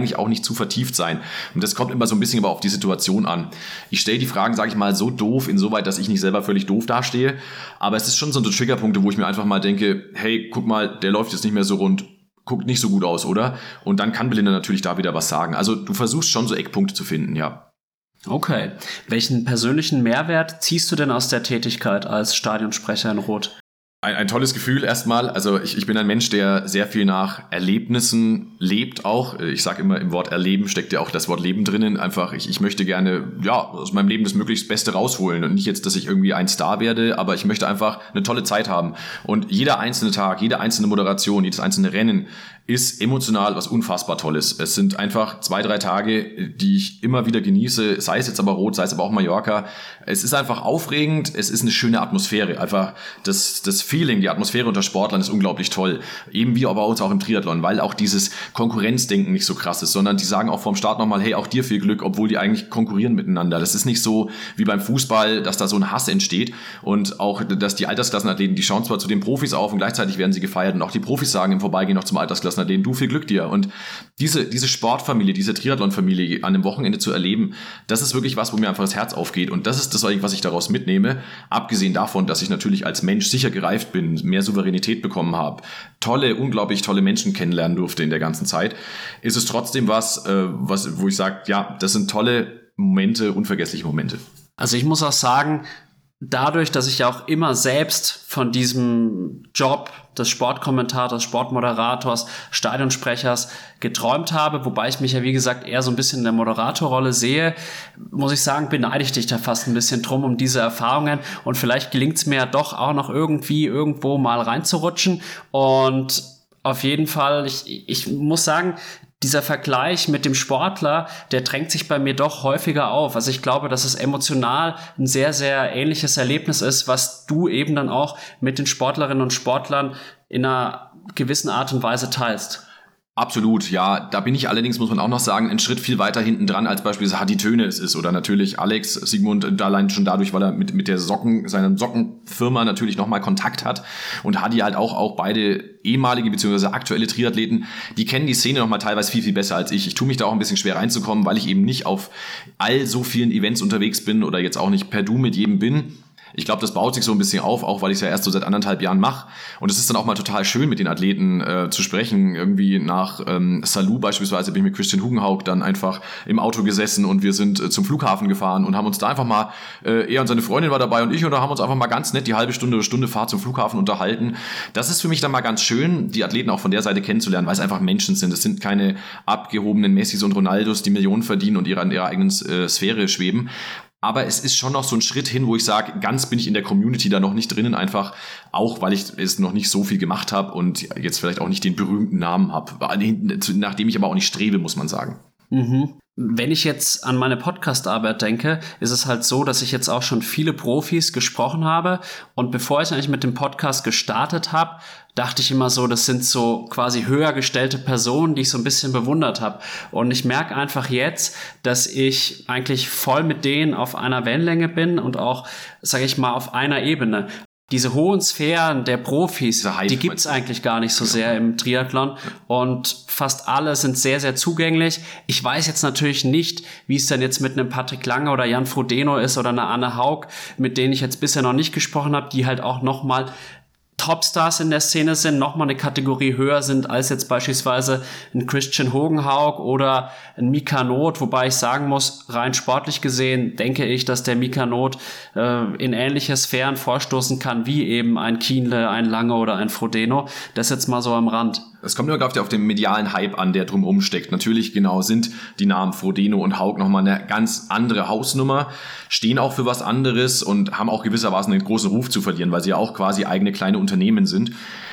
eigentlich auch nicht zu vertieft sein. Und das kommt immer so ein bisschen aber auf die Situation an. Ich stelle die Fragen, sage ich mal, so doof, insoweit, dass ich nicht selber völlig doof dastehe. Aber es ist schon so eine Triggerpunkte, wo ich mir einfach mal denke, hey, guck mal, der läuft jetzt nicht mehr so rund. Guckt nicht so gut aus, oder? Und dann kann Belinda natürlich da wieder was sagen. Also du versuchst schon so Eckpunkte zu finden, ja.
Okay. Welchen persönlichen Mehrwert ziehst du denn aus der Tätigkeit als Stadionsprecher in Rot?
Ein, ein tolles Gefühl erstmal. Also ich, ich bin ein Mensch, der sehr viel nach Erlebnissen lebt auch. Ich sage immer, im Wort Erleben steckt ja auch das Wort Leben drinnen. Einfach, ich, ich möchte gerne ja aus meinem Leben das möglichst Beste rausholen. Und nicht jetzt, dass ich irgendwie ein Star werde, aber ich möchte einfach eine tolle Zeit haben. Und jeder einzelne Tag, jede einzelne Moderation, jedes einzelne Rennen ist emotional was unfassbar Tolles. Es sind einfach zwei, drei Tage, die ich immer wieder genieße, sei es jetzt aber Rot, sei es aber auch Mallorca. Es ist einfach aufregend, es ist eine schöne Atmosphäre. Einfach das, das Feeling, die Atmosphäre unter Sportlern ist unglaublich toll. Eben wie aber auch im Triathlon, weil auch dieses Konkurrenzdenken nicht so krass ist, sondern die sagen auch vorm Start nochmal, hey, auch dir viel Glück, obwohl die eigentlich konkurrieren miteinander. Das ist nicht so wie beim Fußball, dass da so ein Hass entsteht und auch, dass die Altersklassenathleten, die schauen zwar zu den Profis auf und gleichzeitig werden sie gefeiert und auch die Profis sagen im Vorbeigehen noch zum Altersklassenathleten, du viel Glück dir. Und diese, diese Sportfamilie, diese Triathlon-Familie an einem Wochenende zu erleben, das ist wirklich was, wo mir einfach das Herz aufgeht. Und das ist das, was ich daraus mitnehme. Abgesehen davon, dass ich natürlich als Mensch sicher gereift bin, mehr Souveränität bekommen habe, tolle, unglaublich tolle Menschen kennenlernen durfte in der ganzen Zeit, ist es trotzdem was, was wo ich sage, ja, das sind tolle Momente, unvergessliche Momente.
Also ich muss auch sagen, dadurch, dass ich ja auch immer selbst von diesem Job des Sportkommentators, Sportmoderators, Stadionsprechers geträumt habe, wobei ich mich ja wie gesagt eher so ein bisschen in der Moderatorrolle sehe, muss ich sagen, beneide ich dich da fast ein bisschen drum um diese Erfahrungen und vielleicht gelingt es mir ja doch auch noch irgendwie irgendwo mal reinzurutschen und auf jeden Fall, ich, ich muss sagen, dieser Vergleich mit dem Sportler, der drängt sich bei mir doch häufiger auf. Also ich glaube, dass es emotional ein sehr, sehr ähnliches Erlebnis ist, was du eben dann auch mit den Sportlerinnen und Sportlern in einer gewissen Art und Weise teilst.
Absolut, ja. Da bin ich allerdings, muss man auch noch sagen, einen Schritt viel weiter hinten dran, als beispielsweise Hadi Töne es ist. Oder natürlich Alex Sigmund, allein schon dadurch, weil er mit, mit der Socken, seiner Sockenfirma natürlich nochmal Kontakt hat. Und Hadi halt auch, auch beide ehemalige bzw. aktuelle Triathleten, die kennen die Szene nochmal teilweise viel, viel besser als ich. Ich tue mich da auch ein bisschen schwer reinzukommen, weil ich eben nicht auf all so vielen Events unterwegs bin oder jetzt auch nicht per Du mit jedem bin. Ich glaube, das baut sich so ein bisschen auf, auch weil ich es ja erst so seit anderthalb Jahren mache. Und es ist dann auch mal total schön, mit den Athleten äh, zu sprechen. Irgendwie nach ähm, Salou beispielsweise bin ich mit Christian Hugenhaug dann einfach im Auto gesessen und wir sind äh, zum Flughafen gefahren und haben uns da einfach mal, äh, er und seine Freundin war dabei und ich, und da haben uns einfach mal ganz nett die halbe Stunde oder Stunde Fahrt zum Flughafen unterhalten. Das ist für mich dann mal ganz schön, die Athleten auch von der Seite kennenzulernen, weil es einfach Menschen sind. Es sind keine abgehobenen Messis und Ronaldos, die Millionen verdienen und ihre, in ihrer eigenen äh, Sphäre schweben. Aber es ist schon noch so ein Schritt hin, wo ich sage, ganz bin ich in der Community da noch nicht drinnen, einfach auch, weil ich es noch nicht so viel gemacht habe und jetzt vielleicht auch nicht den berühmten Namen habe, nach dem ich aber auch nicht strebe, muss man sagen.
Mhm. Wenn ich jetzt an meine Podcast-Arbeit denke, ist es halt so, dass ich jetzt auch schon viele Profis gesprochen habe und bevor ich eigentlich mit dem Podcast gestartet habe, dachte ich immer so, das sind so quasi höher gestellte Personen, die ich so ein bisschen bewundert habe. Und ich merke einfach jetzt, dass ich eigentlich voll mit denen auf einer Wellenlänge bin und auch, sage ich mal, auf einer Ebene. Diese hohen Sphären der Profis, die gibt's eigentlich gar nicht so sehr im Triathlon und fast alle sind sehr, sehr zugänglich. Ich weiß jetzt natürlich nicht, wie es denn jetzt mit einem Patrick Lange oder Jan Frodeno ist oder einer Anne Haug, mit denen ich jetzt bisher noch nicht gesprochen habe, die halt auch nochmal Topstars in der Szene sind, nochmal eine Kategorie höher sind als jetzt beispielsweise ein Christian Hugenhaug oder ein Mika Not, wobei ich sagen muss, rein sportlich gesehen denke ich, dass der Mika Not äh, in ähnliche Sphären vorstoßen kann, wie eben ein Kienle, ein Lange oder ein Frodeno. Das jetzt mal so am Rand.
Es kommt nur auf den medialen Hype an, der drumherum steckt. Natürlich, genau, sind die Namen Frodeno und Haug nochmal eine ganz andere Hausnummer, stehen auch für was anderes und haben auch gewissermaßen einen großen Ruf zu verlieren, weil sie ja auch quasi eigene kleine Unternehmen sind.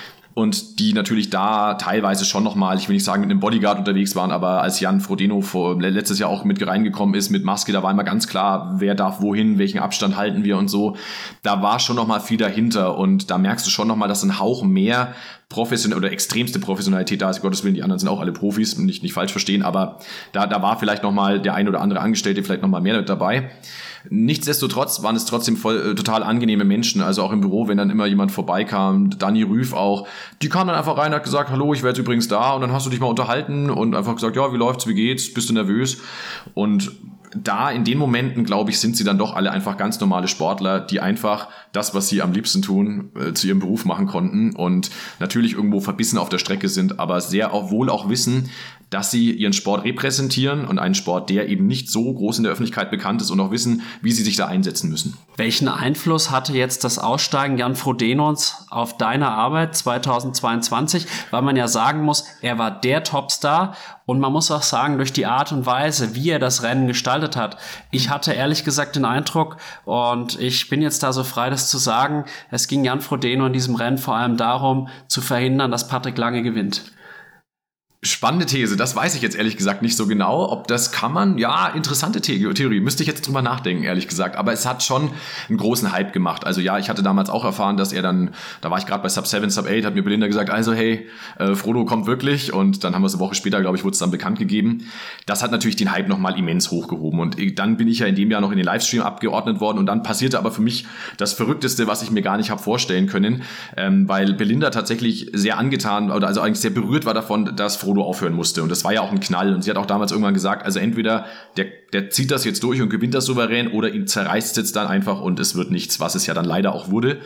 Und die natürlich da teilweise schon nochmal, ich will nicht sagen mit einem Bodyguard unterwegs waren, aber als Jan Frodeno vor, letztes Jahr auch mit reingekommen ist mit Maske, da war immer ganz klar, wer darf wohin, welchen Abstand halten wir und so. Da war schon nochmal viel dahinter und da merkst du schon nochmal, dass ein Hauch mehr professionell oder extremste Professionalität da ist. Gottes Willen, die anderen sind auch alle Profis, nicht, nicht falsch verstehen, aber da, da war vielleicht nochmal der ein oder andere Angestellte vielleicht nochmal mehr mit dabei. Nichtsdestotrotz waren es trotzdem voll, äh, total angenehme Menschen, also auch im Büro, wenn dann immer jemand vorbeikam, Dani Rüff auch, die kam dann einfach rein und hat gesagt, hallo, ich wäre jetzt übrigens da, und dann hast du dich mal unterhalten und einfach gesagt, ja, wie läuft's, wie geht's, bist du nervös? Und da in den Momenten, glaube ich, sind sie dann doch alle einfach ganz normale Sportler, die einfach das, was sie am liebsten tun, äh, zu ihrem Beruf machen konnten und natürlich irgendwo verbissen auf der Strecke sind, aber sehr auch wohl auch wissen, dass sie ihren Sport repräsentieren und einen Sport, der eben nicht so groß in der Öffentlichkeit bekannt ist, und auch wissen, wie sie sich da einsetzen müssen.
Welchen Einfluss hatte jetzt das Aussteigen Jan Frodenos auf deine Arbeit zweitausendzweiundzwanzig? Weil man ja sagen muss, er war der Topstar, und man muss auch sagen, durch die Art und Weise, wie er das Rennen gestaltet hat. Ich hatte ehrlich gesagt den Eindruck, und ich bin jetzt da so frei, das zu sagen, es ging Jan Frodeno in diesem Rennen vor allem darum, zu verhindern, dass Patrick Lange gewinnt.
Spannende These, das weiß ich jetzt ehrlich gesagt nicht so genau, ob das kann man, ja, interessante Theorie, müsste ich jetzt drüber nachdenken, ehrlich gesagt, aber es hat schon einen großen Hype gemacht. Also ja, ich hatte damals auch erfahren, dass er dann, da war ich gerade bei Sub sieben, Sub acht, hat mir Belinda gesagt, also hey, äh, Frodo kommt wirklich, und dann haben wir es eine Woche später, glaube ich, wurde es dann bekannt gegeben. Das hat natürlich den Hype nochmal immens hochgehoben, und dann bin ich ja in dem Jahr noch in den Livestream abgeordnet worden, und dann passierte aber für mich das Verrückteste, was ich mir gar nicht habe vorstellen können, ähm, weil Belinda tatsächlich sehr angetan, oder also eigentlich sehr berührt war davon, dass Frodo aufhören musste. Und das war ja auch ein Knall. Und sie hat auch damals irgendwann gesagt, also entweder der, der zieht das jetzt durch und gewinnt das souverän, oder ihn zerreißt es jetzt dann einfach und es wird nichts, was es ja dann leider auch wurde.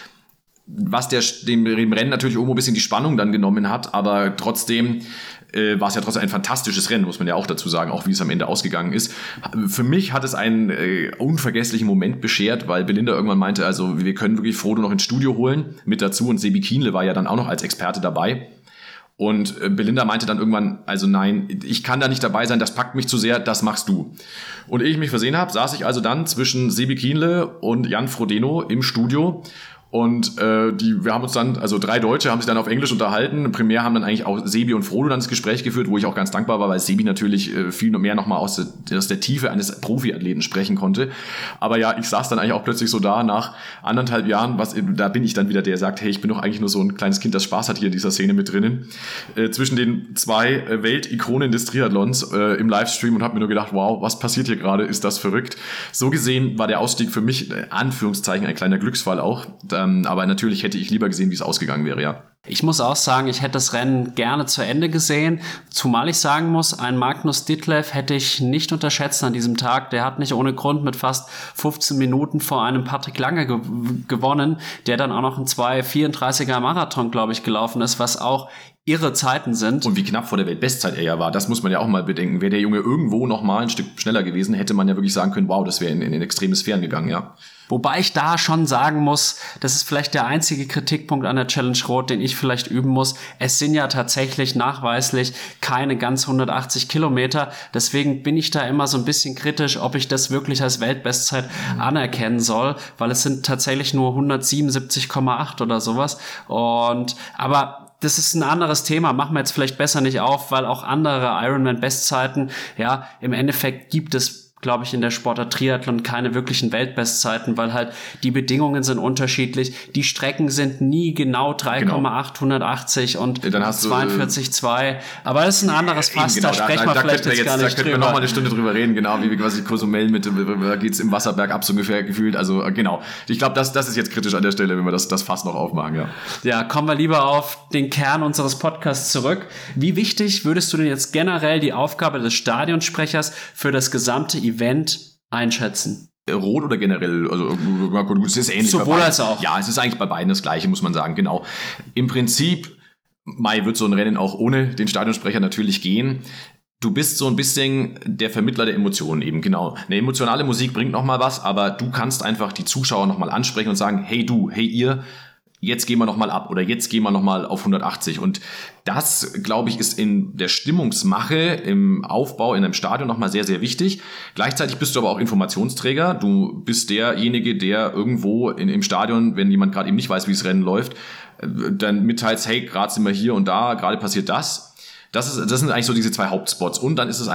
Was der, dem, dem Rennen natürlich irgendwo ein bisschen die Spannung dann genommen hat, aber trotzdem äh, war es ja trotzdem ein fantastisches Rennen, muss man ja auch dazu sagen, auch wie es am Ende ausgegangen ist. Für mich hat es einen äh, unvergesslichen Moment beschert, weil Belinda irgendwann meinte, also wir können wirklich Frodo noch ins Studio holen, mit dazu, und Sebi Kienle war ja dann auch noch als Experte dabei. Und Belinda meinte dann irgendwann, also nein, ich kann da nicht dabei sein, das packt mich zu sehr, das machst du. Und ehe ich mich versehen habe, saß ich also dann zwischen Sebi Kienle und Jan Frodeno im Studio. Und äh, die, wir haben uns dann, also drei Deutsche haben sich dann auf Englisch unterhalten. Primär haben dann eigentlich auch Sebi und Frodo dann das Gespräch geführt, wo ich auch ganz dankbar war, weil Sebi natürlich äh, viel mehr nochmal aus der, aus der Tiefe eines Profiathleten sprechen konnte. Aber ja, ich saß dann eigentlich auch plötzlich so da nach anderthalb Jahren, was da bin ich dann wieder, der sagt, hey, ich bin doch eigentlich nur so ein kleines Kind, das Spaß hat hier in dieser Szene mit drinnen. Äh, zwischen den zwei äh, Weltikonen des Triathlons äh, im Livestream, und habe mir nur gedacht, wow, was passiert hier gerade? Ist das verrückt? So gesehen war der Ausstieg für mich, äh, Anführungszeichen, ein kleiner Glücksfall auch. Aber natürlich hätte ich lieber gesehen, wie es ausgegangen wäre, ja.
Ich muss auch sagen, ich hätte das Rennen gerne zu Ende gesehen, zumal ich sagen muss, einen Magnus Ditlev hätte ich nicht unterschätzt an diesem Tag. Der hat nicht ohne Grund mit fast fünfzehn Minuten vor einem Patrick Lange ge- gewonnen, der dann auch noch einen zwei vierunddreißiger Marathon, glaube ich, gelaufen ist, was auch irre Zeiten sind.
Und wie knapp vor der Weltbestzeit er ja war, das muss man ja auch mal bedenken. Wäre der Junge irgendwo noch mal ein Stück schneller gewesen, hätte man ja wirklich sagen können, wow, das wäre in, in, in extreme Sphären gegangen, ja.
Wobei ich da schon sagen muss, das ist vielleicht der einzige Kritikpunkt an der Challenge Rot, den ich vielleicht üben muss. Es sind ja tatsächlich nachweislich keine ganz hundertachtzig Kilometer. Deswegen bin ich da immer so ein bisschen kritisch, ob ich das wirklich als Weltbestzeit anerkennen soll, weil es sind tatsächlich nur hundertsiebenundsiebzig Komma acht oder sowas. Und, aber das ist ein anderes Thema, machen wir jetzt vielleicht besser nicht auf, weil auch andere Ironman-Bestzeiten, ja, im Endeffekt gibt es, glaube ich, in der Sportart Triathlon keine wirklichen Weltbestzeiten, weil halt die Bedingungen sind unterschiedlich. Die Strecken sind nie genau drei Komma acht, hundertachtzig und zweiundvierzig Komma zwei. Aber das ist ein anderes Fass,
genau,
da sprechen da, wir da vielleicht jetzt, jetzt gar nicht
drüber. Da könnten wir noch mal eine Stunde drüber reden, genau, wie quasi Cozumel mit, da geht's im Wasserberg ab, so ungefähr gefühlt. Also genau, ich glaube, das, das ist jetzt kritisch an der Stelle, wenn wir das, das Fass noch aufmachen, ja.
Ja, kommen wir lieber auf den Kern unseres Podcasts zurück. Wie wichtig würdest du denn jetzt generell die Aufgabe des Stadionsprechers für das gesamte Event einschätzen?
Rot oder generell? Also es ist ähnlich.
Sowohl als auch.
Ja, es ist eigentlich bei beiden das Gleiche, muss man sagen. Genau. Im Prinzip, Mai wird so ein Rennen auch ohne den Stadionsprecher natürlich gehen. Du bist so ein bisschen der Vermittler der Emotionen eben, genau. Eine emotionale Musik bringt nochmal was, aber du kannst einfach die Zuschauer nochmal ansprechen und sagen, hey du, hey ihr, jetzt gehen wir nochmal ab oder jetzt gehen wir nochmal auf hundertachtzig. Und das, glaube ich, ist in der Stimmungsmache, im Aufbau in einem Stadion nochmal sehr, sehr wichtig. Gleichzeitig bist du aber auch Informationsträger. Du bist derjenige, der irgendwo in, im Stadion, wenn jemand gerade eben nicht weiß, wie das Rennen läuft, dann mitteilst, hey, gerade sind wir hier und da, gerade passiert das. Das ist, das sind eigentlich so diese zwei Hauptspots. Und dann ist es einfach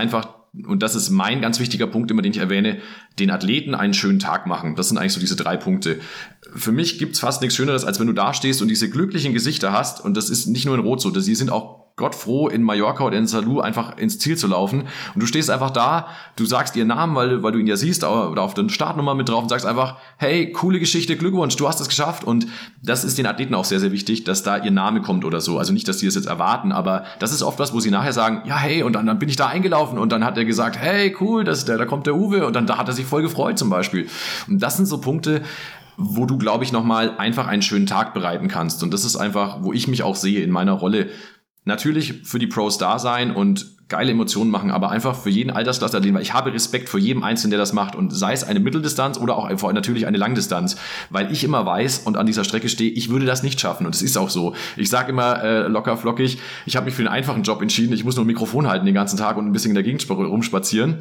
und das ist mein ganz wichtiger Punkt immer, den ich erwähne, den Athleten einen schönen Tag machen. Das sind eigentlich so diese drei Punkte. Für mich gibt's fast nichts Schöneres, als wenn du da stehst und diese glücklichen Gesichter hast, und das ist nicht nur in Rot so, sie sind auch Gott froh, in Mallorca oder in Salou einfach ins Ziel zu laufen. Und du stehst einfach da, du sagst ihren Namen, weil, weil du ihn ja siehst, oder auf der Startnummer mit drauf und sagst einfach, hey, coole Geschichte, Glückwunsch, du hast es geschafft. Und das ist den Athleten auch sehr, sehr wichtig, dass da ihr Name kommt oder so. Also nicht, dass die das jetzt erwarten, aber das ist oft was, wo sie nachher sagen, ja, hey, und dann, dann bin ich da eingelaufen und dann hat er gesagt, hey, cool, das ist der, da kommt der Uwe, und dann da hat er sich voll gefreut zum Beispiel. Und das sind so Punkte, wo du, glaube ich, nochmal einfach einen schönen Tag bereiten kannst. Und das ist einfach, wo ich mich auch sehe in meiner Rolle. Natürlich für die Pros da sein und geile Emotionen machen, aber einfach für jeden Altersklasse, weil ich habe Respekt vor jedem Einzelnen, der das macht, und sei es eine Mitteldistanz oder auch einfach natürlich eine Langdistanz, weil ich immer weiß und an dieser Strecke stehe, ich würde das nicht schaffen, und es ist auch so. Ich sage immer äh, locker flockig, ich habe mich für den einfachen Job entschieden, ich muss nur ein Mikrofon halten den ganzen Tag und ein bisschen in der Gegend rumspazieren,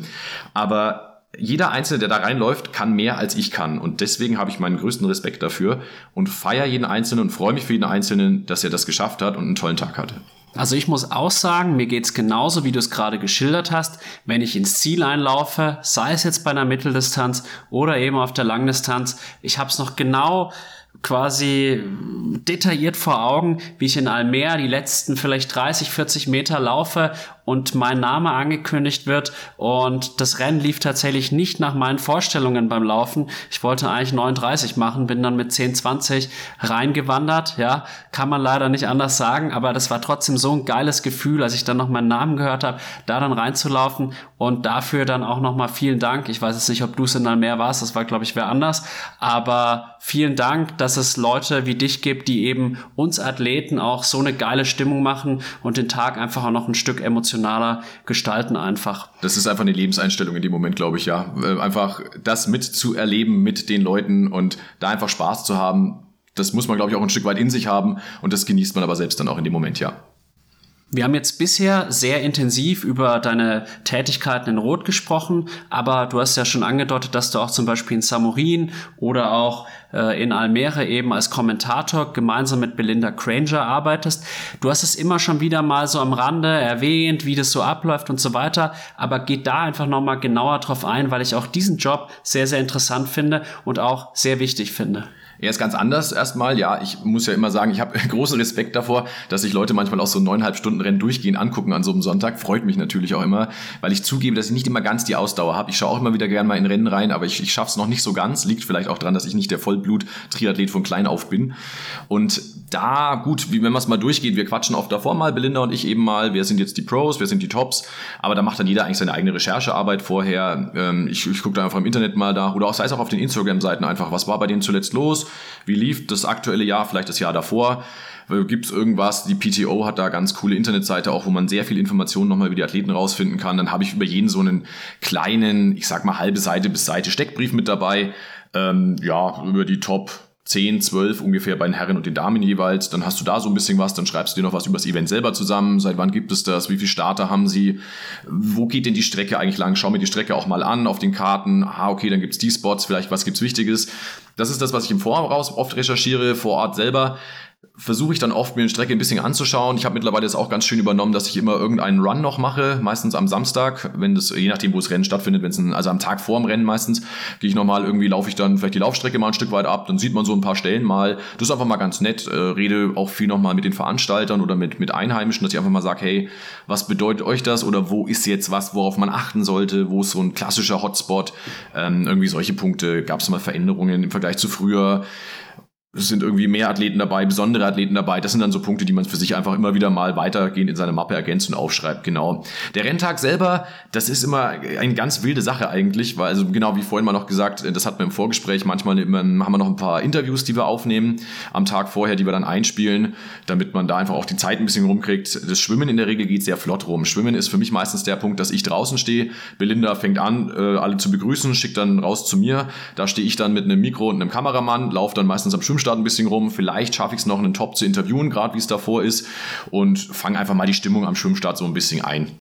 aber jeder Einzelne, der da reinläuft, kann mehr als ich kann, und deswegen habe ich meinen größten Respekt dafür und feiere jeden Einzelnen und freue mich für jeden Einzelnen, dass er das geschafft hat und einen tollen Tag hatte.
Also ich muss auch sagen, mir geht's genauso, wie du es gerade geschildert hast. Wenn ich ins Ziel einlaufe, sei es jetzt bei einer Mitteldistanz oder eben auf der Langdistanz, ich habe es noch genau quasi detailliert vor Augen, wie ich in Almere die letzten vielleicht dreißig, vierzig Meter laufe und mein Name angekündigt wird, und das Rennen lief tatsächlich nicht nach meinen Vorstellungen beim Laufen. Ich wollte eigentlich neununddreißig machen, bin dann mit zehn zwanzig reingewandert, ja, kann man leider nicht anders sagen, aber das war trotzdem so ein geiles Gefühl, als ich dann noch meinen Namen gehört habe, da dann reinzulaufen, und dafür dann auch nochmal vielen Dank. Ich weiß jetzt nicht, ob du es in Almere warst, das war, glaube ich, wer anders, aber vielen Dank, dass es Leute wie dich gibt, die eben uns Athleten auch so eine geile Stimmung machen und den Tag einfach auch noch ein Stück emotionaler gestalten einfach.
Das ist einfach eine Lebenseinstellung in dem Moment, glaube ich, ja. Einfach das mitzuerleben mit den Leuten und da einfach Spaß zu haben, das muss man, glaube ich, auch ein Stück weit in sich haben, und das genießt man aber selbst dann auch in dem Moment, ja.
Wir haben jetzt bisher sehr intensiv über deine Tätigkeiten in Rot gesprochen, aber du hast ja schon angedeutet, dass du auch zum Beispiel in Samorin oder auch äh, in Almere eben als Kommentator gemeinsam mit Belinda Granger arbeitest. Du hast es immer schon wieder mal so am Rande erwähnt, wie das so abläuft und so weiter, aber geht da einfach nochmal genauer drauf ein, weil ich auch diesen Job sehr, sehr interessant finde und auch sehr wichtig finde.
Er ist ganz anders erstmal, ja, ich muss ja immer sagen, ich habe großen Respekt davor, dass sich Leute manchmal auch so neuneinhalb Stunden Rennen durchgehen angucken an so einem Sonntag, freut mich natürlich auch immer, weil ich zugebe, dass ich nicht immer ganz die Ausdauer habe. Ich schaue auch immer wieder gerne mal in Rennen rein, aber ich, ich schaffe es noch nicht so ganz, liegt vielleicht auch daran, dass ich nicht der Vollblut-Triathlet von klein auf bin. Und da, gut, wie wenn man es mal durchgeht, wir quatschen oft davor mal, Belinda und ich eben mal, wer sind jetzt die Pros, wer sind die Tops, aber da macht dann jeder eigentlich seine eigene Recherchearbeit vorher. Ähm, ich ich gucke da einfach im Internet mal da, oder auch sei es auch auf den Instagram-Seiten einfach, was war bei denen zuletzt los, wie lief das aktuelle Jahr, vielleicht das Jahr davor, gibt es irgendwas, die P T O hat da ganz coole Internetseite auch, wo man sehr viel Informationen nochmal über die Athleten rausfinden kann. Dann habe ich über jeden so einen kleinen, ich sag mal halbe Seite bis Seite Steckbrief mit dabei, ähm, ja, über die Top zehn, zwölf ungefähr bei den Herren und den Damen jeweils. Dann hast du da so ein bisschen was, dann schreibst du dir noch was über das Event selber zusammen. Seit wann gibt es das? Wie viele Starter haben sie? Wo geht denn die Strecke eigentlich lang? Schau mir die Strecke auch mal an auf den Karten. Ah, okay, dann gibt's die Spots, vielleicht was gibt's Wichtiges. Das ist das, was ich im Voraus oft recherchiere, vor Ort selber. Versuche ich dann oft, mir eine Strecke ein bisschen anzuschauen. Ich habe mittlerweile das auch ganz schön übernommen, dass ich immer irgendeinen Run noch mache, meistens am Samstag, wenn das, je nachdem, wo das Rennen stattfindet, wenn es ein, also am Tag vor dem Rennen meistens, gehe ich nochmal irgendwie, laufe ich dann vielleicht die Laufstrecke mal ein Stück weit ab, dann sieht man so ein paar Stellen mal. Das ist einfach mal ganz nett, äh, rede auch viel nochmal mit den Veranstaltern oder mit, mit Einheimischen, dass ich einfach mal sage, hey, was bedeutet euch das oder wo ist jetzt was, worauf man achten sollte, wo ist so ein klassischer Hotspot, ähm, irgendwie solche Punkte, gab es mal Veränderungen im Vergleich zu früher. Es sind irgendwie mehr Athleten dabei, besondere Athleten dabei. Das sind dann so Punkte, die man für sich einfach immer wieder mal weitergehend in seine Mappe ergänzt und aufschreibt. Genau. Der Renntag selber, das ist immer eine ganz wilde Sache eigentlich, weil, also genau wie vorhin mal noch gesagt, das hatten wir im Vorgespräch, manchmal immer, haben wir noch ein paar Interviews, die wir aufnehmen am Tag vorher, die wir dann einspielen, damit man da einfach auch die Zeit ein bisschen rumkriegt. Das Schwimmen in der Regel geht sehr flott rum. Schwimmen ist für mich meistens der Punkt, dass ich draußen stehe. Belinda fängt an, alle zu begrüßen, schickt dann raus zu mir. Da stehe ich dann mit einem Mikro und einem Kameramann, laufe dann meistens am Schwimmstart ein bisschen rum, vielleicht schaffe ich es noch, einen Top zu interviewen, gerade wie es davor ist, und fange einfach mal die Stimmung am Schwimmstart so ein bisschen ein.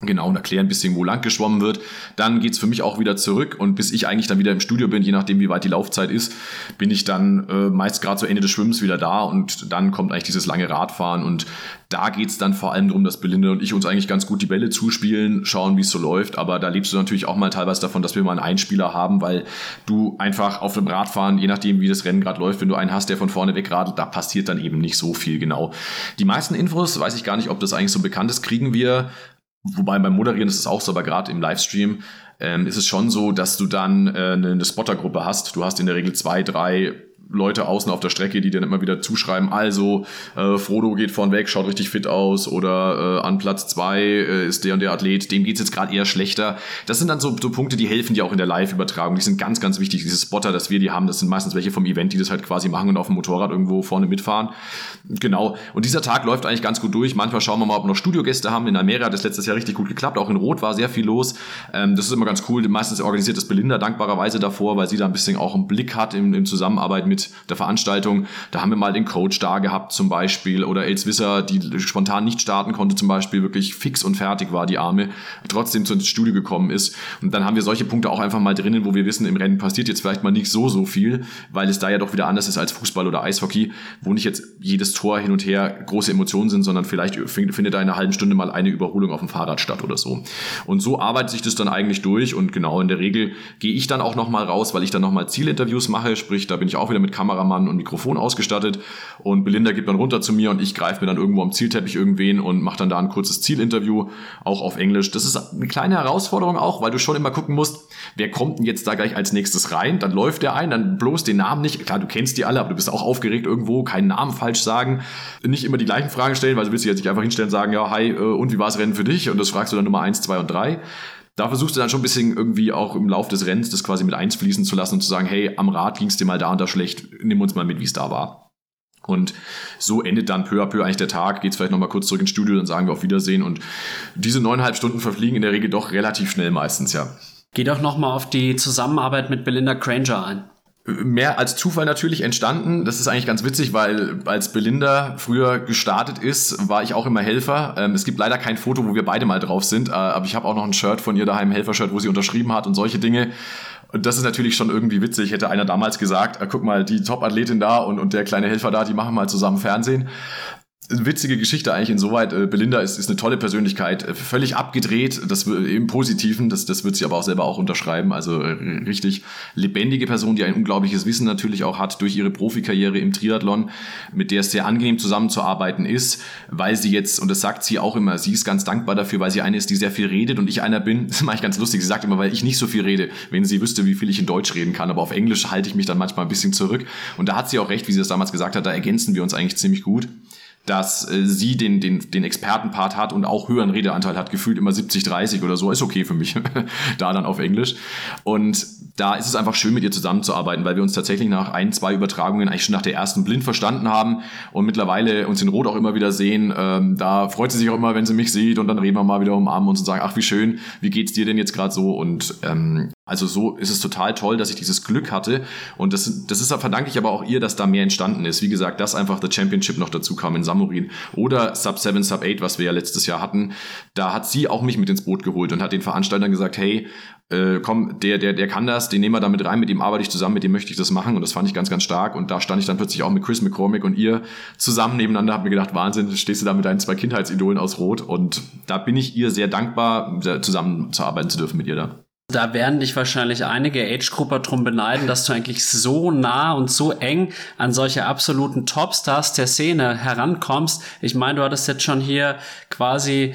Genau, und erklären ein bisschen, wo lang geschwommen wird. Dann geht's für mich auch wieder zurück und bis ich eigentlich dann wieder im Studio bin, je nachdem wie weit die Laufzeit ist, bin ich dann äh, meist gerade zu Ende des Schwimmens wieder da und dann kommt eigentlich dieses lange Radfahren und da geht's dann vor allem darum, dass Belinda und ich uns eigentlich ganz gut die Bälle zuspielen, schauen, wie es so läuft, aber da lebst du natürlich auch mal teilweise davon, dass wir mal einen Einspieler haben, weil du einfach auf dem Radfahren, je nachdem wie das Rennen gerade läuft, wenn du einen hast, der von vorne wegradelt, da passiert dann eben nicht so viel genau. Die meisten Infos, weiß ich gar nicht, ob das eigentlich so bekannt ist, kriegen wir. Wobei beim Moderieren ist es auch so, aber gerade im Livestream ähm, ist es schon so, dass du dann äh, eine, eine Spottergruppe hast. Du hast in der Regel zwei, drei Leute außen auf der Strecke, die dann immer wieder zuschreiben, also äh, Frodo geht vorn weg, schaut richtig fit aus oder äh, an Platz zwei äh, ist der und der Athlet, dem geht's jetzt gerade eher schlechter. Das sind dann so, so Punkte, die helfen dir auch in der Live-Übertragung. Die sind ganz, ganz wichtig. Diese Spotter, dass wir die haben, das sind meistens welche vom Event, die das halt quasi machen und auf dem Motorrad irgendwo vorne mitfahren. Genau. Und dieser Tag läuft eigentlich ganz gut durch. Manchmal schauen wir mal, ob wir noch Studiogäste haben. In Almere hat das letztes Jahr richtig gut geklappt. Auch in Rot war sehr viel los. Ähm, das ist immer ganz cool. Meistens organisiert das Belinda dankbarerweise davor, weil sie da ein bisschen auch einen Blick hat in, in Zusammenarbeit mit der Veranstaltung. Da haben wir mal den Coach da gehabt zum Beispiel oder Els Wisser, die spontan nicht starten konnte zum Beispiel, wirklich fix und fertig war die Arme, trotzdem ins Studio gekommen ist. Und dann haben wir solche Punkte auch einfach mal drinnen, wo wir wissen, im Rennen passiert jetzt vielleicht mal nicht so, so viel, weil es da ja doch wieder anders ist als Fußball oder Eishockey, wo nicht jetzt jedes Tor hin und her große Emotionen sind, sondern vielleicht findet da in einer halben Stunde mal eine Überholung auf dem Fahrrad statt oder so. Und so arbeitet sich das dann eigentlich durch und genau in der Regel gehe ich dann auch nochmal raus, weil ich dann nochmal Zielinterviews mache, sprich, da bin ich auch wieder mit Kameramann und Mikrofon ausgestattet und Belinda geht dann runter zu mir und ich greife mir dann irgendwo am Zielteppich irgendwen und mache dann da ein kurzes Zielinterview, auch auf Englisch. Das ist eine kleine Herausforderung auch, weil du schon immer gucken musst, wer kommt denn jetzt da gleich als nächstes rein, dann läuft der ein, dann bloß den Namen nicht, klar, du kennst die alle, aber du bist auch aufgeregt irgendwo, keinen Namen falsch sagen, nicht immer die gleichen Fragen stellen, weil du willst dich jetzt nicht einfach hinstellen und sagen, ja, hi, und wie war das Rennen für dich? Und das fragst du dann Nummer eins, zwei und drei. Da versuchst du dann schon ein bisschen irgendwie auch im Lauf des Rennens das quasi mit einfließen zu lassen und zu sagen, hey, am Rad ging es dir mal da und da schlecht, nimm uns mal mit, wie es da war. Und so endet dann peu à peu eigentlich der Tag, geht's vielleicht nochmal kurz zurück ins Studio, dann sagen wir auf Wiedersehen und diese neuneinhalb Stunden verfliegen in der Regel doch relativ schnell meistens, ja.
Geh doch nochmal auf die Zusammenarbeit mit Belinda Granger ein.
Mehr als Zufall natürlich entstanden. Das ist eigentlich ganz witzig, weil als Belinda früher gestartet ist, war ich auch immer Helfer. Ähm, es gibt leider kein Foto, wo wir beide mal drauf sind, äh, aber ich habe auch noch ein Shirt von ihr daheim, ein Helfershirt, wo sie unterschrieben hat und solche Dinge. Und das ist natürlich schon irgendwie witzig. Hätte einer damals gesagt, äh, guck mal, die Top-Athletin da und, und der kleine Helfer da, die machen mal zusammen Fernsehen. Witzige Geschichte eigentlich insoweit. Belinda ist, ist eine tolle Persönlichkeit, völlig abgedreht, das im Positiven, das, das wird sie aber auch selber auch unterschreiben, also richtig lebendige Person, die ein unglaubliches Wissen natürlich auch hat durch ihre Profikarriere im Triathlon, mit der es sehr angenehm zusammenzuarbeiten ist, weil sie jetzt, und das sagt sie auch immer, sie ist ganz dankbar dafür, weil sie eine ist, die sehr viel redet und ich einer bin, das mache ich ganz lustig, sie sagt immer, weil ich nicht so viel rede, wenn sie wüsste, wie viel ich in Deutsch reden kann, aber auf Englisch halte ich mich dann manchmal ein bisschen zurück und da hat sie auch recht, wie sie das damals gesagt hat, da ergänzen wir uns eigentlich ziemlich gut, dass äh, sie den, den, den Expertenpart hat und auch höheren Redeanteil hat, gefühlt immer siebzig dreißig oder so, ist okay für mich, da dann auf Englisch. Und da ist es einfach schön, mit ihr zusammenzuarbeiten, weil wir uns tatsächlich nach ein, zwei Übertragungen eigentlich schon nach der ersten blind verstanden haben und mittlerweile uns in Rot auch immer wieder sehen. Ähm, da freut sie sich auch immer, wenn sie mich sieht und dann reden wir mal wieder umarmen uns und sagen, ach wie schön, wie geht's dir denn jetzt gerade so? Und ähm, also so ist es total toll, dass ich dieses Glück hatte und das, das ist, verdanke ich aber auch ihr, dass da mehr entstanden ist. Wie gesagt, dass einfach The Championship noch dazu kam in Samurin oder Sub sieben, Sub acht, was wir ja letztes Jahr hatten, da hat sie auch mich mit ins Boot geholt und hat den Veranstaltern gesagt, hey, äh, komm, der, der, der kann das, den nehmen wir da mit rein, mit dem arbeite ich zusammen, mit dem möchte ich das machen und das fand ich ganz, ganz stark und da stand ich dann plötzlich auch mit Chris McCormick und ihr zusammen nebeneinander, hab mir gedacht, Wahnsinn, stehst du da mit deinen zwei Kindheitsidolen aus Rot und da bin ich ihr sehr dankbar, zusammenzuarbeiten zu dürfen mit ihr da.
Da werden dich wahrscheinlich einige Age-Grupper drum beneiden, dass du eigentlich so nah und so eng an solche absoluten Topstars der Szene herankommst. Ich meine, du hattest jetzt schon hier quasi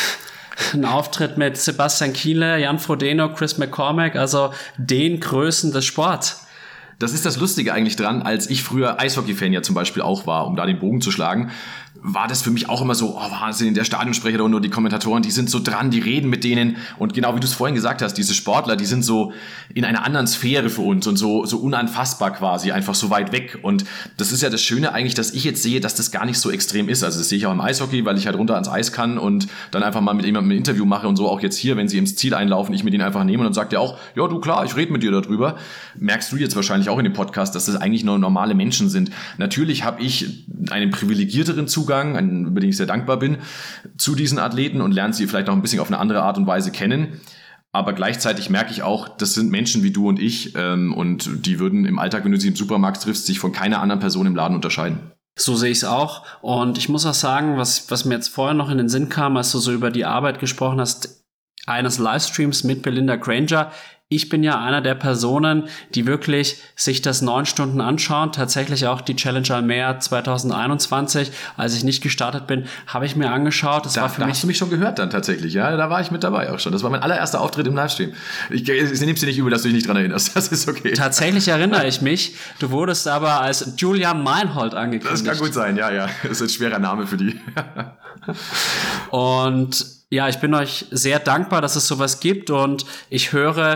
einen Auftritt mit Sebastian Kienle, Jan Frodeno, Chris McCormack, also den Größen des Sports.
Das ist das Lustige eigentlich dran, als ich früher Eishockey-Fan ja zum Beispiel auch war, um da den Bogen zu schlagen, war das für mich auch immer so, oh Wahnsinn, der Stadionsprecher und die Kommentatoren, die sind so dran, die reden mit denen und genau wie du es vorhin gesagt hast, diese Sportler, die sind so in einer anderen Sphäre für uns und so, so unanfassbar quasi, einfach so weit weg und das ist ja das Schöne eigentlich, dass ich jetzt sehe, dass das gar nicht so extrem ist, also das sehe ich auch im Eishockey, weil ich halt runter ans Eis kann und dann einfach mal mit jemandem ein Interview mache und so auch jetzt hier, wenn sie ins Ziel einlaufen, ich mit ihnen einfach nehme und dann sagt er auch, ja du klar, ich rede mit dir darüber, merkst du jetzt wahrscheinlich auch auch in dem Podcast, dass das eigentlich nur normale Menschen sind. Natürlich habe ich einen privilegierteren Zugang, einen, über den ich sehr dankbar bin, zu diesen Athleten und lerne sie vielleicht noch ein bisschen auf eine andere Art und Weise kennen. Aber gleichzeitig merke ich auch, das sind Menschen wie du und ich ähm, und die würden im Alltag, wenn du sie im Supermarkt triffst, sich von keiner anderen Person im Laden unterscheiden.
So sehe ich es auch. Und ich muss auch sagen, was, was mir jetzt vorher noch in den Sinn kam, als du so über die Arbeit gesprochen hast, eines Livestreams mit Belinda Granger. Ich bin ja einer der Personen, die wirklich sich das neun Stunden anschauen. Tatsächlich auch die Challenge Almere zwanzig einundzwanzig, als ich nicht gestartet bin, habe ich mir angeschaut. Das
da,
war für
da
mich
hast du mich schon gehört dann tatsächlich, ja, da war ich mit dabei auch schon. Das war mein allererster Auftritt im Livestream. Ich, ich nehme es dir nicht übel, dass du dich nicht dran erinnerst. Das ist okay.
Tatsächlich erinnere ich mich. Du wurdest aber als Julian Meinhold angekündigt.
Das kann gut sein, ja, ja. Das ist ein schwerer Name für die.
Und ja, ich bin euch sehr dankbar, dass es sowas gibt und ich höre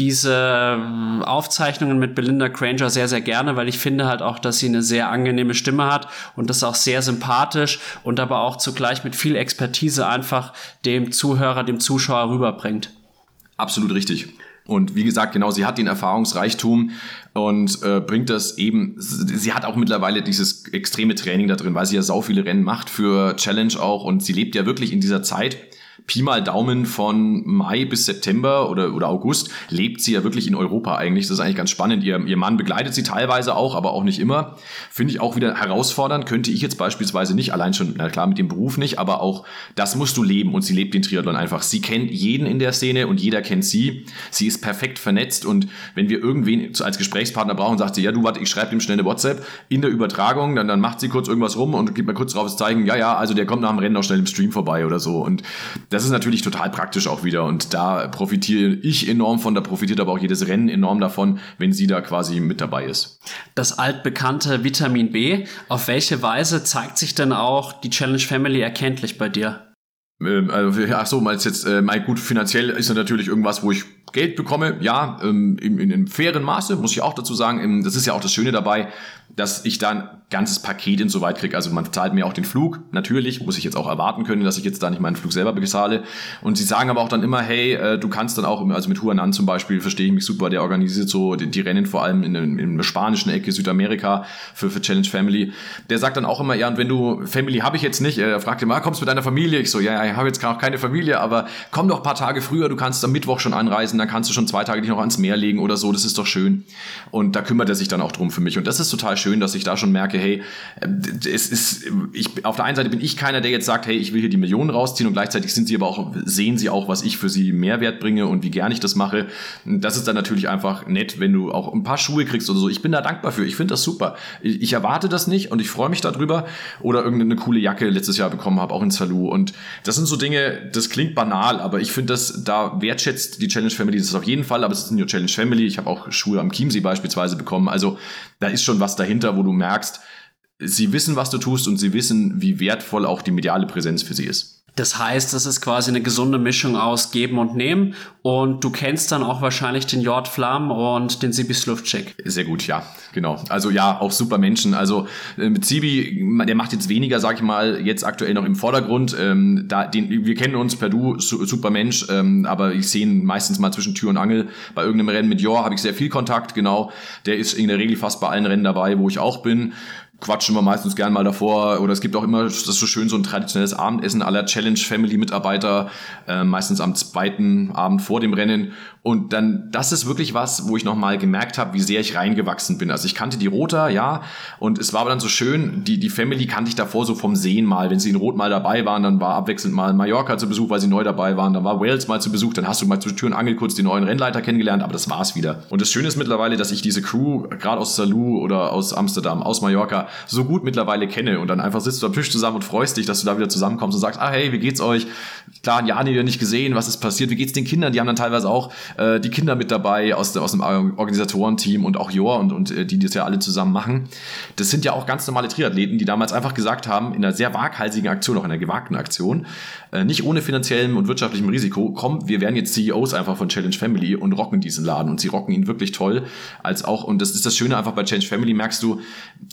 diese Aufzeichnungen mit Belinda Granger sehr, sehr gerne, weil ich finde halt auch, dass sie eine sehr angenehme Stimme hat und das auch sehr sympathisch und aber auch zugleich mit viel Expertise einfach dem Zuhörer, dem Zuschauer rüberbringt.
Absolut richtig. Und wie gesagt, genau, sie hat den Erfahrungsreichtum und äh, bringt das eben, sie hat auch mittlerweile dieses extreme Training da drin, weil sie ja sau viele Rennen macht für Challenge auch und sie lebt ja wirklich in dieser Zeit. Pi mal Daumen von Mai bis September oder, oder August lebt sie ja wirklich in Europa eigentlich. Das ist eigentlich ganz spannend. Ihr, ihr Mann begleitet sie teilweise auch, aber auch nicht immer. Finde ich auch wieder herausfordernd. Könnte ich jetzt beispielsweise nicht, allein schon, na klar, mit dem Beruf nicht, aber auch das musst du leben und sie lebt den Triathlon einfach. Sie kennt jeden in der Szene und jeder kennt sie. Sie ist perfekt vernetzt und wenn wir irgendwen als Gesprächspartner brauchen, sagt sie, ja du, warte, ich schreibe ihm schnell eine WhatsApp in der Übertragung, dann, dann macht sie kurz irgendwas rum und gibt mir kurz drauf das Zeichen, ja, ja, also der kommt nach dem Rennen auch schnell im Stream vorbei oder so und das ist natürlich total praktisch auch wieder und da profitiere ich enorm von, da profitiert aber auch jedes Rennen enorm davon, wenn sie da quasi mit dabei ist.
Das altbekannte Vitamin B, auf welche Weise zeigt sich denn auch die Challenge Family erkenntlich bei dir?
Ähm, also, ach so, mal jetzt, äh, mal gut, finanziell ist ja natürlich irgendwas, wo ich Geld bekomme, ja, ähm, in, in einem fairen Maße, muss ich auch dazu sagen. Ähm, das ist ja auch das Schöne dabei, dass ich da ein ganzes Paket insoweit kriege. Also man zahlt mir auch den Flug, natürlich, muss ich jetzt auch erwarten können, dass ich jetzt da nicht meinen Flug selber bezahle. Und sie sagen aber auch dann immer, hey, äh, du kannst dann auch, also mit Huanan zum Beispiel, verstehe ich mich super, der organisiert so die, die Rennen vor allem in, in, in der spanischen Ecke, Südamerika, für, für Challenge Family. Der sagt dann auch immer, ja, und wenn du, Family habe ich jetzt nicht, er fragt immer, kommst du mit deiner Familie? Ich so, ja, ja, ich habe jetzt auch keine Familie, aber komm doch ein paar Tage früher, du kannst am Mittwoch schon anreisen, dann kannst du schon zwei Tage dich noch ans Meer legen oder so, das ist doch schön. Und da kümmert er sich dann auch drum für mich. Und das ist total schön, dass ich da schon merke, hey, es ist, ich, auf der einen Seite bin ich keiner, der jetzt sagt, hey, ich will hier die Millionen rausziehen und gleichzeitig sind sie aber auch, sehen sie auch, was ich für sie Mehrwert bringe und wie gern ich das mache. Das ist dann natürlich einfach nett, wenn du auch ein paar Schuhe kriegst oder so. Ich bin da dankbar für. Ich finde das super. Ich, ich erwarte das nicht und ich freue mich darüber. Oder irgendeine coole Jacke letztes Jahr bekommen habe, auch in Salou. Und das sind so Dinge, das klingt banal, aber ich finde, das da wertschätzt die Challenge Family das ist auf jeden Fall, aber es ist nicht nur Challenge Family. Ich habe auch Schuhe am Chiemsee beispielsweise bekommen. Also da ist schon was dahinter, wo du merkst, sie wissen, was du tust und sie wissen, wie wertvoll auch die mediale Präsenz für sie ist.
Das heißt, es ist quasi eine gesunde Mischung aus Geben und Nehmen und du kennst dann auch wahrscheinlich den Jord Flamm und den Sibi Sluvcik.
Sehr gut, ja, genau. Also ja, auch super Menschen. Also äh, mit Sibi, der macht jetzt weniger, sag ich mal, jetzt aktuell noch im Vordergrund. Ähm, da, den, wir kennen uns per Du, su- super Mensch, ähm, aber ich sehe ihn meistens mal zwischen Tür und Angel. Bei irgendeinem Rennen mit Jor habe ich sehr viel Kontakt, genau. Der ist in der Regel fast bei allen Rennen dabei, wo ich auch bin. Quatschen wir meistens gern mal davor oder es gibt auch immer, das ist so schön, so ein traditionelles Abendessen aller Challenge-Family-Mitarbeiter, äh, meistens am zweiten Abend vor dem Rennen und dann, das ist wirklich was, wo ich nochmal gemerkt habe, wie sehr ich reingewachsen bin. Also ich kannte die Rota, ja, und es war aber dann so schön, die, die Family kannte ich davor so vom Sehen mal, wenn sie in Rot mal dabei waren, dann war abwechselnd mal Mallorca zu Besuch, weil sie neu dabei waren, dann war Wales mal zu Besuch, dann hast du mal zwischen Tür und Angel kurz die neuen Rennleiter kennengelernt, aber das war's wieder. Und das Schöne ist mittlerweile, dass ich diese Crew, gerade aus Salou oder aus Amsterdam, aus Mallorca, so gut mittlerweile kenne und dann einfach sitzt du am Tisch zusammen und freust dich, dass du da wieder zusammenkommst und sagst, ah hey, wie geht's euch? Klar, ein Jahr nicht, nicht gesehen, was ist passiert? Wie geht's den Kindern? Die haben dann teilweise auch äh, die Kinder mit dabei aus, aus dem Organisatorenteam und auch Jor und, und äh, die das ja alle zusammen machen. Das sind ja auch ganz normale Triathleten, die damals einfach gesagt haben, in einer sehr waghalsigen Aktion, auch in einer gewagten Aktion, äh, nicht ohne finanziellem und wirtschaftlichem Risiko, komm, wir werden jetzt C E Os einfach von Challenge Family und rocken diesen Laden und sie rocken ihn wirklich toll, als auch, und das ist das Schöne einfach bei Challenge Family, merkst du, ich, ich kenne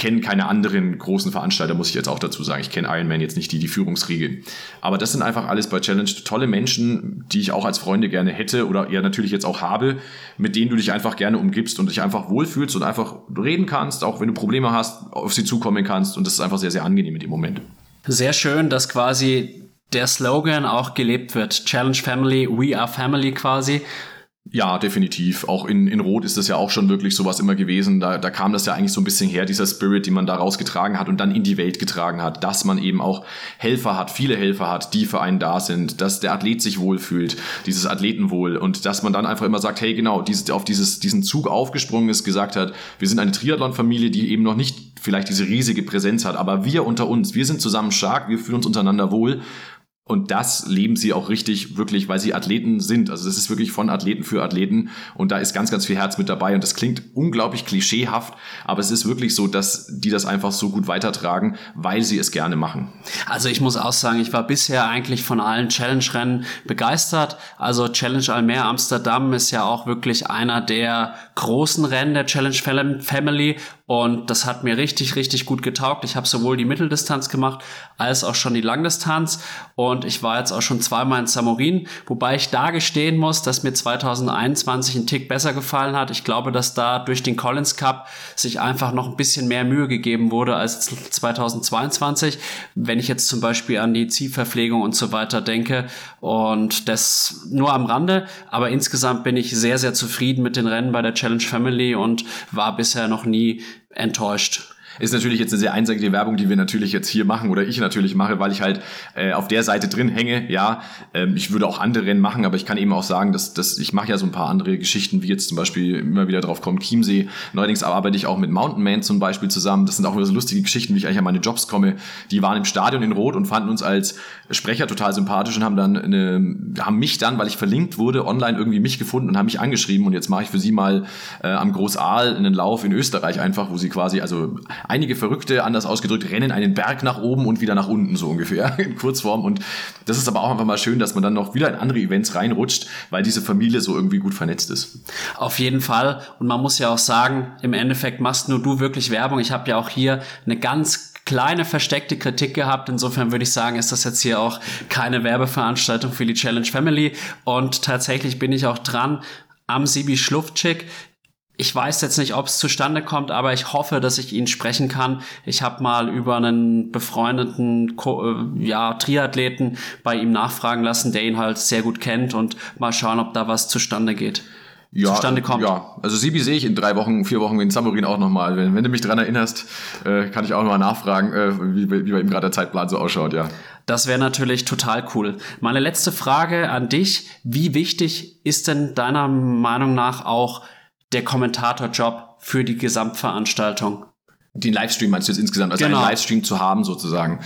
kenne keine anderen großen Veranstalter, muss ich jetzt auch dazu sagen. Ich kenne Ironman jetzt nicht die, die Führungsriege. Aber das sind einfach alles bei Challenge tolle Menschen, die ich auch als Freunde gerne hätte oder ja natürlich jetzt auch habe, mit denen du dich einfach gerne umgibst und dich einfach wohlfühlst und einfach reden kannst, auch wenn du Probleme hast, auf sie zukommen kannst. Und das ist einfach sehr, sehr angenehm in dem Moment.
Sehr schön, dass quasi der Slogan auch gelebt wird. Challenge Family, we are family quasi.
Ja, definitiv. Auch in, in Rot ist das ja auch schon wirklich sowas immer gewesen. Da, da kam das ja eigentlich so ein bisschen her, dieser Spirit, den man da rausgetragen hat und dann in die Welt getragen hat, dass man eben auch Helfer hat, viele Helfer hat, die für einen da sind, dass der Athlet sich wohlfühlt, dieses Athletenwohl und dass man dann einfach immer sagt, hey genau, dieses, auf dieses, diesen Zug aufgesprungen ist, gesagt hat, wir sind eine Triathlon-Familie, die eben noch nicht vielleicht diese riesige Präsenz hat, aber wir unter uns, wir sind zusammen stark, wir fühlen uns untereinander wohl. Und das leben sie auch richtig, wirklich, weil sie Athleten sind. Also das ist wirklich von Athleten für Athleten. Und da ist ganz, ganz viel Herz mit dabei. Und das klingt unglaublich klischeehaft, aber es ist wirklich so, dass die das einfach so gut weitertragen, weil sie es gerne machen.
Also ich muss auch sagen, ich war bisher eigentlich von allen Challenge-Rennen begeistert. Also Challenge Almere Amsterdam ist ja auch wirklich einer der großen Rennen der Challenge Family. Und das hat mir richtig, richtig gut getaugt. Ich habe sowohl die Mitteldistanz gemacht, als auch schon die Langdistanz. Und ich war jetzt auch schon zweimal in Samorin, wobei ich da gestehen muss, dass mir zwanzig einundzwanzig ein Tick besser gefallen hat. Ich glaube, dass da durch den Collins Cup sich einfach noch ein bisschen mehr Mühe gegeben wurde als zwanzig zweiundzwanzig. Wenn ich jetzt zum Beispiel an die Zielverpflegung und so weiter denke. Und das nur am Rande. Aber insgesamt bin ich sehr, sehr zufrieden mit den Rennen bei der Challenge Family und war bisher noch nie enttäuscht.
Ist natürlich jetzt eine sehr einseitige Werbung, die wir natürlich jetzt hier machen oder ich natürlich mache, weil ich halt äh, auf der Seite drin hänge. Ja, ähm, ich würde auch andere Rennen machen, aber ich kann eben auch sagen, dass, dass ich mache ja so ein paar andere Geschichten, wie jetzt zum Beispiel immer wieder drauf kommt, Chiemsee. Neuerdings arbeite ich auch mit Mountain Man zum Beispiel zusammen. Das sind auch immer so lustige Geschichten, wie ich eigentlich an meine Jobs komme. Die waren im Stadion in Rot und fanden uns als Sprecher total sympathisch und haben dann eine, haben mich dann, weil ich verlinkt wurde, online irgendwie mich gefunden und haben mich angeschrieben. Und jetzt mache ich für sie mal äh, am Großaal einen Lauf in Österreich einfach, wo sie quasi, also einige Verrückte, anders ausgedrückt, rennen einen Berg nach oben und wieder nach unten, so ungefähr, in Kurzform. Und das ist aber auch einfach mal schön, dass man dann noch wieder in andere Events reinrutscht, weil diese Familie so irgendwie gut vernetzt ist.
Auf jeden Fall. Und man muss ja auch sagen, im Endeffekt machst nur du wirklich Werbung. Ich habe ja auch hier eine ganz kleine versteckte Kritik gehabt. Insofern würde ich sagen, ist das jetzt hier auch keine Werbeveranstaltung für die Challenge Family. Und tatsächlich bin ich auch dran am Sibi Schluftschick. Ich weiß jetzt nicht, ob es zustande kommt, aber ich hoffe, dass ich ihn sprechen kann. Ich habe mal über einen befreundeten ja, Triathleten bei ihm nachfragen lassen, der ihn halt sehr gut kennt und mal schauen, ob da was zustande geht.
Ja,
zustande kommt.
Ja, also Sibi sehe ich in drei Wochen, vier Wochen in Samorin auch nochmal. Wenn, wenn du mich dran erinnerst, äh, kann ich auch nochmal nachfragen, äh, wie, wie bei ihm gerade der Zeitplan so ausschaut, ja.
Das wäre natürlich total cool. Meine letzte Frage an dich. Wie wichtig ist denn deiner Meinung nach auch der Kommentatorjob für die Gesamtveranstaltung?
Den Livestream meinst du jetzt insgesamt, also
genau.
einen Livestream zu haben sozusagen.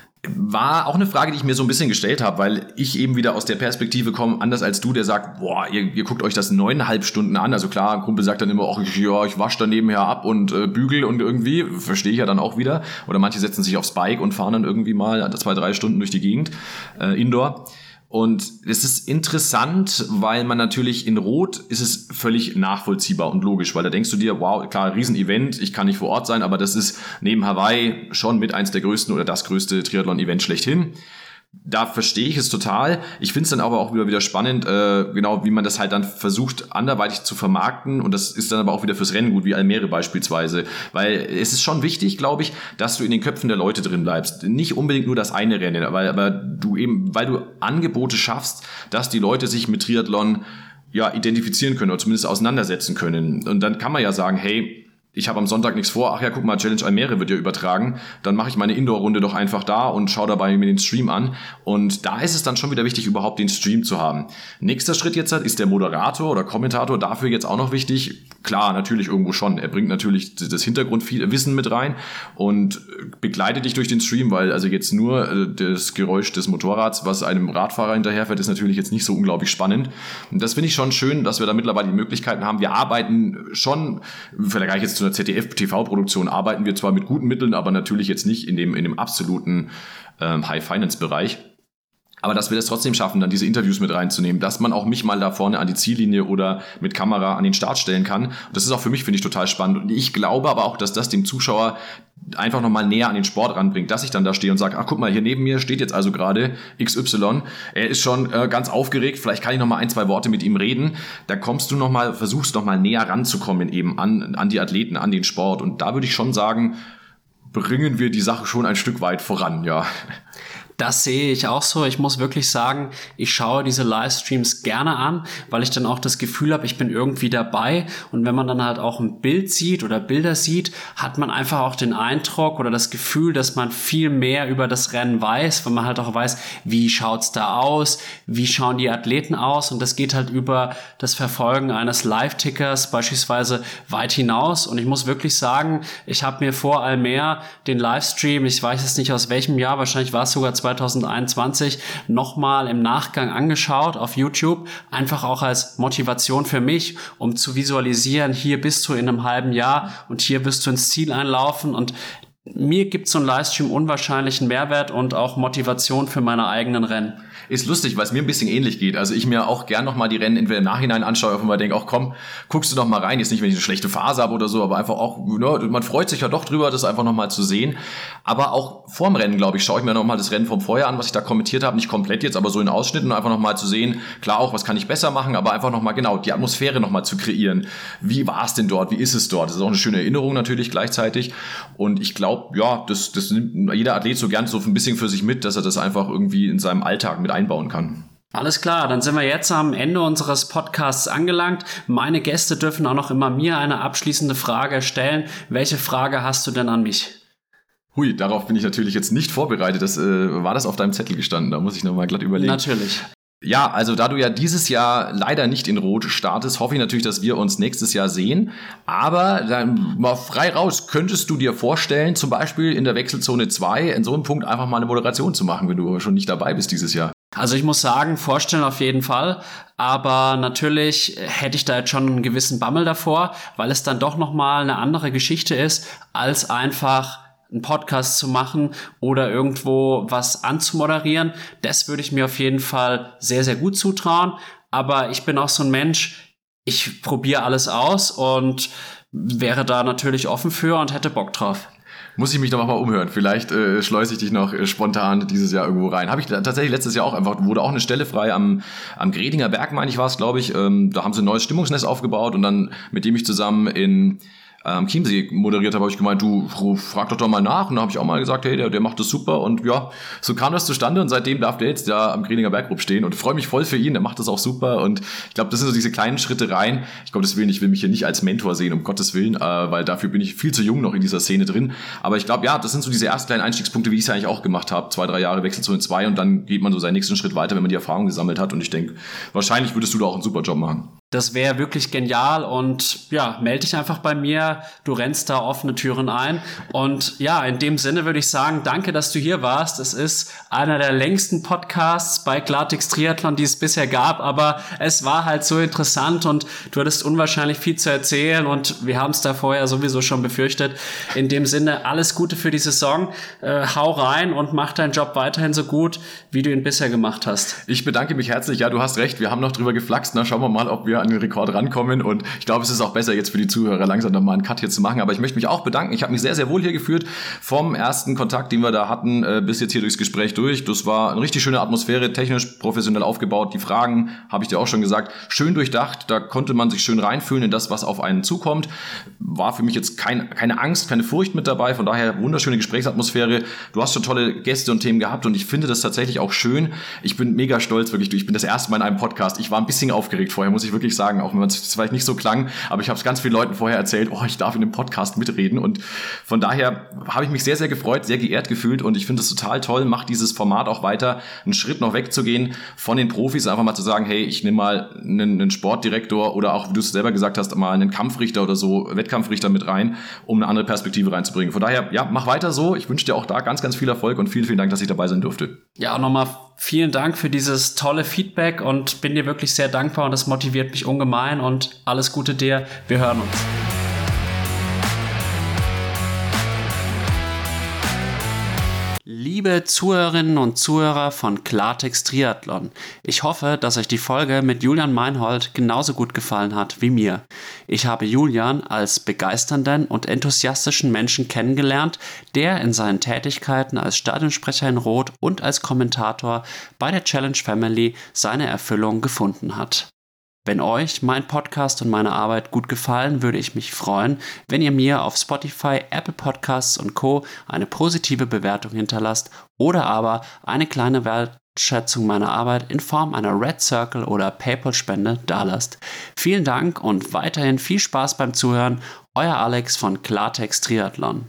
War auch eine Frage, die ich mir so ein bisschen gestellt habe, weil ich eben wieder aus der Perspektive komme, anders als du, der sagt, boah, ihr, ihr guckt euch das neuneinhalb Stunden an. Also klar, ein Kumpel sagt dann immer, ach, ja, ich wasche dann nebenher ab und äh, bügel und irgendwie, verstehe ich ja dann auch wieder. Oder manche setzen sich aufs Bike und fahren dann irgendwie mal zwei, drei Stunden durch die Gegend, äh, Indoor. Und es ist interessant, weil man natürlich in Rot ist es völlig nachvollziehbar und logisch, weil da denkst du dir, wow, klar, Riesenevent, ich kann nicht vor Ort sein, aber das ist neben Hawaii schon mit eins der größten oder das größte Triathlon-Event schlechthin. Da verstehe ich es total. Ich finde es dann aber auch wieder wieder spannend, äh, genau wie man das halt dann versucht anderweitig zu vermarkten, und das ist dann aber auch wieder fürs Rennen gut, wie Almere beispielsweise, weil es ist schon wichtig, glaube ich, dass du in den Köpfen der Leute drin bleibst. Nicht unbedingt nur das eine Rennen, aber, aber du eben, weil du Angebote schaffst, dass die Leute sich mit Triathlon ja identifizieren können oder zumindest auseinandersetzen können. Und dann kann man ja sagen, hey, ich habe am Sonntag nichts vor, ach ja, guck mal, Challenge Almere wird ja übertragen, dann mache ich meine Indoor-Runde doch einfach da und schaue dabei mir den Stream an. Und da ist es dann schon wieder wichtig, überhaupt den Stream zu haben. Nächster Schritt jetzt ist der Moderator oder Kommentator, dafür jetzt auch noch wichtig. Klar, natürlich irgendwo schon. Er bringt natürlich das Hintergrundwissen mit rein und begleitet dich durch den Stream, weil also jetzt nur das Geräusch des Motorrads, was einem Radfahrer hinterherfährt, ist natürlich jetzt nicht so unglaublich spannend. Und das finde ich schon schön, dass wir da mittlerweile die Möglichkeiten haben. Wir arbeiten schon, vielleicht jetzt zu einer Z D F-T V-Produktion arbeiten wir zwar mit guten Mitteln, aber natürlich jetzt nicht in dem, in dem absoluten ähm, High-Finance-Bereich. Aber dass wir das trotzdem schaffen, dann diese Interviews mit reinzunehmen, dass man auch mich mal da vorne an die Ziellinie oder mit Kamera an den Start stellen kann. Das ist auch für mich, finde ich, total spannend. Und ich glaube aber auch, dass das dem Zuschauer einfach nochmal näher an den Sport ranbringt, dass ich dann da stehe und sage, ach guck mal, hier neben mir steht jetzt also gerade X Y. Er ist schon äh, ganz aufgeregt, vielleicht kann ich nochmal ein, zwei Worte mit ihm reden. Da kommst du nochmal, versuchst nochmal näher ranzukommen eben an, an die Athleten, an den Sport. Und da würde ich schon sagen, bringen wir die Sache schon ein Stück weit voran, ja.
Das sehe ich auch so. Ich muss wirklich sagen, ich schaue diese Livestreams gerne an, weil ich dann auch das Gefühl habe, ich bin irgendwie dabei. Und wenn man dann halt auch ein Bild sieht oder Bilder sieht, hat man einfach auch den Eindruck oder das Gefühl, dass man viel mehr über das Rennen weiß, weil man halt auch weiß, wie schaut's da aus, wie schauen die Athleten aus. Und das geht halt über das Verfolgen eines Live-Tickers beispielsweise weit hinaus. Und ich muss wirklich sagen, ich habe mir vor Allmehr den Livestream, ich weiß jetzt nicht aus welchem Jahr, wahrscheinlich war es sogar zwanzig einundzwanzig, nochmal im Nachgang angeschaut auf YouTube, einfach auch als Motivation für mich, um zu visualisieren, hier bist du in einem halben Jahr und hier wirst du ins Ziel einlaufen. Und mir gibt so ein Livestream unwahrscheinlichen Mehrwert und auch Motivation für meine eigenen Rennen.
Ist lustig, weil es mir ein bisschen ähnlich geht. Also ich mir auch gern nochmal die Rennen entweder im Nachhinein anschaue, auf einmal denke, auch komm, guckst du noch mal rein. Jetzt nicht, wenn ich eine schlechte Phase habe oder so, aber einfach auch, ne, man freut sich ja doch drüber, das einfach nochmal zu sehen. Aber auch vorm Rennen, glaube ich, schaue ich mir nochmal das Rennen vom Vorjahr an, was ich da kommentiert habe. Nicht komplett jetzt, aber so in Ausschnitten, einfach nochmal zu sehen, klar auch, was kann ich besser machen, aber einfach nochmal genau die Atmosphäre nochmal zu kreieren. Wie war es denn dort? Wie ist es dort? Das ist auch eine schöne Erinnerung natürlich gleichzeitig. Und ich glaube, ja, das, das nimmt jeder Athlet so gern so ein bisschen für sich mit, dass er das einfach irgendwie in seinem Alltag mit einbauen kann.
Alles klar, dann sind wir jetzt am Ende unseres Podcasts angelangt. Meine Gäste dürfen auch noch immer mir eine abschließende Frage stellen. Welche Frage hast du denn an mich?
Hui, darauf bin ich natürlich jetzt nicht vorbereitet. Das, äh, war das auf deinem Zettel gestanden? Da muss ich nochmal glatt überlegen.
Natürlich.
Ja, also da du ja dieses Jahr leider nicht in Rot startest, hoffe ich natürlich, dass wir uns nächstes Jahr sehen. Aber dann mal frei raus, könntest du dir vorstellen, zum Beispiel in der Wechselzone zwei in so einem Punkt einfach mal eine Moderation zu machen, wenn du schon nicht dabei bist dieses Jahr?
Also ich muss sagen, vorstellen auf jeden Fall, aber natürlich hätte ich da jetzt schon einen gewissen Bammel davor, weil es dann doch nochmal eine andere Geschichte ist, als einfach einen Podcast zu machen oder irgendwo was anzumoderieren. Das würde ich mir auf jeden Fall sehr, sehr gut zutrauen, aber ich bin auch so ein Mensch, ich probiere alles aus und wäre da natürlich offen für und hätte Bock drauf.
Muss ich mich doch mal umhören. Vielleicht äh, schleuse ich dich noch äh, spontan dieses Jahr irgendwo rein. Habe ich da, tatsächlich letztes Jahr auch einfach, wurde auch eine Stelle frei am, am Gredinger Berg, meine ich war es, glaube ich. Ähm, da haben sie ein neues Stimmungsnetz aufgebaut und dann, mit dem ich zusammen in am ähm, Chiemsee moderiert habe, habe ich gemeint, du frag doch doch mal nach. Und da habe ich auch mal gesagt, hey, der, der macht das super. Und ja, so kam das zustande und seitdem darf der jetzt da am Gredinger Berg stehen und freue mich voll für ihn, der macht das auch super. Und ich glaube, das sind so diese kleinen Schritte rein. Ich glaube, deswegen, ich will mich hier nicht als Mentor sehen, um Gottes Willen, äh, weil dafür bin ich viel zu jung noch in dieser Szene drin. Aber ich glaube, ja, das sind so diese ersten kleinen Einstiegspunkte, wie ich es ja eigentlich auch gemacht habe. Zwei, drei Jahre Wechselzone zwei und dann geht man so seinen nächsten Schritt weiter, wenn man die Erfahrung gesammelt hat. Und ich denke, wahrscheinlich würdest du da auch einen super Job machen.
Das wäre wirklich genial und ja, melde dich einfach bei mir. Du rennst da offene Türen ein. Und ja, in dem Sinne würde ich sagen, danke, dass du hier warst. Es ist einer der längsten Podcasts bei Klartext Triathlon, die es bisher gab, aber es war halt so interessant und du hattest unwahrscheinlich viel zu erzählen und wir haben es da vorher sowieso schon befürchtet. In dem Sinne, alles Gute für die Saison. Äh, hau rein und mach deinen Job weiterhin so gut, wie du ihn bisher gemacht hast.
Ich bedanke mich herzlich. Ja, du hast recht. Wir haben noch drüber geflaxt. Na, schauen wir mal, ob wir an den Rekord rankommen und ich glaube, es ist auch besser jetzt für die Zuhörer langsam noch mal einen Cut hier zu machen, aber ich möchte mich auch bedanken. Ich habe mich sehr, sehr wohl hier gefühlt vom ersten Kontakt, den wir da hatten, äh, bis jetzt hier durchs Gespräch durch. Das war eine richtig schöne Atmosphäre, technisch professionell aufgebaut. Die Fragen, habe ich dir auch schon gesagt, schön durchdacht. Da konnte man sich schön reinfühlen in das, was auf einen zukommt. War für mich jetzt kein, keine Angst, keine Furcht mit dabei, von daher wunderschöne Gesprächsatmosphäre. Du hast schon tolle Gäste und Themen gehabt und ich finde das tatsächlich auch schön. Ich bin mega stolz, wirklich. Ich bin das erste Mal in einem Podcast. Ich war ein bisschen aufgeregt vorher, muss ich wirklich sagen, auch wenn es vielleicht nicht so klang, aber ich habe es ganz vielen Leuten vorher erzählt, oh, ich darf in dem Podcast mitreden und von daher habe ich mich sehr, sehr gefreut, sehr geehrt gefühlt und ich finde es total toll, macht dieses Format auch weiter, einen Schritt noch wegzugehen von den Profis, einfach mal zu sagen, hey, ich nehme mal einen, einen Sportdirektor oder auch, wie du es selber gesagt hast, mal einen Kampfrichter oder so, Wettkampfrichter mit rein, um eine andere Perspektive reinzubringen. Von daher, ja, mach weiter so. Ich wünsche dir auch da ganz, ganz viel Erfolg und vielen, vielen Dank, dass ich dabei sein durfte.
Ja, auch nochmal vielen Dank für dieses tolle Feedback und bin dir wirklich sehr dankbar und das motiviert mich ungemein und alles Gute dir. Wir hören uns. Liebe Liebe Zuhörerinnen und Zuhörer von Klartext Triathlon, ich hoffe, dass euch die Folge mit Julian Meinhold genauso gut gefallen hat wie mir. Ich habe Julian als begeisternden und enthusiastischen Menschen kennengelernt, der in seinen Tätigkeiten als Stadionsprecher in Rot und als Kommentator bei der Challenge Family seine Erfüllung gefunden hat. Wenn euch mein Podcast und meine Arbeit gut gefallen, würde ich mich freuen, wenn ihr mir auf Spotify, Apple Podcasts und Co. eine positive Bewertung hinterlasst oder aber eine kleine Wertschätzung meiner Arbeit in Form einer Red Circle oder PayPal-Spende dalasst. Vielen Dank und weiterhin viel Spaß beim Zuhören. Euer Alex von Klartext Triathlon.